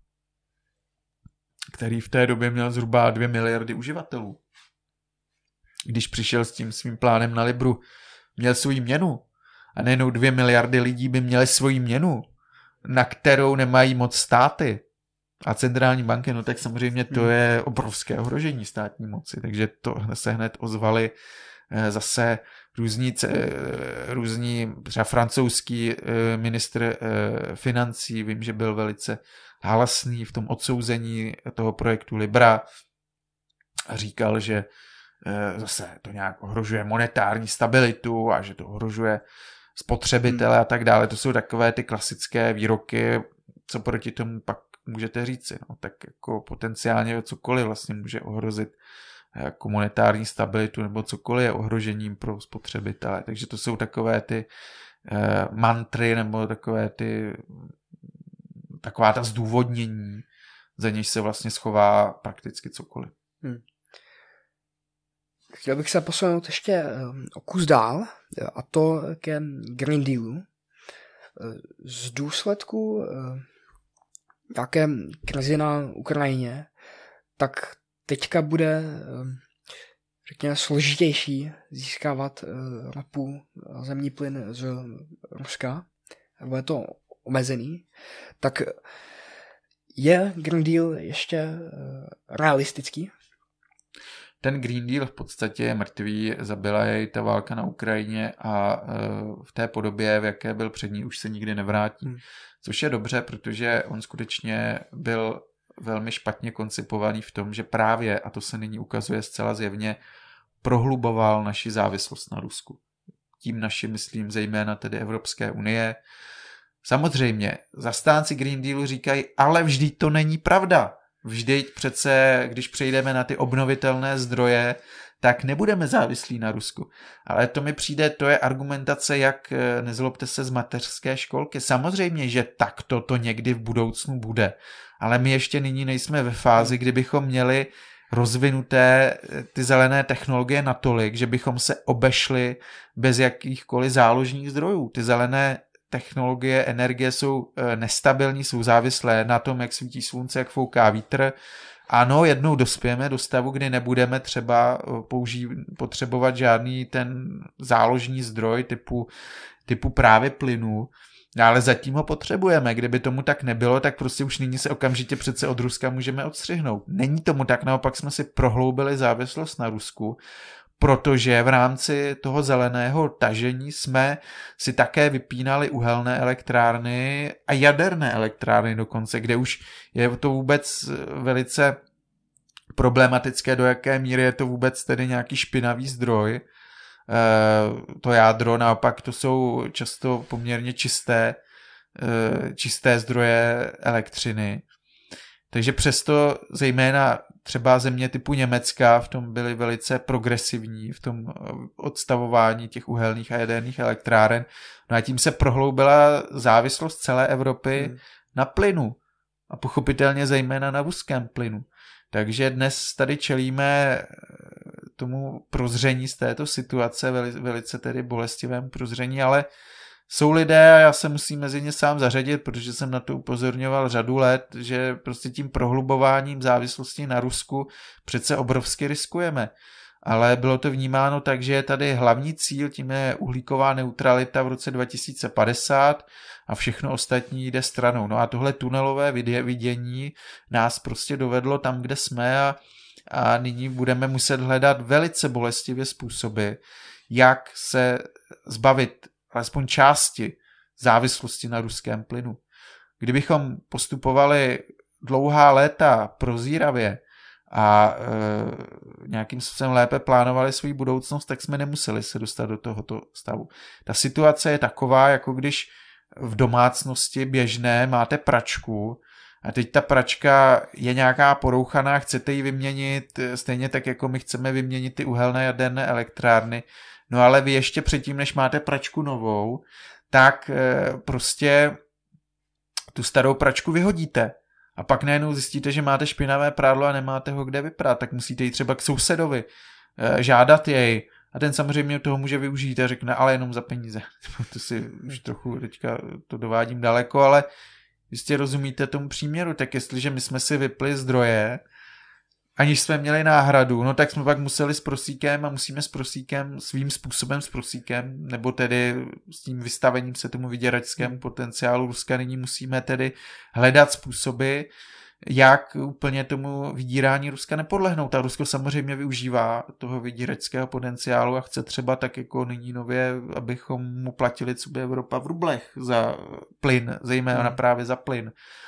který v té době měl zhruba dvě miliardy uživatelů, když přišel s tím svým plánem na Libru, měl svou měnu a nejenom dvě miliardy lidí by měly svoji měnu, na kterou nemají moc státy a centrální banky, no tak samozřejmě to je obrovské ohrožení státní moci, takže to se hned ozvali zase různí, různí třeba francouzský ministr financí, vím, že byl velice hlasný v tom odsouzení toho projektu Libra a říkal, že zase to nějak ohrožuje monetární stabilitu a že to ohrožuje spotřebitele a tak dále. To jsou takové ty klasické výroky, co proti tomu pak můžete říci. No, tak jako potenciálně cokoliv vlastně může ohrozit jako monetární stabilitu nebo cokoliv je ohrožením pro spotřebitele. Takže to jsou takové ty eh, mantry nebo takové ty taková ta zdůvodnění, za něž se vlastně schová prakticky cokoliv. Hmm. Chtěl bych se posunout ještě o kus dál, a to ke Green Dealu. Z důsledku nějaké krizi na Ukrajině, tak teďka bude, řekněme, složitější získávat ropu a zemní plyn z Ruska, nebo je to omezený, tak je Green Deal ještě realistický? Ten Green Deal v podstatě je mrtvý, zabila jej ta válka na Ukrajině a v té podobě, v jaké byl před ní, už se nikdy nevrátí. Hmm. Což je dobře, protože on skutečně byl velmi špatně koncipovaný v tom, že právě, a to se nyní ukazuje zcela zjevně, prohluboval naši závislost na Rusku. Tím naši, myslím, zejména tedy Evropské unie. Samozřejmě, zastánci Green Dealu říkají, ale vždyť to není pravda. Vždyť přece, když přejdeme na ty obnovitelné zdroje, tak nebudeme závislí na Rusku. Ale to mi přijde, to je argumentace, jak nezlobte se z mateřské školky. Samozřejmě, že takto to někdy v budoucnu bude. Ale my ještě nyní nejsme ve fázi, kdy bychom měli rozvinuté ty zelené technologie natolik, že bychom se obešli bez jakýchkoliv záložních zdrojů. Ty zelené technologie, energie jsou nestabilní, jsou závislé na tom, jak svítí slunce, jak fouká vítr. Ano, jednou dospějeme do stavu, kdy nebudeme třeba použít, potřebovat žádný ten záložní zdroj typu, typu právě plynu, ale zatím ho potřebujeme. Kdyby tomu tak nebylo, tak prostě už nyní se okamžitě přece od Ruska můžeme odstřihnout. Není tomu tak, naopak jsme si prohloubili závislost na Rusku, protože v rámci toho zeleného tažení jsme si také vypínali uhelné elektrárny a jaderné elektrárny dokonce, kde už je to vůbec velice problematické, do jaké míry je to vůbec tedy nějaký špinavý zdroj. To jádro, naopak to jsou často poměrně čisté, čisté zdroje elektřiny. Takže přesto zejména třeba země typu Německa v tom byly velice progresivní, v tom odstavování těch uhelných a jaderných elektráren. No a tím se prohloubila závislost celé Evropy hmm. na plynu. A pochopitelně zejména na ruském plynu. Takže dnes tady čelíme tomu prozření z této situace, velice tedy bolestivém prozření, ale jsou lidé, a já se musím mezi ně sám zařadit, protože jsem na to upozorňoval řadu let, že prostě tím prohlubováním závislosti na Rusku přece obrovsky riskujeme. Ale bylo to vnímáno tak, že je tady hlavní cíl, tím je uhlíková neutralita v roce dva tisíce padesát a všechno ostatní jde stranou. No a tohle tunelové vidění nás prostě dovedlo tam, kde jsme a, a nyní budeme muset hledat velice bolestivě způsoby, jak se zbavit alespoň části závislosti na ruském plynu. Kdybychom postupovali dlouhá léta prozíravě a e, nějakým způsobem lépe plánovali svou budoucnost, tak jsme nemuseli se dostat do tohoto stavu. Ta situace je taková, jako když v domácnosti běžné máte pračku a teď ta pračka je nějaká porouchaná, chcete ji vyměnit, stejně tak, jako my chceme vyměnit ty uhelné jaderné elektrárny. No ale vy ještě předtím, než máte pračku novou, tak e, prostě tu starou pračku vyhodíte. A pak najednou zjistíte, že máte špinavé prádlo a nemáte ho kde vyprát, tak musíte jít třeba k sousedovi, e, žádat jej. A ten samozřejmě toho může využít a řekne, ale jenom za peníze. To si už trochu teďka to dovádím daleko, ale jistě rozumíte tomu příměru. Tak jestliže my jsme si vypli zdroje, aniž jsme měli náhradu, no tak jsme pak museli s prosíkem a musíme s prosíkem, svým způsobem s prosíkem, nebo tedy s tím vystavením se tomu vyděračskému potenciálu Ruska, nyní musíme tedy hledat způsoby, jak úplně tomu vydírání Ruska nepodlehnout. A Rusko samozřejmě využívá toho vydíračského potenciálu a chce třeba tak jako nyní nově, abychom mu platili, co by Evropa v rublech za plyn, zejména hmm. právě za plyn.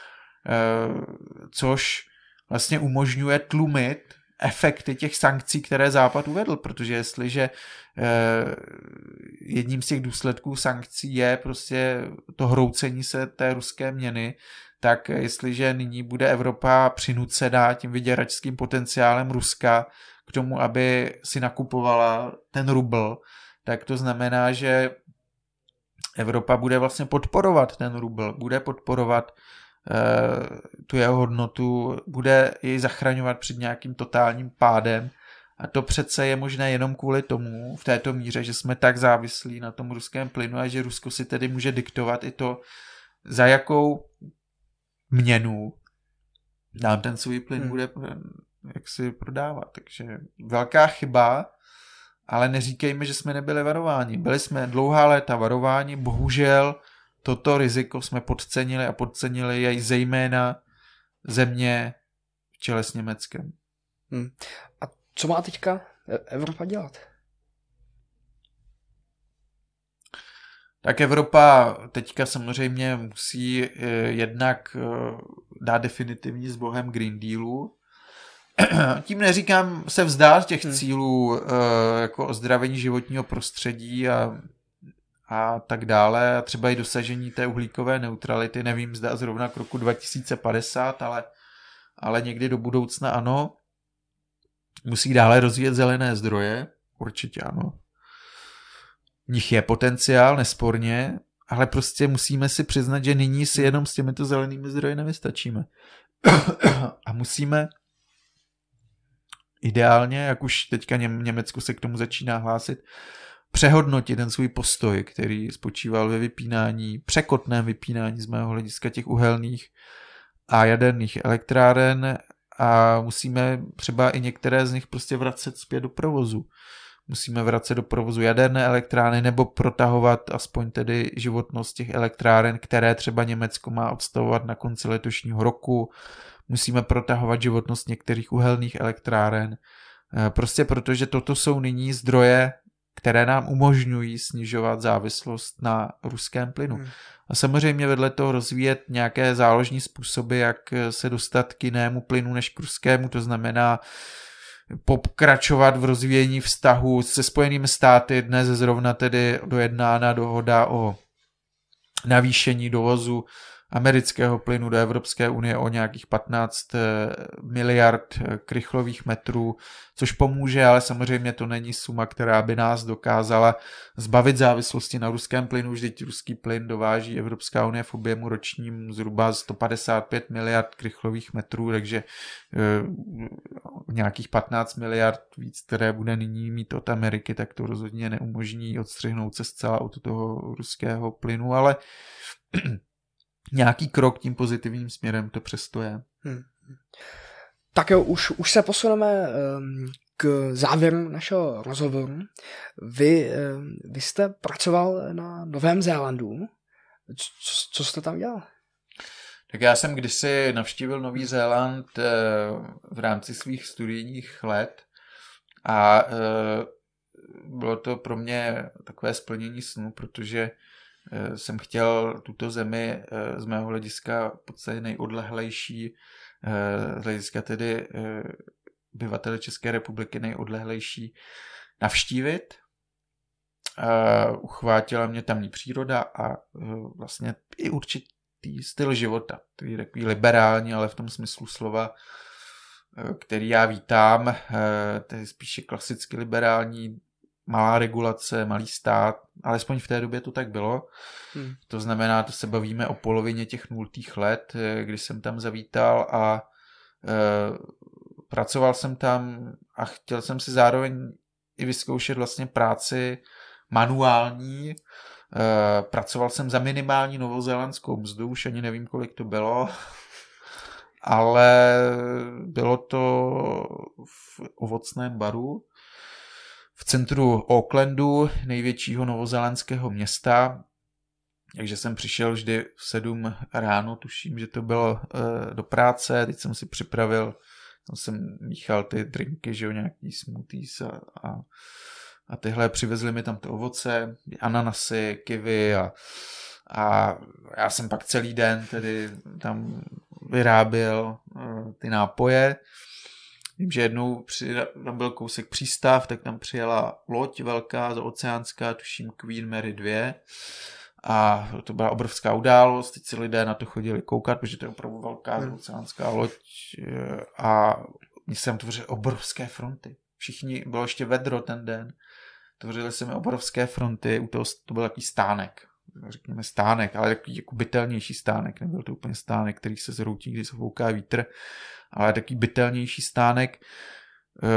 E, což vlastně umožňuje tlumit efekty těch sankcí, které Západ uvedl, protože jestliže eh, jedním z těch důsledků sankcí je prostě to hroucení se té ruské měny, tak jestliže nyní bude Evropa přinucena tím vyděračským potenciálem Ruska k tomu, aby si nakupovala ten rubl, tak to znamená, že Evropa bude vlastně podporovat ten rubl, bude podporovat tu jeho hodnotu, bude jej zachraňovat před nějakým totálním pádem a to přece je možné jenom kvůli tomu v této míře, že jsme tak závislí na tom ruském plynu a že Rusko si tedy může diktovat i to, za jakou měnu nám ten svůj plyn hmm. bude jak si prodávat. Takže velká chyba, ale neříkejme, že jsme nebyli varováni. Byli jsme dlouhá léta varováni, bohužel toto riziko jsme podcenili a podcenili jej zejména země v čele s Německem. Hmm. A co má teďka Evropa dělat? Tak Evropa teďka samozřejmě musí jednak dát definitivní s bohem Green Dealu. Tím neříkám se vzdát těch hmm. cílů jako ozdravení životního prostředí a a tak dále, a třeba i dosažení té uhlíkové neutrality, nevím, zda zrovna k roku dva tisíce padesát, ale, ale někdy do budoucna ano. Musí dále rozvíjet zelené zdroje, určitě ano. V nich je potenciál, nesporně, ale prostě musíme si přiznat, že nyní si jenom s těmito zelenými zdroji nevystačíme. A musíme ideálně, jak už teďka Německo se k tomu začíná hlásit, přehodnotit ten svůj postoj, který spočíval ve vypínání, překotném vypínání z mého hlediska těch uhelných a jaderných elektráren a musíme třeba i některé z nich prostě vracet zpět do provozu. Musíme vracet do provozu jaderné elektrárny nebo protahovat aspoň tedy životnost těch elektráren, které třeba Německo má odstavovat na konci letošního roku. Musíme protahovat životnost některých uhelných elektráren. Prostě protože toto jsou nyní zdroje, které nám umožňují snižovat závislost na ruském plynu. Hmm. A samozřejmě vedle toho rozvíjet nějaké záložní způsoby, jak se dostat k jinému plynu než k ruskému, to znamená pokračovat v rozvíjení vztahu se Spojenými státy. Dnes zrovna tedy dojednána dohoda o navýšení dovozu amerického plynu do Evropské unie o nějakých patnáct miliard krychlových metrů, což pomůže, ale samozřejmě to není suma, která by nás dokázala zbavit závislosti na ruském plynu. Vždyť ruský plyn dováží Evropská unie v objemu ročním zhruba sto padesát pět miliard krychlových metrů, takže nějakých patnáct miliard víc, které bude nyní mít od Ameriky, tak to rozhodně neumožní odstřihnout se zcela od toho ruského plynu, ale nějaký krok tím pozitivním směrem to přesto je. Hmm. Tak jo, už, už se posuneme um, k závěru našeho rozhovoru. Vy, um, vy jste pracoval na Novém Zélandu. Co, co jste tam dělal? Tak já jsem kdysi navštívil Nový Zéland uh, v rámci svých studijních let a uh, bylo to pro mě takové splnění snu, protože jsem chtěl tuto zemi z mého hlediska v podstatě nejodlehlejší, z hlediska tedy obyvatele České republiky nejodlehlejší navštívit. Uchvátila mě tamní příroda a vlastně i určitý styl života, který je takový liberální, ale v tom smyslu slova, který já vítám, to je spíše klasicky liberální, malá regulace, malý stát, alespoň v té době to tak bylo. Hmm. To znamená, to se bavíme o polovině těch nultých let, kdy jsem tam zavítal a e, pracoval jsem tam a chtěl jsem si zároveň i vyzkoušet vlastně práci manuální. E, pracoval jsem za minimální novozélandskou mzdu, už ani nevím, kolik to bylo, ale bylo to v ovocném baru v centru Aucklandu, největšího novozélandského města. Takže jsem přišel vždy v sedm ráno, tuším, že to bylo e, do práce. Teď jsem si připravil, tam jsem míchal ty drinky, že jo, nějaký smoothies a, a, a tyhle, přivezli mi tam to ovoce, ananasy, kiwi a, a já jsem pak celý den tedy tam vyráběl e, ty nápoje. Vím, že jednou při, tam byl kousek přístav, tak tam přijela loď velká, oceánská, tuším Queen Mary dva. A to byla obrovská událost, teď si lidé na to chodili koukat, protože to je opravdu velká hmm. oceánská loď. A mě se tam tvořily obrovské fronty. Všichni, bylo ještě vedro ten den, tvořily se mi obrovské fronty, u toho to byl takový stánek. Řekněme stánek, ale takový jako bytelnější stánek, nebyl to úplně stánek, který se zhroutí, když se fouká vítr, ale takový bytelnější stánek. E,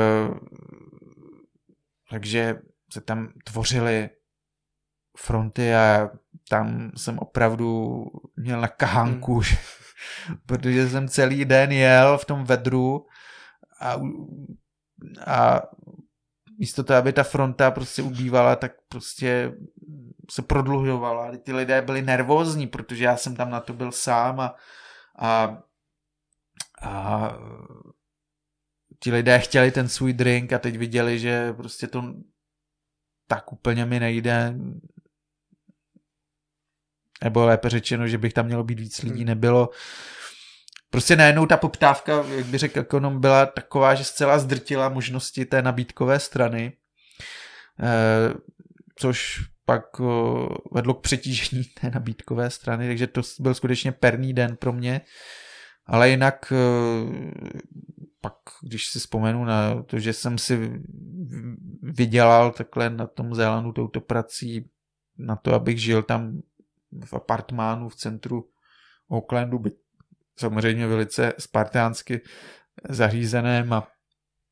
takže se tam tvořily fronty a tam jsem opravdu měl na kahánku, hmm. protože jsem celý den jel v tom vedru a, a místo toho, aby ta fronta prostě ubývala, tak prostě se prodlužovala. Ty lidé byli nervózní, protože já jsem tam na to byl sám a, a, a ti lidé chtěli ten svůj drink a teď viděli, že prostě to tak úplně mi nejde. Nebo lépe řečeno, že bych tam mělo být víc lidí, nebylo. Prostě najednou ta poptávka, jak by řekl ekonom, byla taková, že zcela zdrtila možnosti té nabídkové strany, eh, což pak eh, vedlo k přetížení té nabídkové strany, takže to byl skutečně perný den pro mě. Ale jinak eh, pak, když si vzpomenu na to, že jsem si vydělal takhle na tom Zélandu touto prací, na to, abych žil tam v apartmánu v centru Aucklandu, samozřejmě velice spartánsky zařízeném a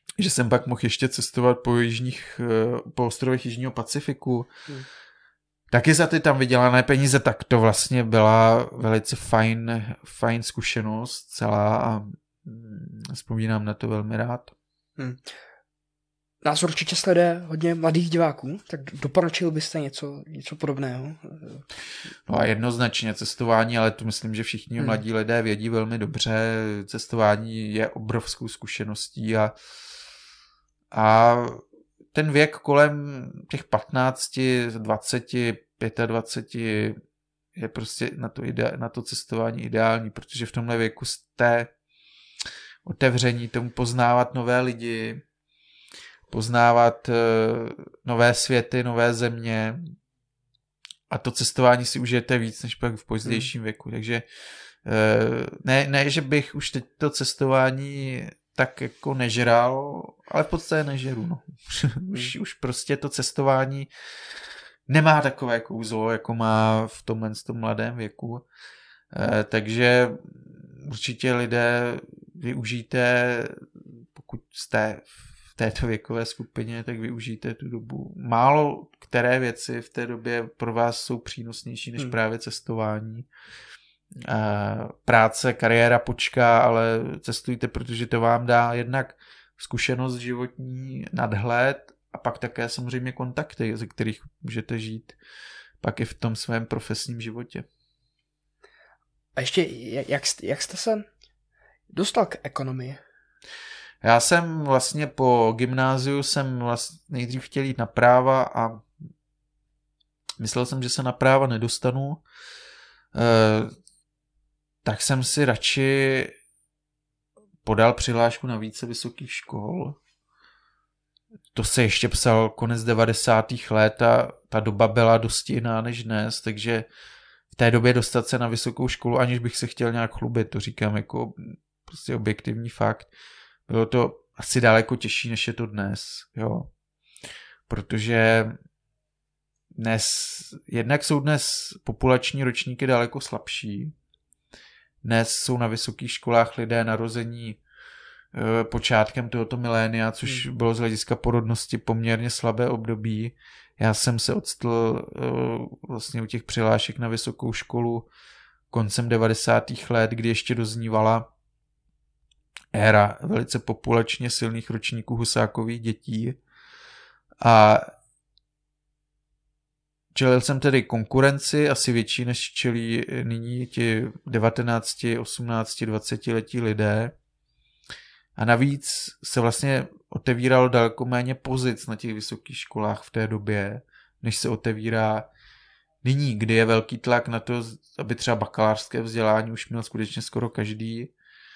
že jsem pak mohl ještě cestovat po jižních, po ostrovech Jižního Pacifiku. Hmm. Taky za ty tam vydělané peníze, tak to vlastně byla velice fajn, fajn zkušenost celá a vzpomínám na to velmi rád. Hmm. Nás určitě sleduje hodně mladých diváků, tak doporučil byste něco, něco podobného? No a jednoznačně cestování, ale to myslím, že všichni hmm. mladí lidé vědí velmi dobře. Cestování je obrovskou zkušeností a, a ten věk kolem těch patnácti, dvaceti, pětadvaceti je prostě na to, ide, na to cestování ideální, protože v tomhle věku jste otevření tomu poznávat nové lidi, poznávat uh, nové světy, nové země a to cestování si užijete víc než pak v pozdějším hmm. věku. Takže uh, ne, ne, že bych už teď to cestování tak jako nežral, ale v podstatě nežeru. No. už, už prostě to cestování nemá takové kouzlo, jako má v tomhle tom mladém věku. Uh, takže určitě lidé využijte, pokud jste v této věkové skupině, tak využijte tu dobu. Málo které věci v té době pro vás jsou přínosnější než hmm. právě cestování. Práce, kariéra počká, ale cestujte, protože to vám dá jednak zkušenost životní, nadhled a pak také samozřejmě kontakty, ze kterých můžete žít pak i v tom svém profesním životě. A ještě, jak, jak jste se dostal k ekonomii? Já jsem vlastně po gymnáziu jsem vlastně nejdřív chtěl jít na práva a myslel jsem, že se na práva nedostanu. E, tak jsem si radši podal přihlášku na více vysokých škol. To se ještě psal konec devadesátých let a ta doba byla dosti jiná než dnes, takže v té době dostat se na vysokou školu, aniž bych se chtěl nějak chlubit, to říkám jako prostě objektivní fakt. Bylo to asi daleko těžší, než je to dnes, jo. Protože dnes, jednak jsou dnes populační ročníky daleko slabší. Dnes jsou na vysokých školách lidé narození e, počátkem tohoto milénia, což hmm. bylo z hlediska porodnosti poměrně slabé období. Já jsem se odstl e, vlastně u těch přihlášek na vysokou školu koncem devadesátých let, kdy ještě doznívala éra velice populačně silných ročníků husákových dětí a čelil jsem tedy konkurenci, asi větší než čelí nyní ti devatenácti, osmnácti, dvaceti letí lidé a navíc se vlastně otevíralo daleko méně pozic na těch vysokých školách v té době, než se otevírá nyní, kdy je velký tlak na to, aby třeba bakalářské vzdělání už měl skutečně skoro každý.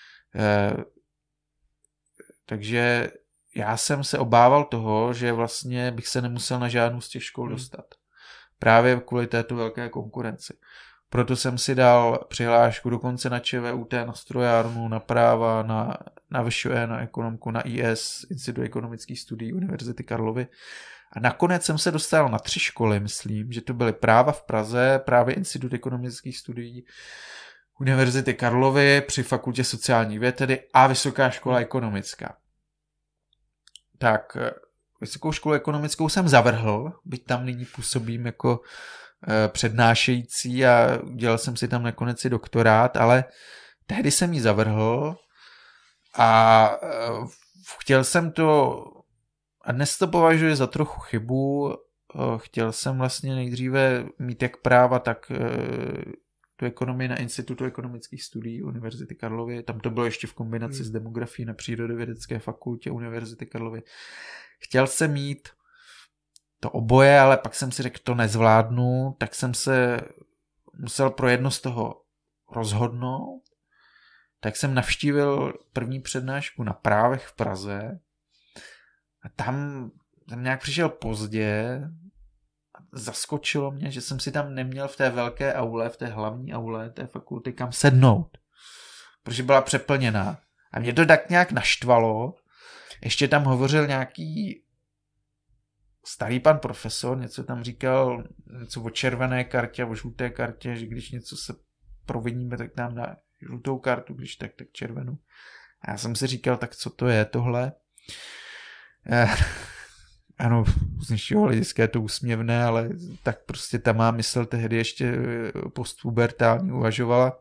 Takže já jsem se obával toho, že vlastně bych se nemusel na žádnou z těch škol dostat. Právě kvůli této velké konkurenci. Proto jsem si dal přihlášku dokonce na ČVUT, na strojárnu, na práva, na, na VŠE, na ekonomku, na I S, Institut ekonomických studií Univerzity Karlovy. A nakonec jsem se dostal na tři školy, myslím, že to byly práva v Praze, právě Institut ekonomických studií Univerzity Karlovy při fakultě sociálních věd tedy a Vysoká škola ekonomická. Tak Vysokou školu ekonomickou jsem zavrhl, byť tam nyní působím jako e, přednášející a dělal jsem si tam nakonec i doktorát, ale tehdy jsem ji zavrhl a e, chtěl jsem to, a dnes to považuji za trochu chybu, e, chtěl jsem vlastně nejdříve mít jak práva, tak e, tu ekonomii na Institutu ekonomických studií Univerzity Karlovy. Tam to bylo ještě v kombinaci hmm. s demografií na Přírodovědecké fakultě Univerzity Karlovy. Chtěl jsem mít to oboje, ale pak jsem si řekl, to nezvládnu, tak jsem se musel pro jedno z toho rozhodnout. Tak jsem navštívil první přednášku na právech v Praze a tam jsem nějak přišel pozdě. Zaskočilo mě, že jsem si tam neměl v té velké aule, v té hlavní aule té fakulty kam sednout, protože byla přeplněná. A mě to tak nějak naštvalo. Ještě tam hovořil nějaký starý pan profesor, něco tam říkal, něco o červené kartě, o žluté kartě, že když něco se proviníme, tak nám dá žlutou kartu, když tak, tak červenou. A já jsem si říkal, tak co to je tohle? Eh, ano, z dnešního hlediska je to úsměvné, ale tak prostě ta má mysl tehdy ještě postpubertální uvažovala.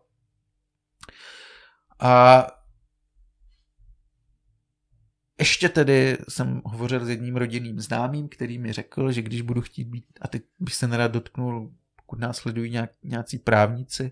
A ještě tedy jsem hovořil s jedním rodinným známým, který mi řekl, že když budu chtít být, a teď bych se nerad dotknul, pokud následují nějak, nějací právníci,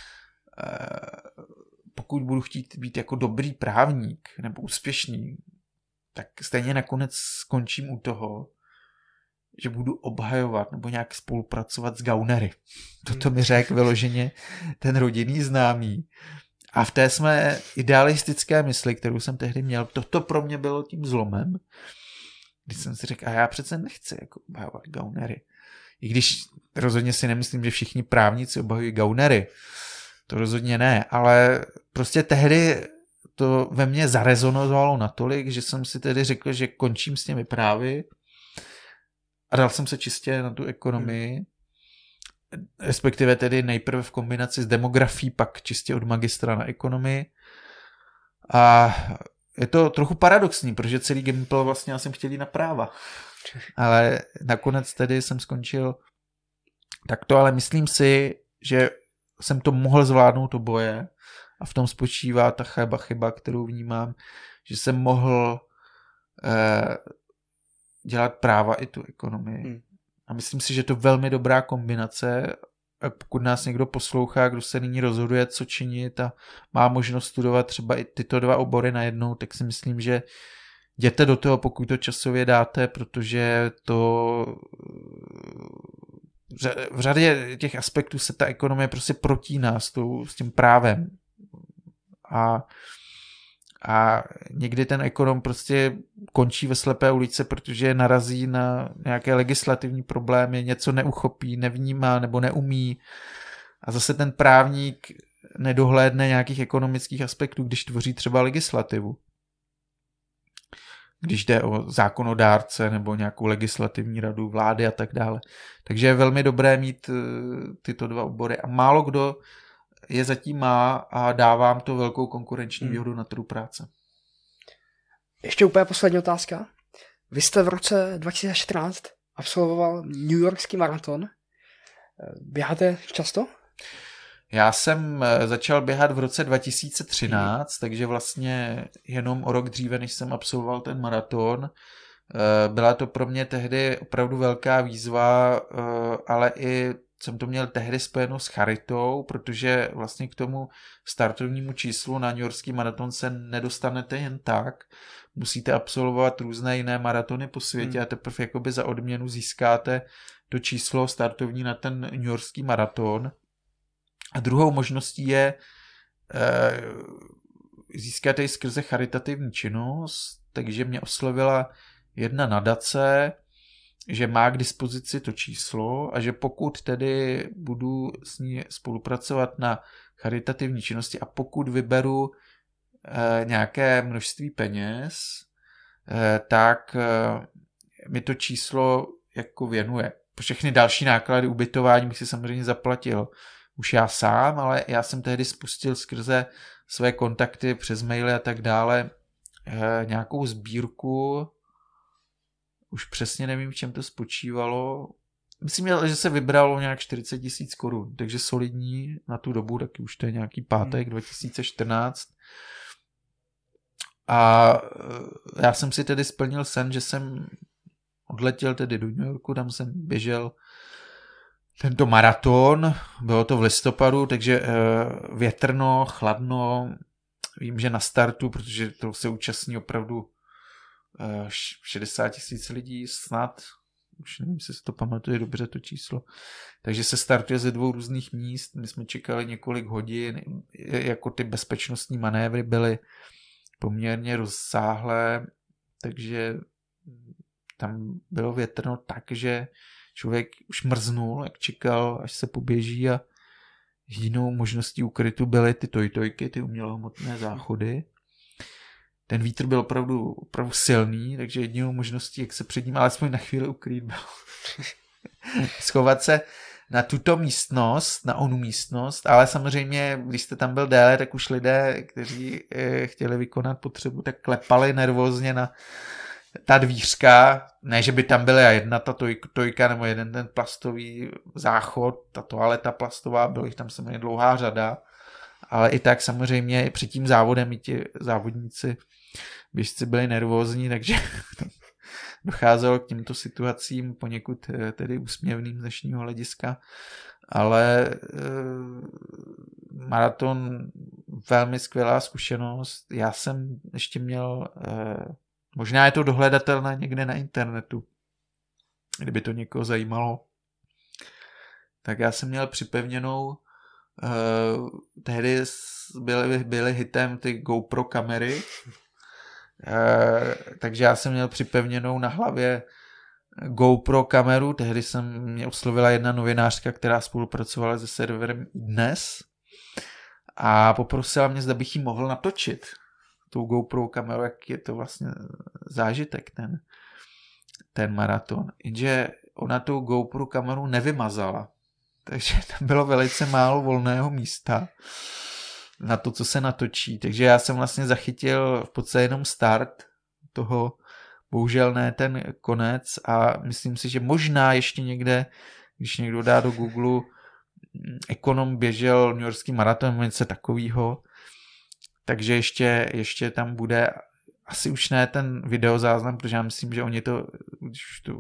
pokud budu chtít být jako dobrý právník nebo úspěšný, tak stejně nakonec skončím u toho, že budu obhajovat nebo nějak spolupracovat s gaunery. Toto mi řekl vyloženě ten rodinný známý. A v té své idealistické mysli, kterou jsem tehdy měl, toto pro mě bylo tím zlomem, když jsem si řekl, a já přece nechci jako obhajovat gaunery. I když rozhodně si nemyslím, že všichni právníci obhajují gaunery. To rozhodně ne, ale prostě tehdy to ve mně zarezonovalo natolik, že jsem si tedy řekl, že končím s těmi právy a dal jsem se čistě na tu ekonomii, respektive tedy nejprve v kombinaci s demografií, pak čistě od magistra na ekonomii. A je to trochu paradoxní, protože celý Gimpl vlastně já jsem chtěl jít na práva. Ale nakonec tedy jsem skončil takto, ale myslím si, že jsem to mohl zvládnout oboje a v tom spočívá ta chyba, chyba, kterou vnímám, že jsem mohl eh, dělat práva i tu ekonomii. Hmm. A myslím si, že je to velmi dobrá kombinace. A pokud nás někdo poslouchá, kdo se nyní rozhoduje, co činit a má možnost studovat třeba i tyto dva obory najednou, tak si myslím, že jděte do toho, pokud to časově dáte, protože to v řadě těch aspektů se ta ekonomie prostě protíná s, tou, s tím právem. A, a někdy ten ekonom prostě končí ve slepé ulici, protože narazí na nějaké legislativní problémy, něco neuchopí, nevnímá nebo neumí. A zase ten právník nedohlédne nějakých ekonomických aspektů, když tvoří třeba legislativu. Když jde o zákonodárce nebo nějakou legislativní radu vlády a tak dále. Takže je velmi dobré mít tyto dva obory a málo kdo je zatím má a dávám to velkou konkurenční výhodu hmm. na trhu práce. Ještě úplně poslední otázka. Vy jste v roce dva tisíce čtrnáct absolvoval New Yorkský maraton. Běháte často? Já jsem začal běhat v roce dva tisíce třináct, hmm. takže vlastně jenom o rok dříve, než jsem absolvoval ten maraton. Byla to pro mě tehdy opravdu velká výzva, ale i jsem to měl tehdy spojeno s charitou, protože vlastně k tomu startovnímu číslu na New Yorkský maraton se nedostanete jen tak. Musíte absolvovat různé jiné maratony po světě hmm. a teprve jakoby za odměnu získáte to číslo startovní na ten New Yorkský maraton. A druhou možností je e, získat jej skrze charitativní činnost, takže mě oslovila jedna nadace, že má k dispozici to číslo a že pokud tedy budu s ní spolupracovat na charitativní činnosti a pokud vyberu e, nějaké množství peněz, e, tak e, mi to číslo jako věnuje. Všechny další náklady ubytování bych si samozřejmě zaplatil už já sám, ale já jsem tehdy spustil skrze své kontakty přes maily a tak dále e, nějakou sbírku. Už přesně nevím, v čem to spočívalo. Myslím, že se vybralo nějak čtyřicet tisíc korun, takže solidní na tu dobu, taky už to je nějaký pátek dva tisíce čtrnáct. A já jsem si tedy splnil sen, že jsem odletěl tedy do New Yorku, tam jsem běžel tento maraton, bylo to v listopadu, takže větrno, chladno, vím, že na startu, protože to se účastní opravdu šedesát tisíc lidí snad, už nevím, jestli si to pamatuje dobře to číslo, takže se startuje ze dvou různých míst, my jsme čekali několik hodin, jako ty bezpečnostní manévry byly poměrně rozsáhlé, takže tam bylo větrno tak, že člověk už mrznul, jak čekal, až se poběží a jedinou možností ukrytu byly ty tojtojky, ty umělohmotné záchody. Ten vítr byl opravdu, opravdu silný, takže jedinou možností, jak se před ním alespoň na chvíli ukrýt, bylo schovat se na tuto místnost, na onu místnost, ale samozřejmě, když jste tam byl déle, tak už lidé, kteří e, chtěli vykonat potřebu, tak klepali nervózně na ta dvířka, ne, že by tam byla jedna ta tojka, tojka nebo jeden ten plastový záchod, ta toaleta plastová, bylo jich tam samozřejmě dlouhá řada, ale i tak samozřejmě před tím závodem i ti závodníci běžci byli nervózní, takže docházelo k těmto situacím poněkud tedy úsměvným z dnešního hlediska, ale e, maraton velmi skvělá zkušenost. Já jsem ještě měl e, možná je to dohledatelné někde na internetu, kdyby to někoho zajímalo. Tak já jsem měl připevněnou, uh, tehdy byly, byly hitem ty GoPro kamery, uh, takže já jsem měl připevněnou na hlavě GoPro kameru, tehdy jsem mě oslovila jedna novinářka, která spolupracovala se serverem Dnes a poprosila mě, zda bych jí mohl natočit tou GoPro kamerou, jak je to vlastně zážitek ten, ten maraton. Jenže ona tu GoPro kameru nevymazala. Takže tam bylo velice málo volného místa na to, co se natočí. Takže já jsem vlastně zachytil v podstatě jenom start toho, bohužel ne ten konec a myslím si, že možná ještě někde, když někdo dá do Google ekonom běžel New Yorkský maraton, něco takového, takže ještě, ještě tam bude asi už ne ten videozáznam, protože já myslím, že oni to, když to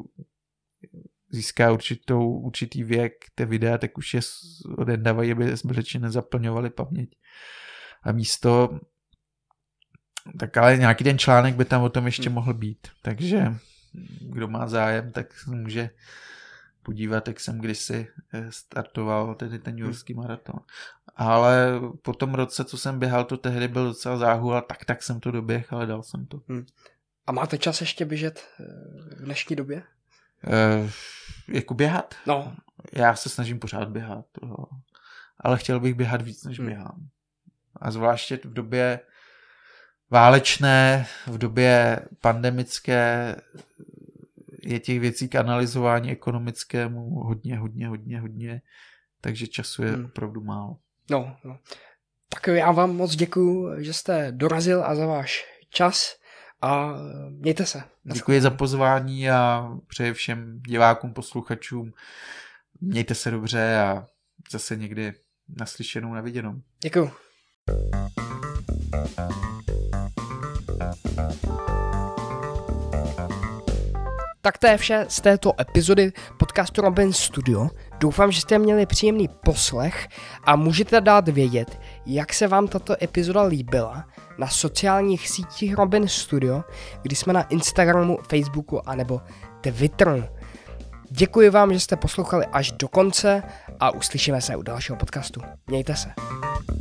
získá určitou, určitý věk té videa, tak už je odendávají, aby zbytečně nezaplňovali paměť. A místo, tak ale nějaký ten článek by tam o tom ještě mohl být. Takže kdo má zájem, tak se může podívat, jak jsem kdysi startoval tedy ten New Yorkský maraton. Ale po tom roce, co jsem běhal, to tehdy byl docela záhul, a tak tak jsem to doběhl, ale dal jsem to. Hmm. A máte čas ještě běžet v dnešní době? E, jako běhat? No. Já se snažím pořád běhat, toho. Ale chtěl bych běhat víc, než hmm. běhám. A zvláště v době válečné, v době pandemické je těch věcí k analyzování ekonomickému hodně, hodně, hodně, hodně, takže času je hmm. opravdu málo. No, no. Tak já vám moc děkuju, že jste dorazil a za váš čas a mějte se. Děkuji za pozvání a přeji všem divákům, posluchačům. Mějte se dobře a zase někdy naslyšenou, na viděnou. Děkuju. Tak to je vše z této epizody podcastu Robin Studio. Doufám, že jste měli příjemný poslech a můžete dát vědět, jak se vám tato epizoda líbila na sociálních sítích Robin Studio, kdy jsme na Instagramu, Facebooku anebo Twitteru. Děkuji vám, že jste poslouchali až do konce a uslyšíme se u dalšího podcastu. Mějte se.